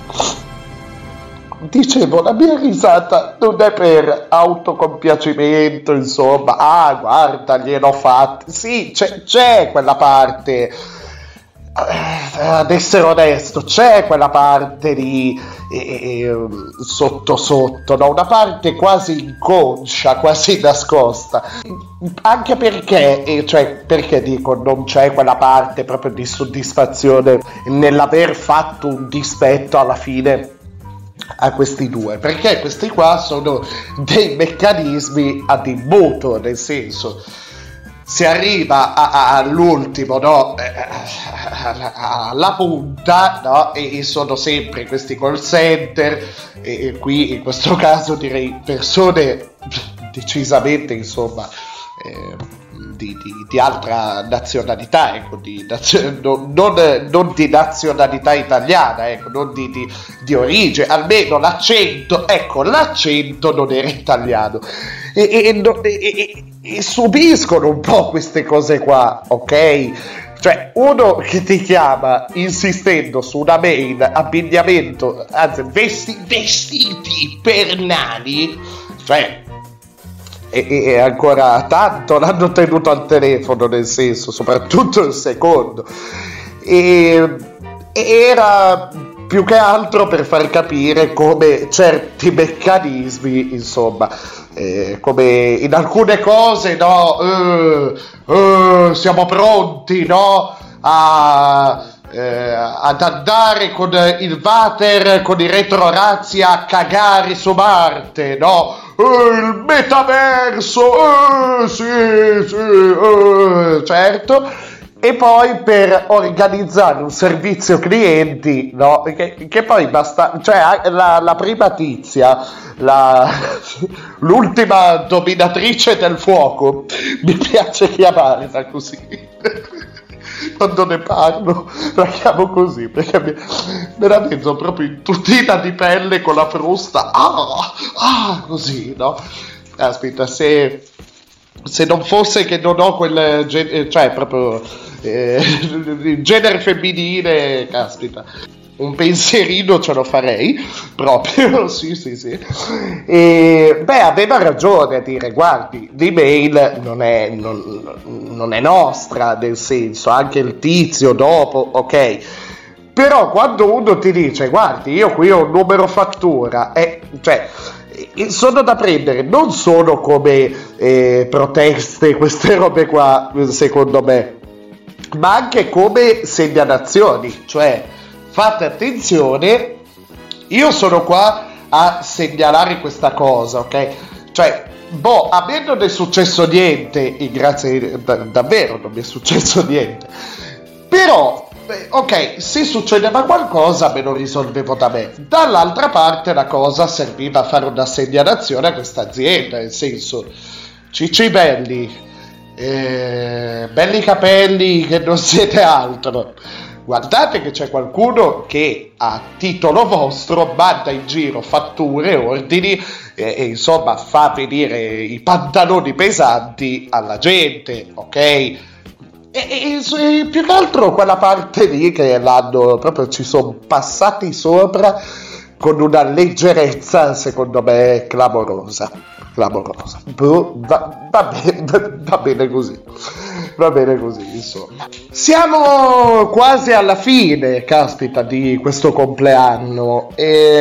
[SPEAKER 6] Dicevo, la mia risata non è per autocompiacimento, insomma. Ah, guarda, gliel'ho fatta. Sì, c'è, c'è quella parte. Ad essere onesto, c'è quella parte di eh, eh, sotto sotto, no? Una parte quasi inconscia, quasi nascosta, anche perché, eh, cioè, perché dico non c'è quella parte proprio di soddisfazione nell'aver fatto un dispetto alla fine a questi due, perché questi qua sono dei meccanismi ad imbuto, nel senso si arriva a, a, all'ultimo, no? Alla punta, no? E sono sempre questi call center, e, e qui in questo caso direi persone decisamente, insomma, eh, di, di, di altra nazionalità, ecco, di nazio- non, non, non di nazionalità italiana, ecco, non di, di, di origine, almeno l'accento, ecco, l'accento non era italiano. E, e, e, e subiscono un po' queste cose qua, ok? Cioè, uno che ti chiama insistendo su una mail, abbigliamento, anzi vesti, vestiti per nani, cioè, e, e ancora tanto l'hanno tenuto al telefono, nel senso, soprattutto il secondo, e, e era più che altro per far capire come certi meccanismi, insomma, eh, come in alcune cose, no, eh, eh, siamo pronti, no, a, eh, ad andare con il water, con i retrorazzi a cagare su Marte, no, eh, il metaverso, eh, sì, sì, eh, certo. E poi per organizzare un servizio clienti, no? Che, che poi basta, cioè la, la prima tizia, la, l'ultima dominatrice del fuoco, mi piace chiamarla così. Quando ne parlo la chiamo così, perché mi, me la vedo proprio intuttita di pelle con la frusta, ah, ah, così, no? Aspetta, se... se non fosse che non ho quel gen- cioè proprio eh, il genere femminile, caspita, un pensierino ce lo farei proprio, sì sì sì. E beh, aveva ragione a dire, guardi, l'email non è, non, non è nostra, nel senso, anche il tizio dopo, ok, però quando uno ti dice, guardi, io qui ho un numero fattura, e cioè sono da prendere non solo come eh, proteste, queste robe qua, secondo me, ma anche come segnalazioni, cioè fate attenzione, io sono qua a segnalare questa cosa, ok? Cioè, boh, a me non è successo niente, grazie, d- davvero non mi è successo niente, però ok, se succedeva qualcosa me lo risolvevo da me. Dall'altra parte la cosa serviva a fare una segnalazione a questa azienda, nel senso, cicci belli, eh, belli capelli che non siete altro, guardate che c'è qualcuno che a titolo vostro manda in giro fatture, ordini e, e insomma fa venire i pantaloni pesanti alla gente, ok? E, e, e più che altro quella parte lì che l'hanno proprio, ci sono passati sopra, con una leggerezza secondo me clamorosa, clamorosa. Boh, va, va, bene, va bene così, va bene così, insomma. Siamo quasi alla fine, caspita, di questo compleanno.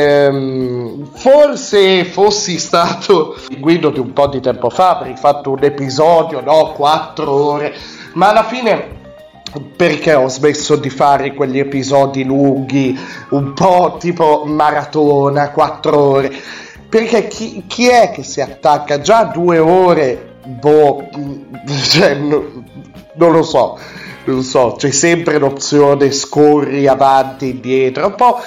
[SPEAKER 6] E, forse fossi stato in guido di un po' di tempo fa, avrei fatto un episodio, no, quattro ore, ma alla fine... Perché ho smesso di fare quegli episodi lunghi, un po' tipo maratona, quattro ore? Perché chi, chi è che si attacca già due ore? Boh, cioè, no, non lo so, non so, c'è sempre l'opzione scorri avanti, indietro, un po'...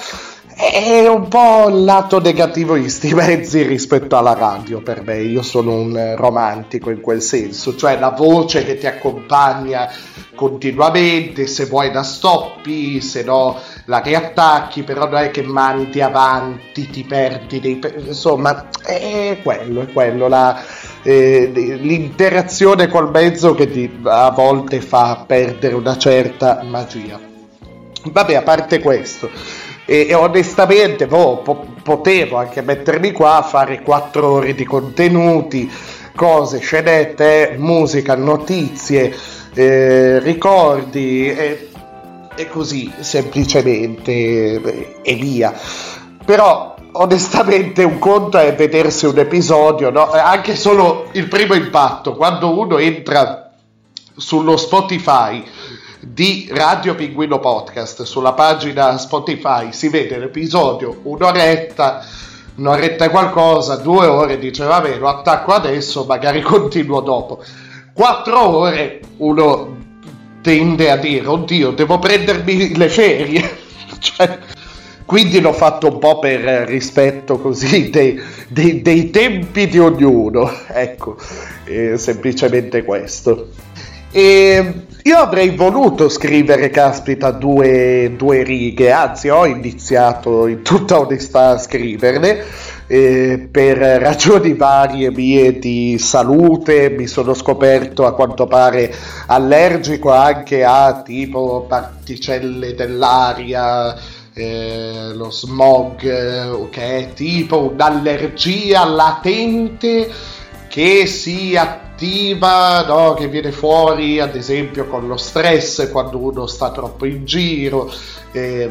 [SPEAKER 6] È un po' il lato negativo di sti mezzi rispetto alla radio per me. Io sono un romantico in quel senso, cioè la voce che ti accompagna continuamente, se vuoi la stoppi, se no la riattacchi, però non è che mandi avanti, ti perdi dei... insomma è quello, è quello la, eh, l'interazione col mezzo che ti, a volte fa perdere una certa magia. Vabbè, a parte questo, e, e onestamente boh, po- potevo anche mettermi qua a fare quattro ore di contenuti, cose, scenette, musica, notizie, eh, ricordi e, e così semplicemente e, e via. Però onestamente un conto è vedersi un episodio, no? Anche solo il primo impatto, quando uno entra sullo Spotify di Radio Pinguino Podcast, sulla pagina Spotify si vede l'episodio, un'oretta, un'oretta e qualcosa, due ore, dice vabbè lo attacco adesso, magari continuo dopo. Quattro ore uno tende a dire oddio, devo prendermi le ferie. Cioè, quindi l'ho fatto un po' per rispetto così dei, dei, dei tempi di ognuno, ecco, eh, semplicemente questo. E io avrei voluto scrivere, caspita, due, due righe, anzi ho iniziato in tutta onestà a scriverle, eh, per ragioni varie mie di salute. Mi sono scoperto a quanto pare allergico anche a tipo particelle dell'aria, eh, lo smog, eh, che è tipo un'allergia latente che si attiva, no? Che viene fuori ad esempio con lo stress, quando uno sta troppo in giro, eh,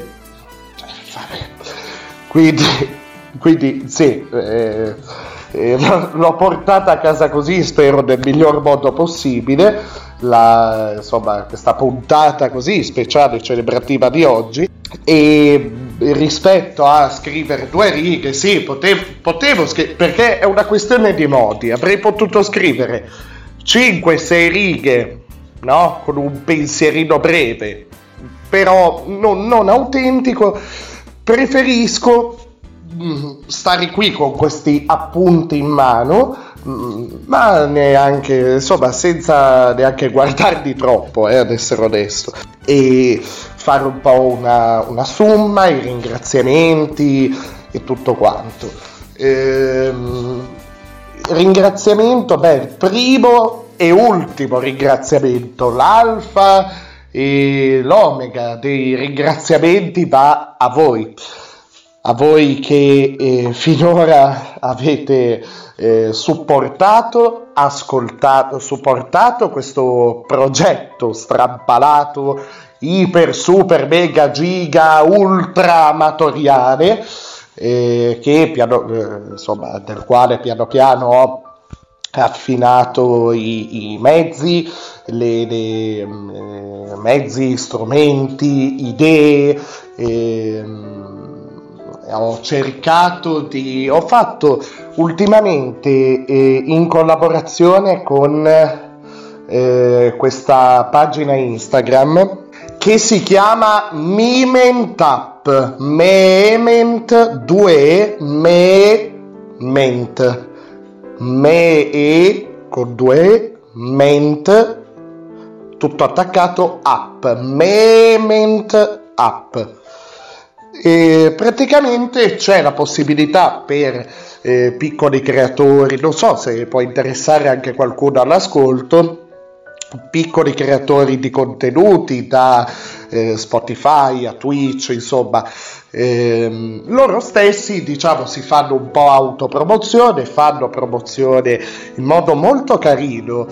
[SPEAKER 6] quindi, quindi sì, eh, eh, l'ho portata a casa così, spero nel miglior modo possibile, la, insomma, questa puntata così speciale celebrativa di oggi. E rispetto a scrivere due righe, sì, potevo, potevo scrivere, perché è una questione di modi. Avrei potuto scrivere cinque sei righe, no? Con un pensierino breve, però non, non autentico. Preferisco stare qui con questi appunti in mano, ma neanche, insomma, senza neanche guardarli troppo, eh, ad essere onesto, e fare un po' una, una somma, i ringraziamenti e tutto quanto. Ehm, ringraziamento, beh, il primo e ultimo ringraziamento, l'alfa e l'omega dei ringraziamenti va a voi. A voi che eh, finora avete eh, supportato, ascoltato, supportato questo progetto strampalato, iper, super, mega, giga, ultra amatoriale, eh, che piano, eh, insomma, del quale piano piano ho affinato i, i mezzi, le, le eh, mezzi, strumenti, idee. Eh, Ho cercato di, ho fatto ultimamente eh, in collaborazione con eh, questa pagina Instagram che si chiama Mementap, Ment due Ment, me e con due ment, tutto attaccato, app, Ment app. E praticamente c'è la possibilità per eh, piccoli creatori, non so se può interessare anche qualcuno all'ascolto, piccoli creatori di contenuti da eh, Spotify a Twitch, insomma, ehm, loro stessi, diciamo, si fanno un po' autopromozione, fanno promozione in modo molto carino,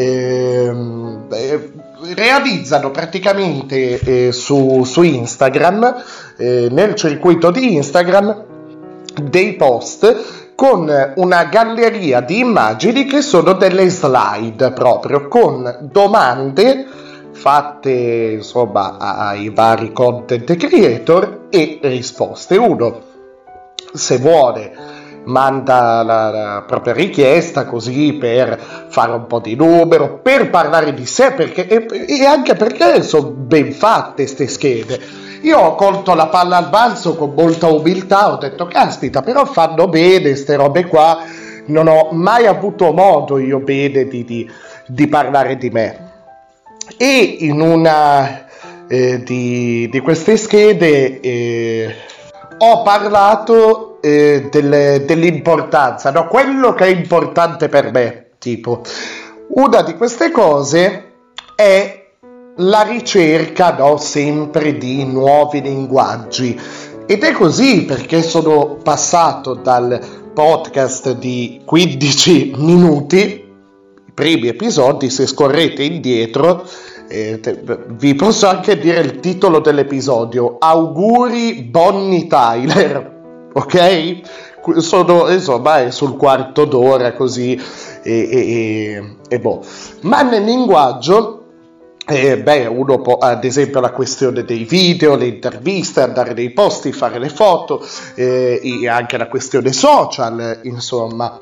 [SPEAKER 6] ehm, eh, realizzano praticamente eh, su, su Instagram, eh, nel circuito di Instagram, dei post con una galleria di immagini che sono delle slide, proprio con domande fatte insomma ai vari content creator e risposte. Uno, se vuole, manda la, la propria richiesta così per fare un po' di numero, per parlare di sé, perché, e, e anche perché sono ben fatte ste schede. Io ho colto la palla al balzo con molta umiltà, ho detto caspita, però fanno bene ste robe qua, non ho mai avuto modo io bene di, di, di parlare di me. E in una eh, di, di queste schede eh, ho parlato eh, del, dell'importanza, no? Quello che è importante per me, tipo, una di queste cose è la ricerca, no, sempre di nuovi linguaggi, ed è così perché sono passato dal podcast di quindici minuti, i primi episodi, se scorrete indietro eh, te, vi posso anche dire il titolo dell'episodio: Auguri Bonnie Tyler, ok? Sono insomma è sul quarto d'ora così e, e, e, e boh, ma nel linguaggio Eh, beh, uno può, ad esempio, la questione dei video, le interviste, andare nei posti, fare le foto, eh, e anche la questione social, insomma.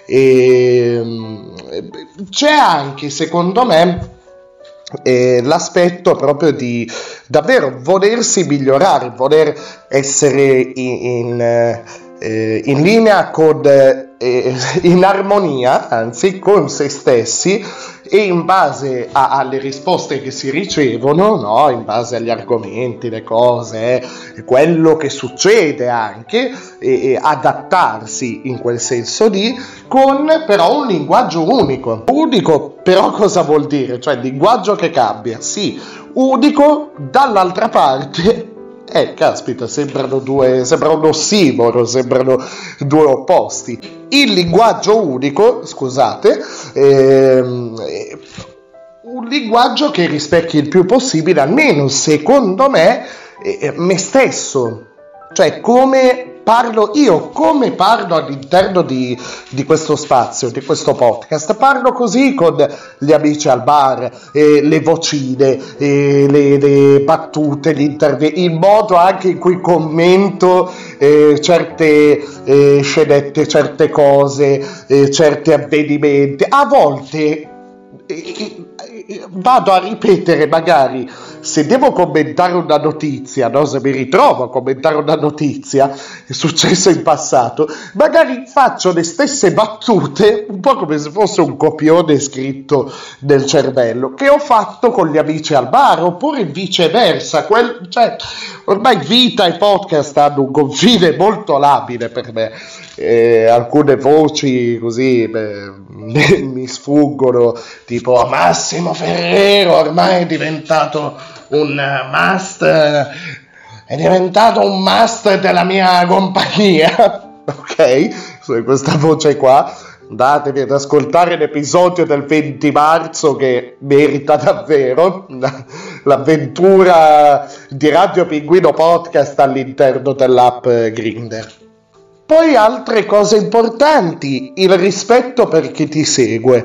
[SPEAKER 6] E, c'è anche, secondo me, eh, l'aspetto proprio di davvero volersi migliorare, voler essere in, in, eh, in linea con, eh, in armonia, anzi, con se stessi, e in base a, alle risposte che si ricevono, no? In base agli argomenti, le cose, eh, quello che succede anche, e, e adattarsi in quel senso lì, con però un linguaggio unico. Unico però cosa vuol dire? Cioè linguaggio che cambia, sì, unico dall'altra parte. Eh, caspita, sembrano due, sembra un ossimoro, sembrano due opposti. Il linguaggio unico, scusate, ehm, un linguaggio che rispecchi il più possibile, almeno secondo me, eh, me stesso. Cioè, come parlo io, come parlo all'interno di, di questo spazio, di questo podcast. Parlo così con gli amici al bar, eh, le vocine, eh, le, le battute, gli interventi, il modo anche in cui commento eh, certe eh, scenette, certe cose, eh, certi avvenimenti. A volte eh, eh, vado a ripetere, magari, se devo commentare una notizia, no? Se mi ritrovo a commentare una notizia, è successo in passato, magari faccio le stesse battute, un po' come se fosse un copione scritto nel cervello, che ho fatto con gli amici al bar, oppure viceversa. Quel, cioè, ormai vita e podcast hanno un confine molto labile per me. Eh, alcune voci così beh, mi sfuggono, tipo Massimo Ferrero ormai è diventato un must, è diventato un must della mia compagnia, ok? Su questa voce qua andatevi ad ascoltare l'episodio del venti marzo che merita davvero l'avventura di Radio Pinguino Podcast all'interno dell'app Grindr. Poi altre cose importanti, il rispetto per chi ti segue.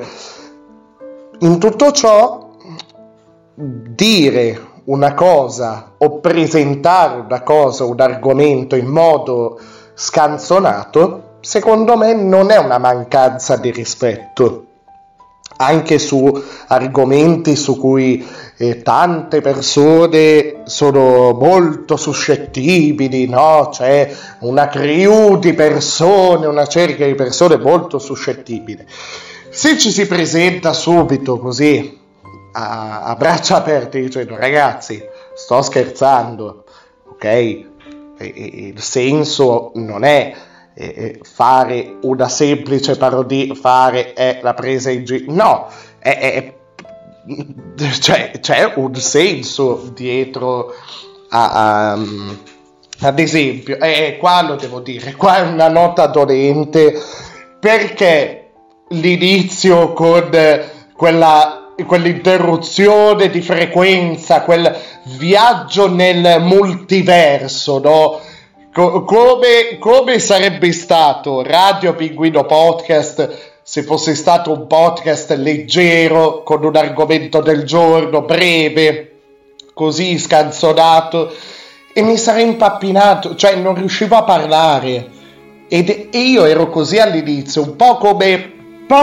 [SPEAKER 6] In tutto ciò, dire una cosa o presentare una cosa, un argomento in modo scanzonato, secondo me non è una mancanza di rispetto. Anche su argomenti su cui eh, tante persone sono molto suscettibili, no? C'è una crew di persone, una cerchia di persone molto suscettibili. Se ci si presenta subito così, a, a braccia aperte, dicendo ragazzi, sto scherzando, ok? E, e, il senso non è Eh, fare una semplice parodia, fare è la presa in giro, no, è, è, cioè, c'è un senso dietro a, a, ad esempio, e eh, qua lo devo dire, qua è una nota dolente, perché l'inizio con quella, quell'interruzione di frequenza, quel viaggio nel multiverso, no? Co- come, come sarebbe stato Radio Pinguino Podcast se fosse stato un podcast leggero, con un argomento del giorno, breve, così scanzonato, e mi sarei impappinato, cioè non riuscivo a parlare, ed, e io ero così all'inizio, un po' come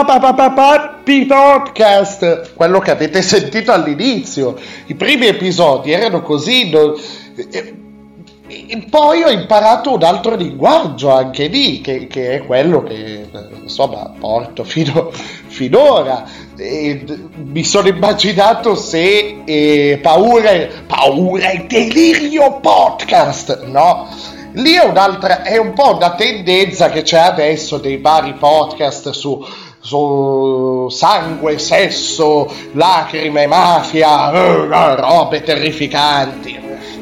[SPEAKER 6] Papi Podcast, quello che avete sentito all'inizio. I primi episodi erano così, non, e, e poi ho imparato un altro linguaggio anche lì, che, che è quello che insomma porto fino, finora. E mi sono immaginato se eh, paura, paura e delirio podcast, no? Lì è un'altra, è un po' una tendenza che c'è adesso dei vari podcast su, su sangue, sesso, lacrime, mafia, uh, robe terrificanti.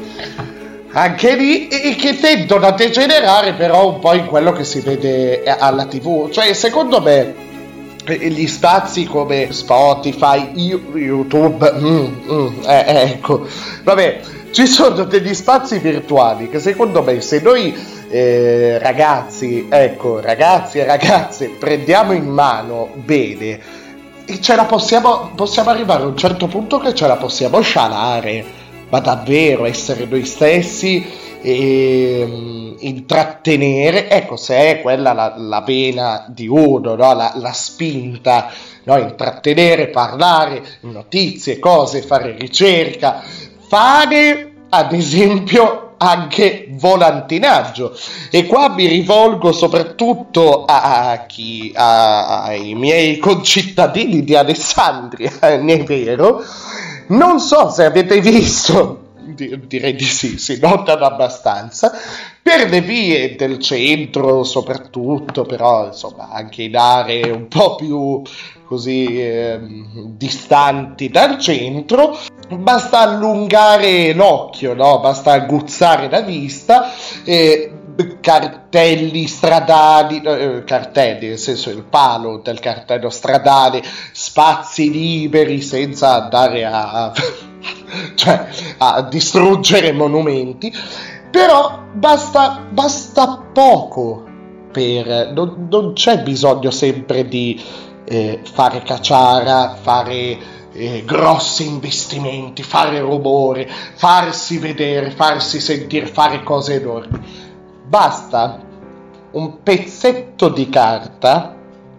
[SPEAKER 6] Anche lì, e che tendono a degenerare però un po' in quello che si vede alla tivù. Cioè, secondo me, gli spazi come Spotify, YouTube, mm, mm, eh, ecco, vabbè, ci sono degli spazi virtuali che secondo me, se noi eh, ragazzi, ecco, ragazzi e ragazze, prendiamo in mano bene, e ce la possiamo, possiamo arrivare a un certo punto che ce la possiamo scialare, ma davvero essere noi stessi e um, intrattenere, ecco, se è quella la, la vena di uno, no? la, la spinta, no? Intrattenere, parlare, notizie, cose, fare ricerca, fare ad esempio anche volantinaggio. E qua mi rivolgo soprattutto a, a chi, a, ai miei concittadini di Alessandria, ne è vero. Non so se avete visto, direi di sì, si notano abbastanza, per le vie del centro soprattutto, però insomma anche in aree un po' più così eh, distanti dal centro, basta allungare l'occhio, no? Basta aguzzare la vista, eh, cartelli stradali, eh, cartelli nel senso il palo del cartello stradale, spazi liberi senza andare a, cioè, a distruggere monumenti, però basta, basta poco per, non, non c'è bisogno sempre di eh, fare cacciara, fare eh, grossi investimenti, fare rumore, farsi vedere, farsi sentire, fare cose enormi. Basta un pezzetto di carta,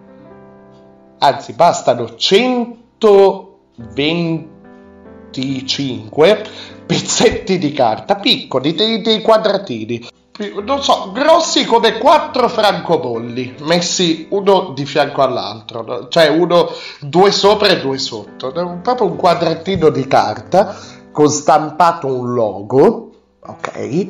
[SPEAKER 6] anzi bastano centoventicinque pezzetti di carta, piccoli, dei, dei quadratini, non so, grossi come quattro francobolli, messi uno di fianco all'altro, cioè uno, due sopra e due sotto, proprio un quadratino di carta con stampato un logo, ok?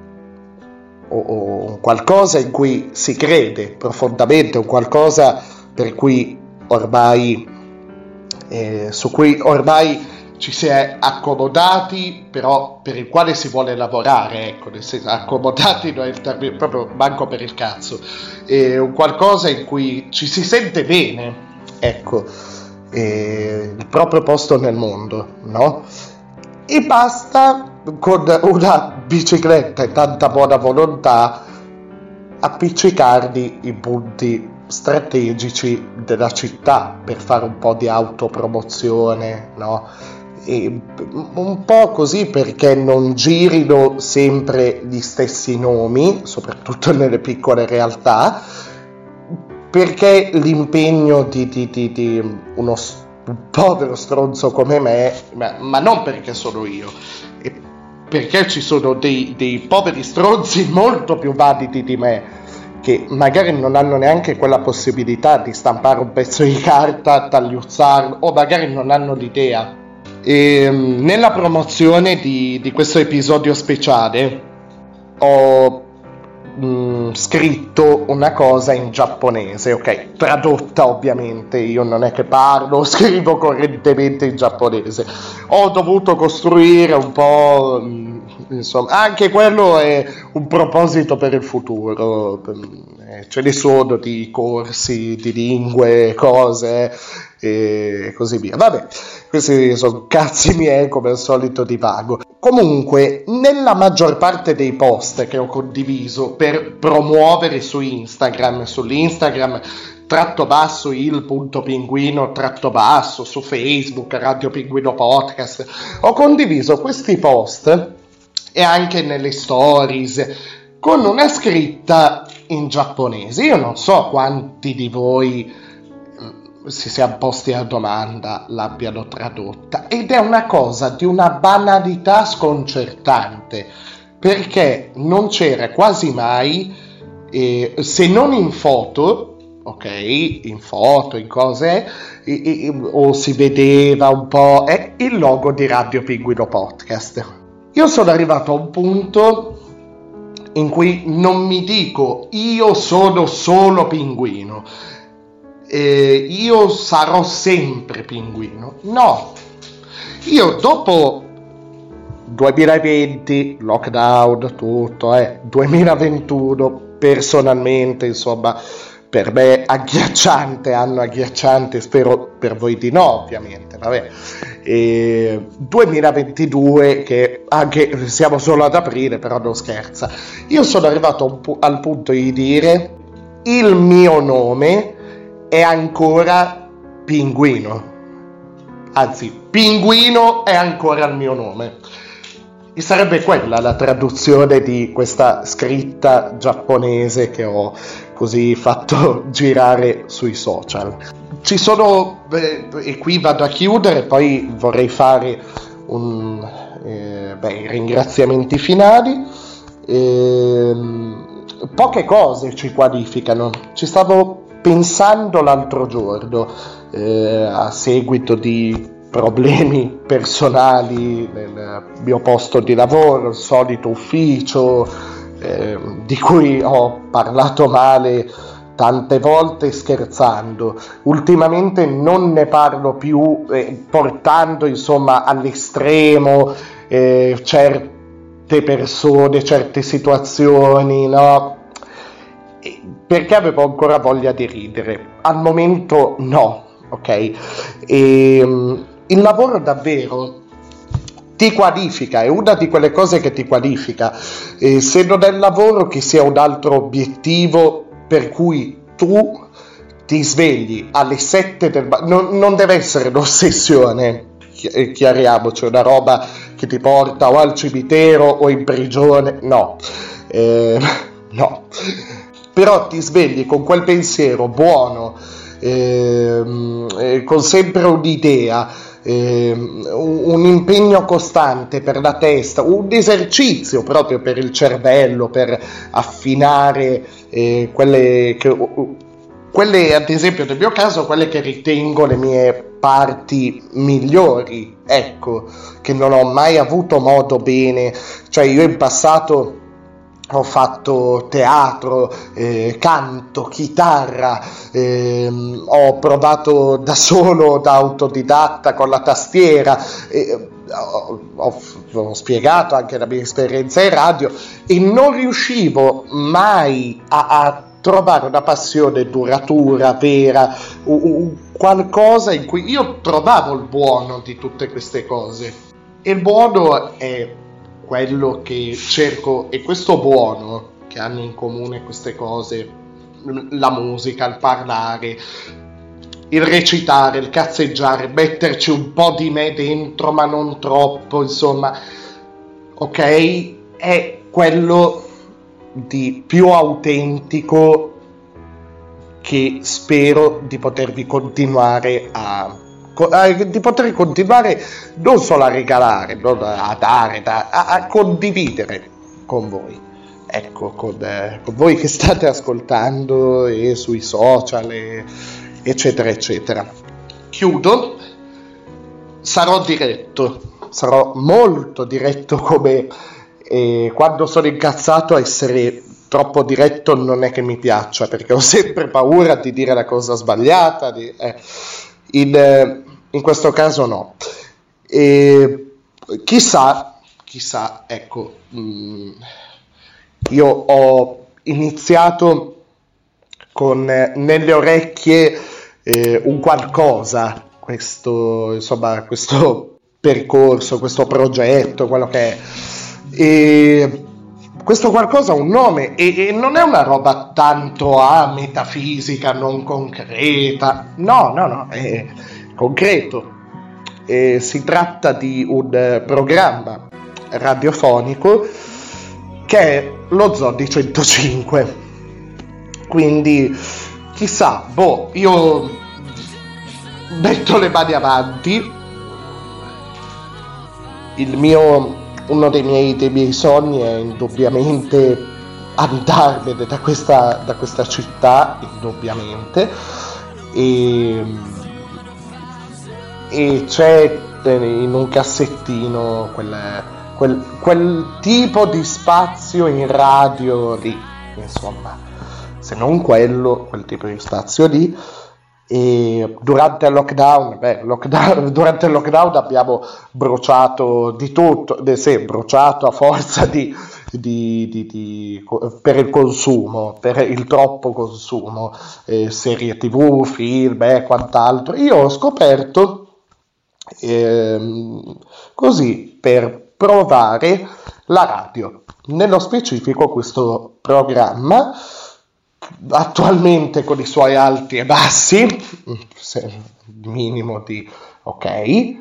[SPEAKER 6] O qualcosa in cui si crede profondamente, un qualcosa per cui ormai eh, su cui ormai ci si è accomodati, però per il quale si vuole lavorare, ecco, nel senso, accomodati non è il termine, proprio manco per il cazzo, eh, un qualcosa in cui ci si sente bene, ecco, eh, il proprio posto nel mondo, no? E basta con una bicicletta e tanta buona volontà appiccicarli i punti strategici della città per fare un po' di autopromozione, no? E un po' così perché non girino sempre gli stessi nomi, soprattutto nelle piccole realtà, perché l'impegno di, di, di, di uno un povero stronzo come me, ma, ma non perché sono io, perché ci sono dei, dei poveri stronzi molto più validi di me, che magari non hanno neanche quella possibilità di stampare un pezzo di carta, tagliuzzarlo, o magari non hanno l'idea. E nella promozione di, di questo episodio speciale ho mh, scritto una cosa in giapponese, ok, tradotta ovviamente, io non è che parlo, scrivo correntemente in giapponese, ho dovuto costruire un po', mh, insomma, anche quello è un proposito per il futuro, eh, ce ne sono di corsi, di lingue, cose e così via, vabbè, questi sono cazzi miei, come al solito divago. Comunque, nella maggior parte dei post che ho condiviso per promuovere su Instagram, sull'Instagram tratto basso il punto pinguino tratto basso, su Facebook Radio Pinguino Podcast, ho condiviso questi post e anche nelle stories con una scritta in giapponese. Io non so quanti di voi si siano posti la domanda, l'abbiano tradotta, ed è una cosa di una banalità sconcertante, perché non c'era quasi mai, eh, se non in foto, ok, in foto, in cose, eh, eh, o si vedeva un po', è il logo di Radio Pinguino Podcast. Io sono arrivato a un punto in cui non mi dico io sono solo pinguino, eh, io sarò sempre pinguino, no, io dopo duemilaventi, lockdown, tutto, eh, duemilaventuno, personalmente, insomma, per me agghiacciante, anno agghiacciante, spero per voi di no, ovviamente, vabbè, e duemilaventidue, che anche siamo solo ad aprile, però non scherza, io sono arrivato un pu- al punto di dire il mio nome è ancora Pinguino, anzi, Pinguino è ancora il mio nome. E sarebbe quella la traduzione di questa scritta giapponese che ho così fatto girare sui social. Ci sono, eh, e qui vado a chiudere, poi vorrei fare un, eh, beh, i ringraziamenti finali. Eh, poche cose ci qualificano. Ci stavo pensando l'altro giorno, eh, a seguito di problemi personali nel mio posto di lavoro, il solito ufficio, eh, di cui ho parlato male tante volte scherzando. Ultimamente non ne parlo più, eh, portando insomma all'estremo eh, certe persone, certe situazioni, no? Perché avevo ancora voglia di ridere. Al momento no, ok? E il lavoro davvero ti qualifica, è una di quelle cose che ti qualifica, e se non è il lavoro che sia un altro obiettivo per cui tu ti svegli alle sette del mattino, non, non deve essere un'ossessione, chi- chiariamoci, una roba che ti porta o al cimitero o in prigione, no, eh, no, però ti svegli con quel pensiero buono, eh, eh, con sempre un'idea, Eh, un impegno costante per la testa, un esercizio proprio per il cervello, per affinare eh, quelle che, quelle ad esempio nel mio caso quelle che ritengo le mie parti migliori, ecco, che non ho mai avuto modo bene, cioè io in passato ho fatto teatro, eh, canto, chitarra, ehm, ho provato da solo, da autodidatta con la tastiera, eh, ho, ho, ho spiegato anche la mia esperienza in radio e non riuscivo mai a, a trovare una passione duratura, vera, un, un qualcosa in cui io trovavo il buono di tutte queste cose. E il buono è quello che cerco, e questo buono che hanno in comune queste cose, la musica, il parlare, il recitare, il cazzeggiare, metterci un po' di me dentro ma non troppo, insomma, ok, è quello di più autentico che spero di potervi continuare a di poter continuare non solo a regalare, non a dare, a, a condividere con voi, ecco, con, eh, con voi che state ascoltando e sui social e, eccetera eccetera. Chiudo, sarò diretto, sarò molto diretto come eh, quando sono incazzato a essere troppo diretto non è che mi piaccia, perché ho sempre paura di dire la cosa sbagliata, di, eh, in, eh, in questo caso no. E chissà, chissà, ecco, mh, io ho iniziato con eh, nelle orecchie eh, un qualcosa, questo, insomma, questo percorso, questo progetto, quello che è. E questo qualcosa ha un nome e, e non è una roba tanto a metafisica, non concreta, no, no, no, è concreto. E si tratta di un uh, programma radiofonico che è lo Zoo di centocinque, quindi chissà, boh, io metto le mani avanti. Il mio, uno dei miei, dei miei sogni è indubbiamente andarmene da questa, da questa città, indubbiamente, e, e c'è in un cassettino quel, quel, quel tipo di spazio in radio lì, insomma, se non quello, quel tipo di spazio lì. E durante il lockdown, beh, lockdown, durante il lockdown abbiamo bruciato di tutto, eh, sì, bruciato a forza di, di, di, di per il consumo, per il troppo consumo, eh, serie tv, film e eh, quant'altro. Io ho scoperto ehm, così per provare la radio, nello specifico questo programma, attualmente con i suoi alti e bassi, minimo di ok,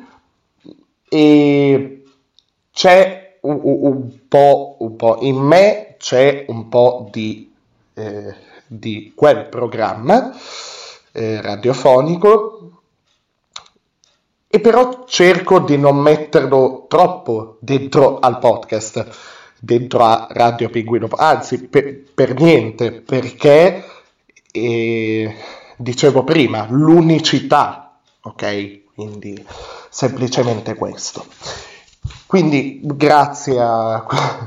[SPEAKER 6] e c'è un, un po', un po' in me c'è un po' di, eh, di quel programma eh, radiofonico, e però cerco di non metterlo troppo dentro al podcast, dentro a Radio Pinguino, anzi per, per niente, perché eh, dicevo prima, l'unicità, ok? Quindi semplicemente questo. Quindi grazie a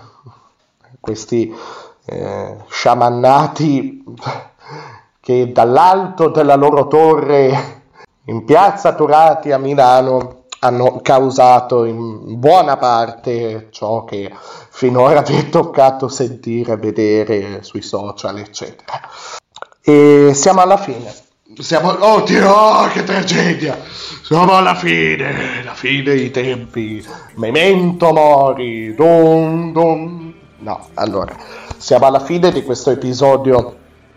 [SPEAKER 6] questi eh, sciamannati che dall'alto della loro torre in piazza Turati a Milano hanno causato in buona parte ciò che finora vi è toccato sentire, vedere sui social, eccetera. E siamo alla fine. Siamo... Oddio, oh, che tragedia! Siamo alla fine, la fine dei tempi. Memento mori. Dum, dum. No, allora, siamo alla fine di questo episodio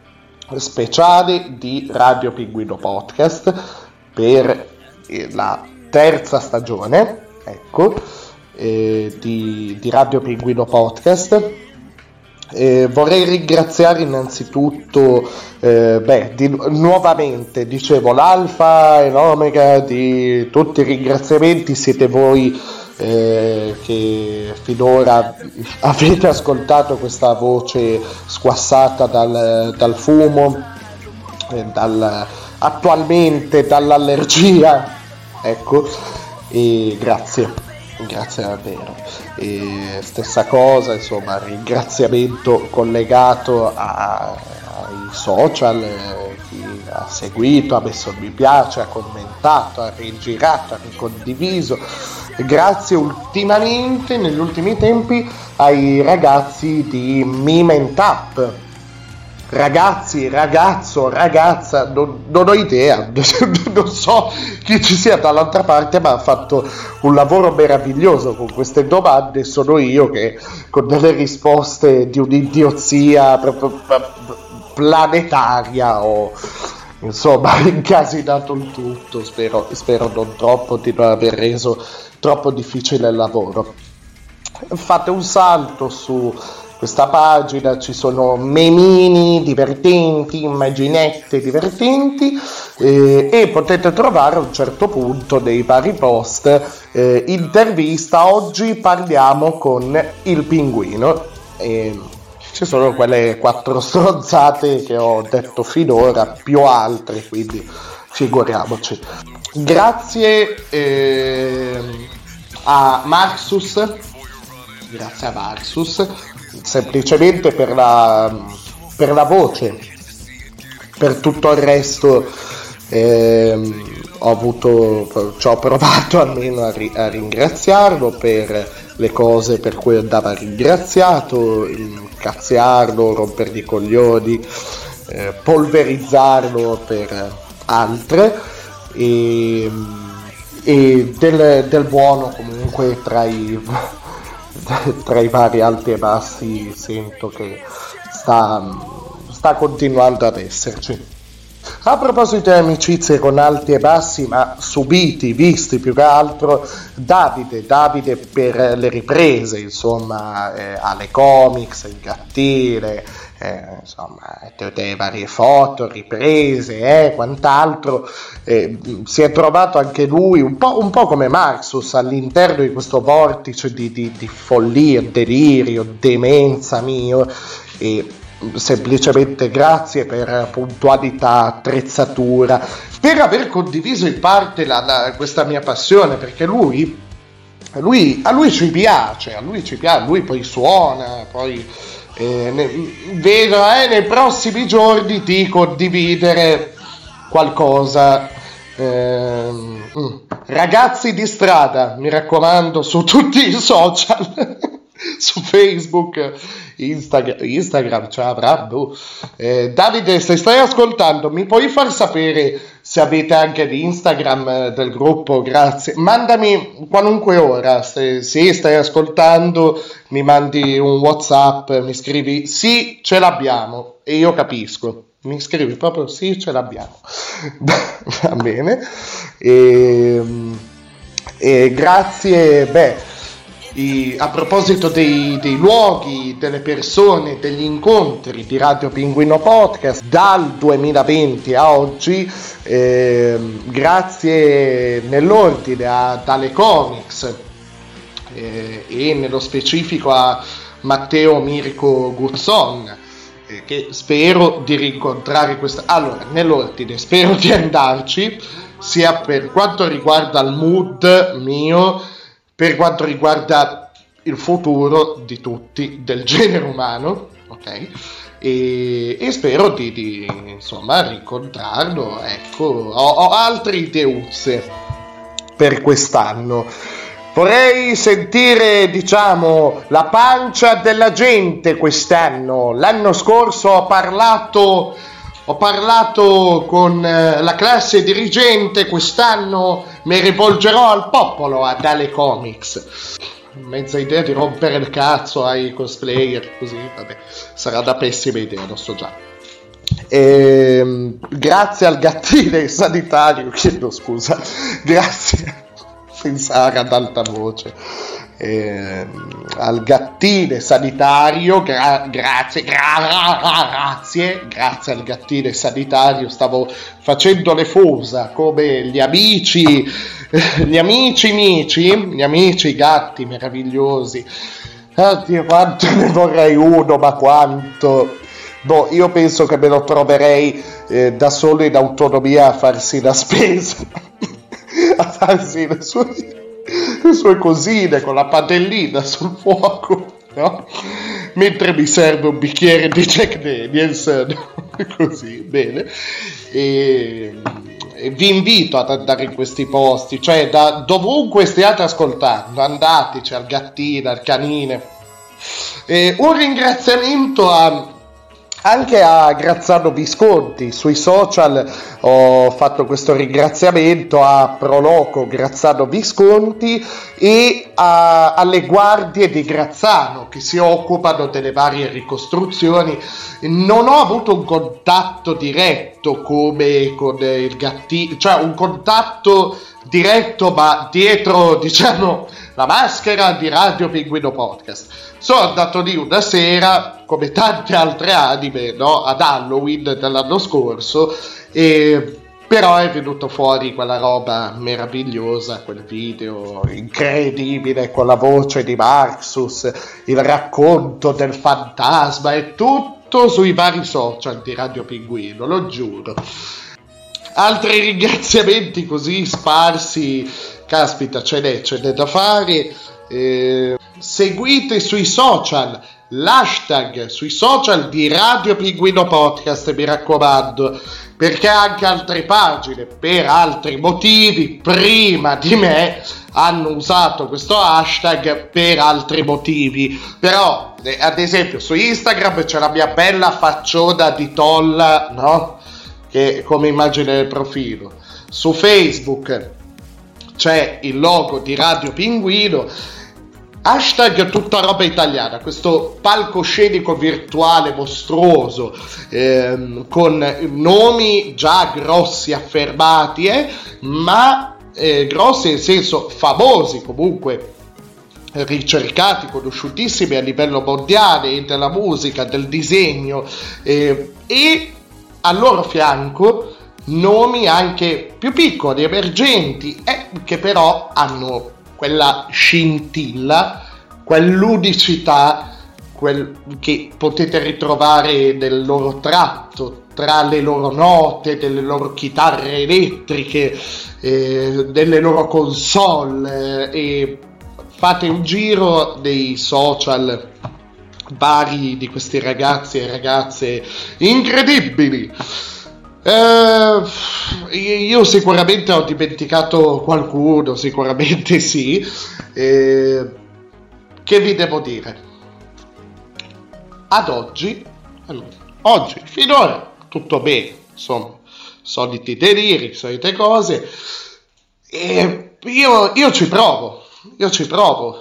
[SPEAKER 6] speciale di Radio Pinguino Podcast per la terza stagione, ecco, eh, di, di Radio Pinguino Podcast. Eh, vorrei ringraziare innanzitutto, eh, beh, di, nuovamente, dicevo, l'alfa e l'omega di tutti i ringraziamenti siete voi eh, che finora avete ascoltato questa voce squassata dal, dal fumo, eh, dal, attualmente dall'allergia. Ecco, e grazie, grazie davvero. E stessa cosa, insomma, ringraziamento collegato a, ai social, eh, chi ha seguito, ha messo il mi piace, ha commentato, ha rigirato, ha ricondiviso. Grazie ultimamente, negli ultimi tempi, ai ragazzi di Meme and Tap. Ragazzi, ragazzo, ragazza, non, non ho idea, non so chi ci sia dall'altra parte, ma ha fatto un lavoro meraviglioso con queste domande. Sono io che con delle risposte di un'idiozia proprio planetaria ho, insomma, incasinato il tutto. Spero, spero non troppo, di non aver reso troppo difficile il lavoro. Fate un salto su questa pagina, ci sono memini divertenti, immaginette divertenti, eh, e potete trovare a un certo punto nei vari post eh, intervista. Oggi parliamo con il pinguino, e ci sono quelle quattro stronzate che ho detto finora, più altre, quindi figuriamoci. Grazie eh, a Marxus, grazie a Marxus, semplicemente per la, per la voce, per tutto il resto ehm, ho avuto, ci ho provato almeno a, ri, a ringraziarlo per le cose per cui andava ringraziato, cazziarlo, rompergli i coglioni, eh, polverizzarlo per altre, e, e del, del buono comunque tra i, tra i vari alti e bassi sento che sta, sta continuando ad esserci. A proposito di amicizie con alti e bassi, ma subiti, visti più che altro, Davide, Davide per le riprese, insomma, eh, alle comics, il gattile, eh, insomma, le varie foto, riprese, eh, quant'altro, eh, si è trovato anche lui, un po', un po' come Marxus, all'interno di questo vortice di, di, di follia, delirio, demenza mio, e semplicemente grazie per puntualità, attrezzatura, per aver condiviso in parte la, la, questa mia passione, perché lui, lui a lui ci piace, a lui ci piace, lui poi suona, poi eh, ne, vedo eh, nei prossimi giorni di condividere qualcosa. Eh, mm. Ragazzi di strada, mi raccomando, su tutti i social su Facebook, Instagram, Instagram ce l'avrà, boh. eh, Davide, se stai ascoltando, mi puoi far sapere se avete anche l'Instagram del gruppo? Grazie, mandami qualunque ora, se, se stai ascoltando mi mandi un WhatsApp, mi scrivi sì, ce l'abbiamo, e io capisco, mi scrivi proprio sì, ce l'abbiamo. Va bene, e, e grazie, beh, I, a proposito dei, dei luoghi, delle persone, degli incontri di Radio Pinguino Podcast, dal duemilaventi a oggi, eh, grazie nell'ordine a Dale Comics eh, e nello specifico a Matteo Mirko Guzzon, eh, che spero di rincontrare questa... Allora, nell'ordine, spero di andarci, sia per quanto riguarda il mood mio, per quanto riguarda il futuro di tutti, del genere umano, ok? E, e spero di, di insomma rincontrarlo, ecco. Ho, ho altre ideuzze per quest'anno. Vorrei sentire, diciamo, la pancia della gente quest'anno. L'anno scorso ho parlato... Ho parlato con la classe dirigente, quest'anno mi rivolgerò al popolo, a Dale Comics. Mezza idea di rompere il cazzo ai cosplayer, così, vabbè, sarà da pessima idea, lo so già. E, grazie al gattile sanitario, chiedo scusa, grazie, pensare ad alta voce. Eh, al gattile sanitario, gra- grazie, gra- grazie, grazie al gattile sanitario, stavo facendo le fusa come gli amici, gli amici amici, gli amici gatti meravigliosi. Oddio, quanto ne vorrei uno, ma quanto. Boh, io penso che me lo troverei eh, da solo in autonomia a farsi la spesa, a farsi le sue le sue cosine con la padellina sul fuoco, no? Mentre mi serve un bicchiere di Jack Daniels, no? Così, bene. E, e vi invito ad andare in questi posti, cioè da dovunque stiate ascoltando, andateci al gattino, al canine. E un ringraziamento a anche a Grazzano Visconti, sui social ho fatto questo ringraziamento a Proloco Grazzano Visconti e a, alle guardie di Grazzano che si occupano delle varie ricostruzioni. Non ho avuto un contatto diretto come con il gattino, cioè un contatto diretto ma dietro, diciamo, la maschera di Radio Pinguino Podcast. Sono andato lì una sera, come tante altre anime, no? Ad Halloween dell'anno scorso, e però è venuto fuori quella roba meravigliosa, quel video incredibile con la voce di Marxus, il racconto del fantasma, e tutto sui vari social di Radio Pinguino, lo giuro. Altri ringraziamenti così sparsi, caspita, ce n'è, ce n'è da fare. Eh, seguite sui social l'hashtag sui social di Radio Pinguino Podcast, mi raccomando, perché anche altre pagine per altri motivi prima di me hanno usato questo hashtag per altri motivi. Però eh, ad esempio su Instagram c'è la mia bella facciona di Tolla, no? Che come immagine del profilo. Su Facebook c'è il logo di Radio Pinguino. Hashtag tutta roba italiana, questo palcoscenico virtuale mostruoso ehm, con nomi già grossi affermati, eh, ma eh, grossi nel senso famosi, comunque ricercati, conosciutissimi a livello mondiale della musica, del disegno, eh, e al loro fianco nomi anche più piccoli, emergenti, eh, che però hanno quella scintilla, quell'unicità, quel che potete ritrovare nel loro tratto, tra le loro note, delle loro chitarre elettriche, eh, delle loro console, eh, e fate un giro dei social vari di questi ragazzi e ragazze incredibili. Uh, io sicuramente ho dimenticato qualcuno, sicuramente sì. Eh, che vi devo dire? Ad oggi, allora, oggi, finora, tutto bene, insomma, soliti deliri, solite cose. E io, io ci provo, io ci provo.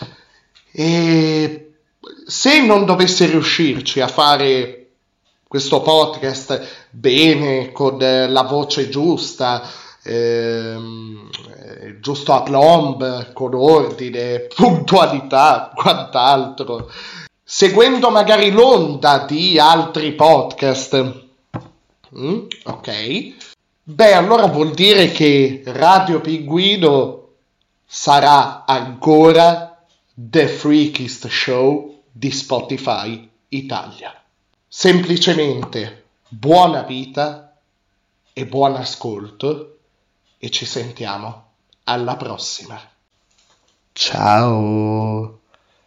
[SPEAKER 6] E se non dovesse riuscirci a fare questo podcast bene, con eh, la voce giusta, ehm, eh, giusto aplomb, con ordine, puntualità, quant'altro, seguendo magari l'onda di altri podcast, mm, ok, beh, allora vuol dire che Radio Pinguino sarà ancora The Freakiest Show di Spotify Italia. Semplicemente buona vita e buon ascolto, e ci sentiamo alla prossima. Ciao.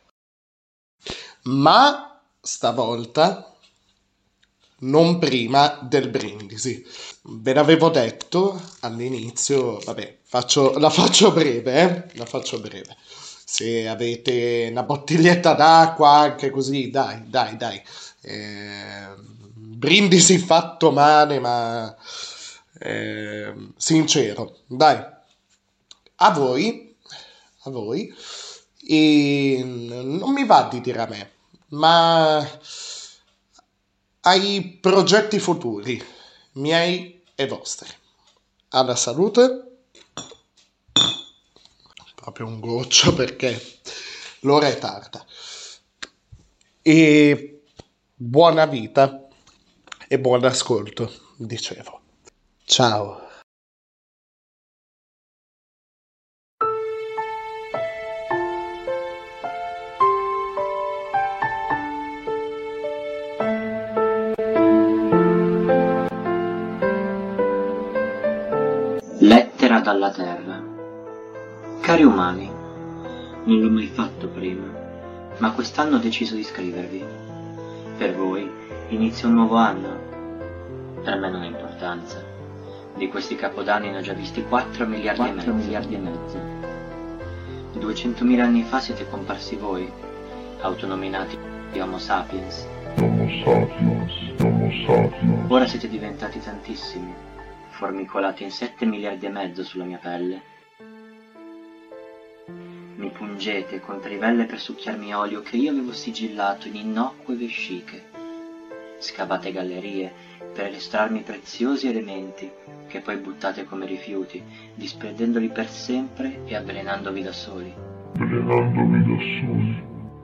[SPEAKER 6] Ma stavolta non prima del brindisi. Ve l'avevo detto all'inizio, vabbè, faccio, la faccio breve, eh? La faccio breve. Se avete una bottiglietta d'acqua, anche così, dai, dai, dai. Eh, brindisi fatto male, ma eh, sincero, dai, a voi, a voi, e non mi va di dire a me, ma ai progetti futuri, miei e vostri. Alla salute, proprio un goccio perché l'ora è tarda, e buona vita e buon ascolto, dicevo. Ciao.
[SPEAKER 17] Lettera dalla Terra. Cari umani, non l'ho mai fatto prima, ma quest'anno ho deciso di scrivervi. Per voi inizia un nuovo anno. Per me non ha importanza. Di questi capodanni ne ho già visti quattro miliardi e mezzo. miliardi e mezzo. duecentomila anni fa siete comparsi voi, autonominati Homo sapiens.
[SPEAKER 2] Homo sapiens, Homo sapiens.
[SPEAKER 17] Ora siete diventati tantissimi, formicolati in sette miliardi e mezzo sulla mia pelle. Mi pungete con trivelle per succhiarmi olio che io avevo sigillato in innocue vesciche. Scavate gallerie per estrarmi preziosi elementi che poi buttate come rifiuti, disperdendoli per sempre e avvelenandovi da soli.
[SPEAKER 2] Avvelenandovi da soli.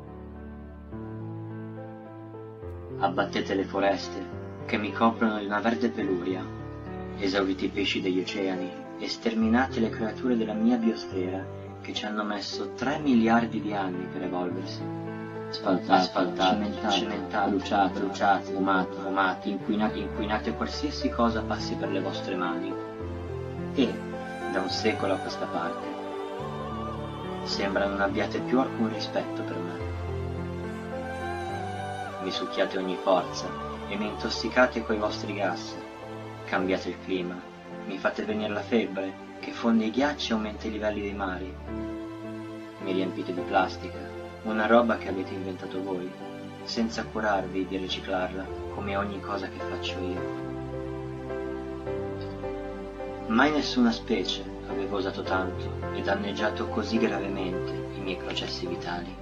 [SPEAKER 17] Abbattete le foreste che mi coprono di una verde peluria, esaurite i pesci degli oceani e sterminate le creature della mia biosfera che ci hanno messo tre miliardi di anni per evolversi. Spaltate, asfaltate, cementate, cementate, bruciate, bruciate, fumate, fumate, inquinate, inquinate qualsiasi cosa passi per le vostre mani. E, da un secolo a questa parte, sembra non abbiate più alcun rispetto per me. Mi succhiate ogni forza e mi intossicate coi vostri gas. Cambiate il clima, mi fate venire la febbre che fonde i ghiacci e aumenta i livelli dei mari. Mi riempite di plastica, una roba che avete inventato voi, senza curarvi di riciclarla come ogni cosa che faccio io. Mai nessuna specie aveva usato tanto e danneggiato così gravemente i miei processi vitali.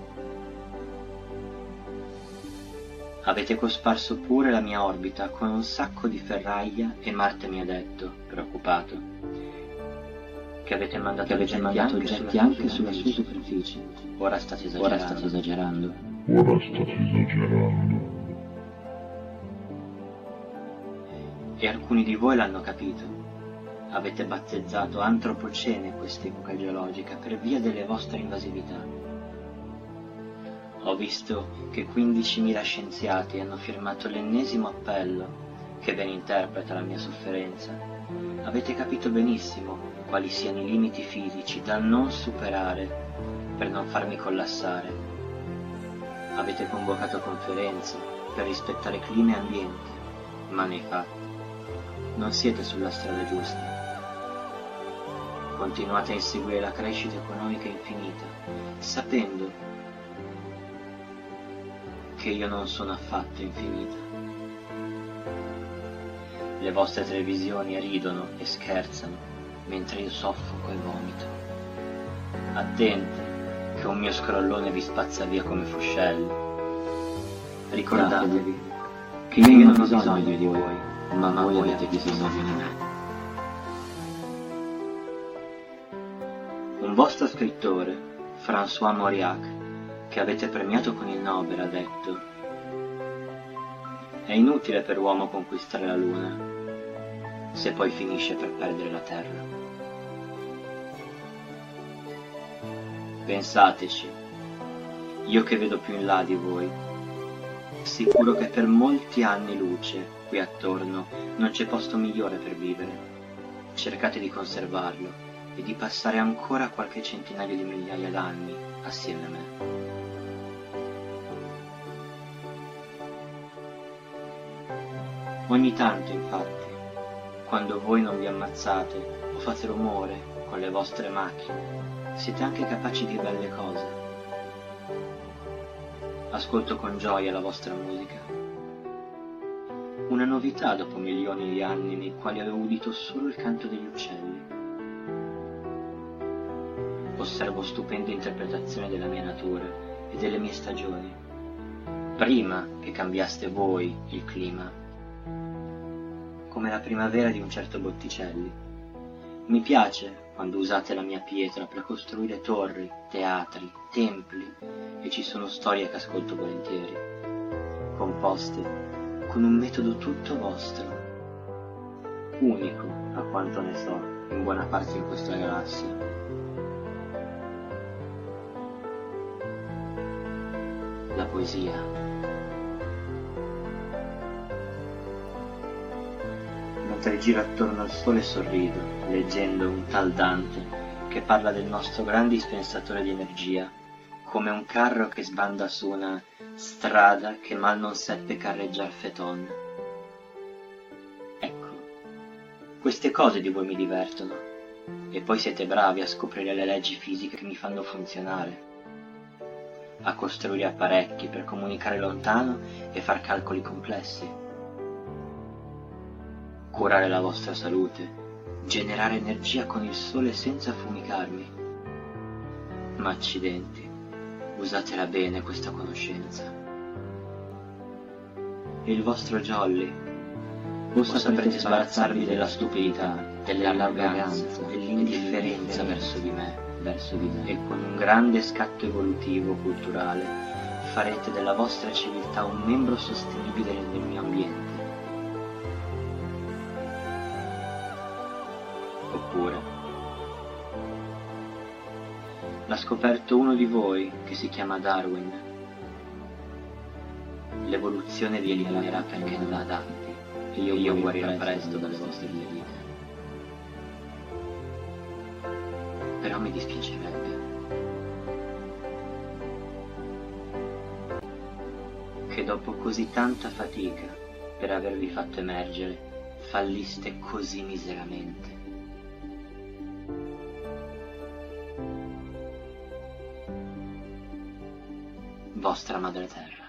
[SPEAKER 17] Avete cosparso pure la mia orbita con un sacco di ferraglia e Marte mi ha detto, preoccupato, che avete mandato, che avete mandato oggetti anche sulla sua superficie. Ora state esagerando. Ora state esagerando.
[SPEAKER 2] Ora state esagerando.
[SPEAKER 17] E alcuni di voi l'hanno capito. Avete battezzato antropocene quest'epoca geologica per via delle vostre invasività. Ho visto che quindicimila scienziati hanno firmato l'ennesimo appello che ben interpreta la mia sofferenza. Avete capito benissimo quali siano i limiti fisici da non superare per non farmi collassare. Avete convocato conferenze per rispettare clima e ambiente, ma nei fatti non siete sulla strada giusta. Continuate a inseguire la crescita economica infinita, sapendo che io non sono affatto infinita. Le vostre televisioni ridono e scherzano mentre io soffoco e vomito. Attente che un mio scrollone vi spazza via come fuscelli. Ricordatevi che io non ho bisogno di voi, ma voi avete bisogno di me. Un vostro scrittore, François Mauriac, che avete premiato con il Nobel, ha detto: è inutile per l'uomo conquistare la Luna se poi finisce per perdere la Terra. Pensateci, io che vedo più in là di voi, sicuro che per molti anni luce qui attorno non c'è posto migliore per vivere. Cercate di conservarlo e di passare ancora qualche centinaio di migliaia d'anni assieme a me. Ogni tanto, infatti, quando voi non vi ammazzate o fate rumore con le vostre macchine, siete anche capaci di belle cose. Ascolto con gioia la vostra musica. Una novità dopo milioni di anni nei quali avevo udito solo il canto degli uccelli. Osservo stupende interpretazioni della mia natura e delle mie stagioni, prima che cambiaste voi il clima, come la primavera di un certo Botticelli. Mi piace quando usate la mia pietra per costruire torri, teatri, templi, e ci sono storie che ascolto volentieri, composte con un metodo tutto vostro, unico a quanto ne so in buona parte in questa galassia. La poesia. Mentre giro attorno al sole sorrido, leggendo un tal Dante che parla del nostro grande dispensatore di energia, come un carro che sbanda su una strada che mal non seppe carreggiar Feton. Ecco, queste cose di voi mi divertono, e poi siete bravi a scoprire le leggi fisiche che mi fanno funzionare, a costruire apparecchi per comunicare lontano e far calcoli complessi, curare la vostra salute, generare energia con il sole senza affumicarmi. Ma accidenti, usatela bene questa conoscenza. E il vostro jolly? O saprete sbarazzarvi della stupidità, dell'arroganza, dell'indifferenza verso di me, verso di me, e con un grande scatto evolutivo culturale farete della vostra civiltà un membro sostenibile del mio ambiente. Oppure l'ha scoperto uno di voi che si chiama Darwin. L'evoluzione vi eliminerà perché non ha adatti, e io, io guarirò presto dalle vostre ferite. Però mi dispiacerebbe. che dopo così tanta fatica per avervi fatto emergere, falliste così miseramente. Vostra madre terra.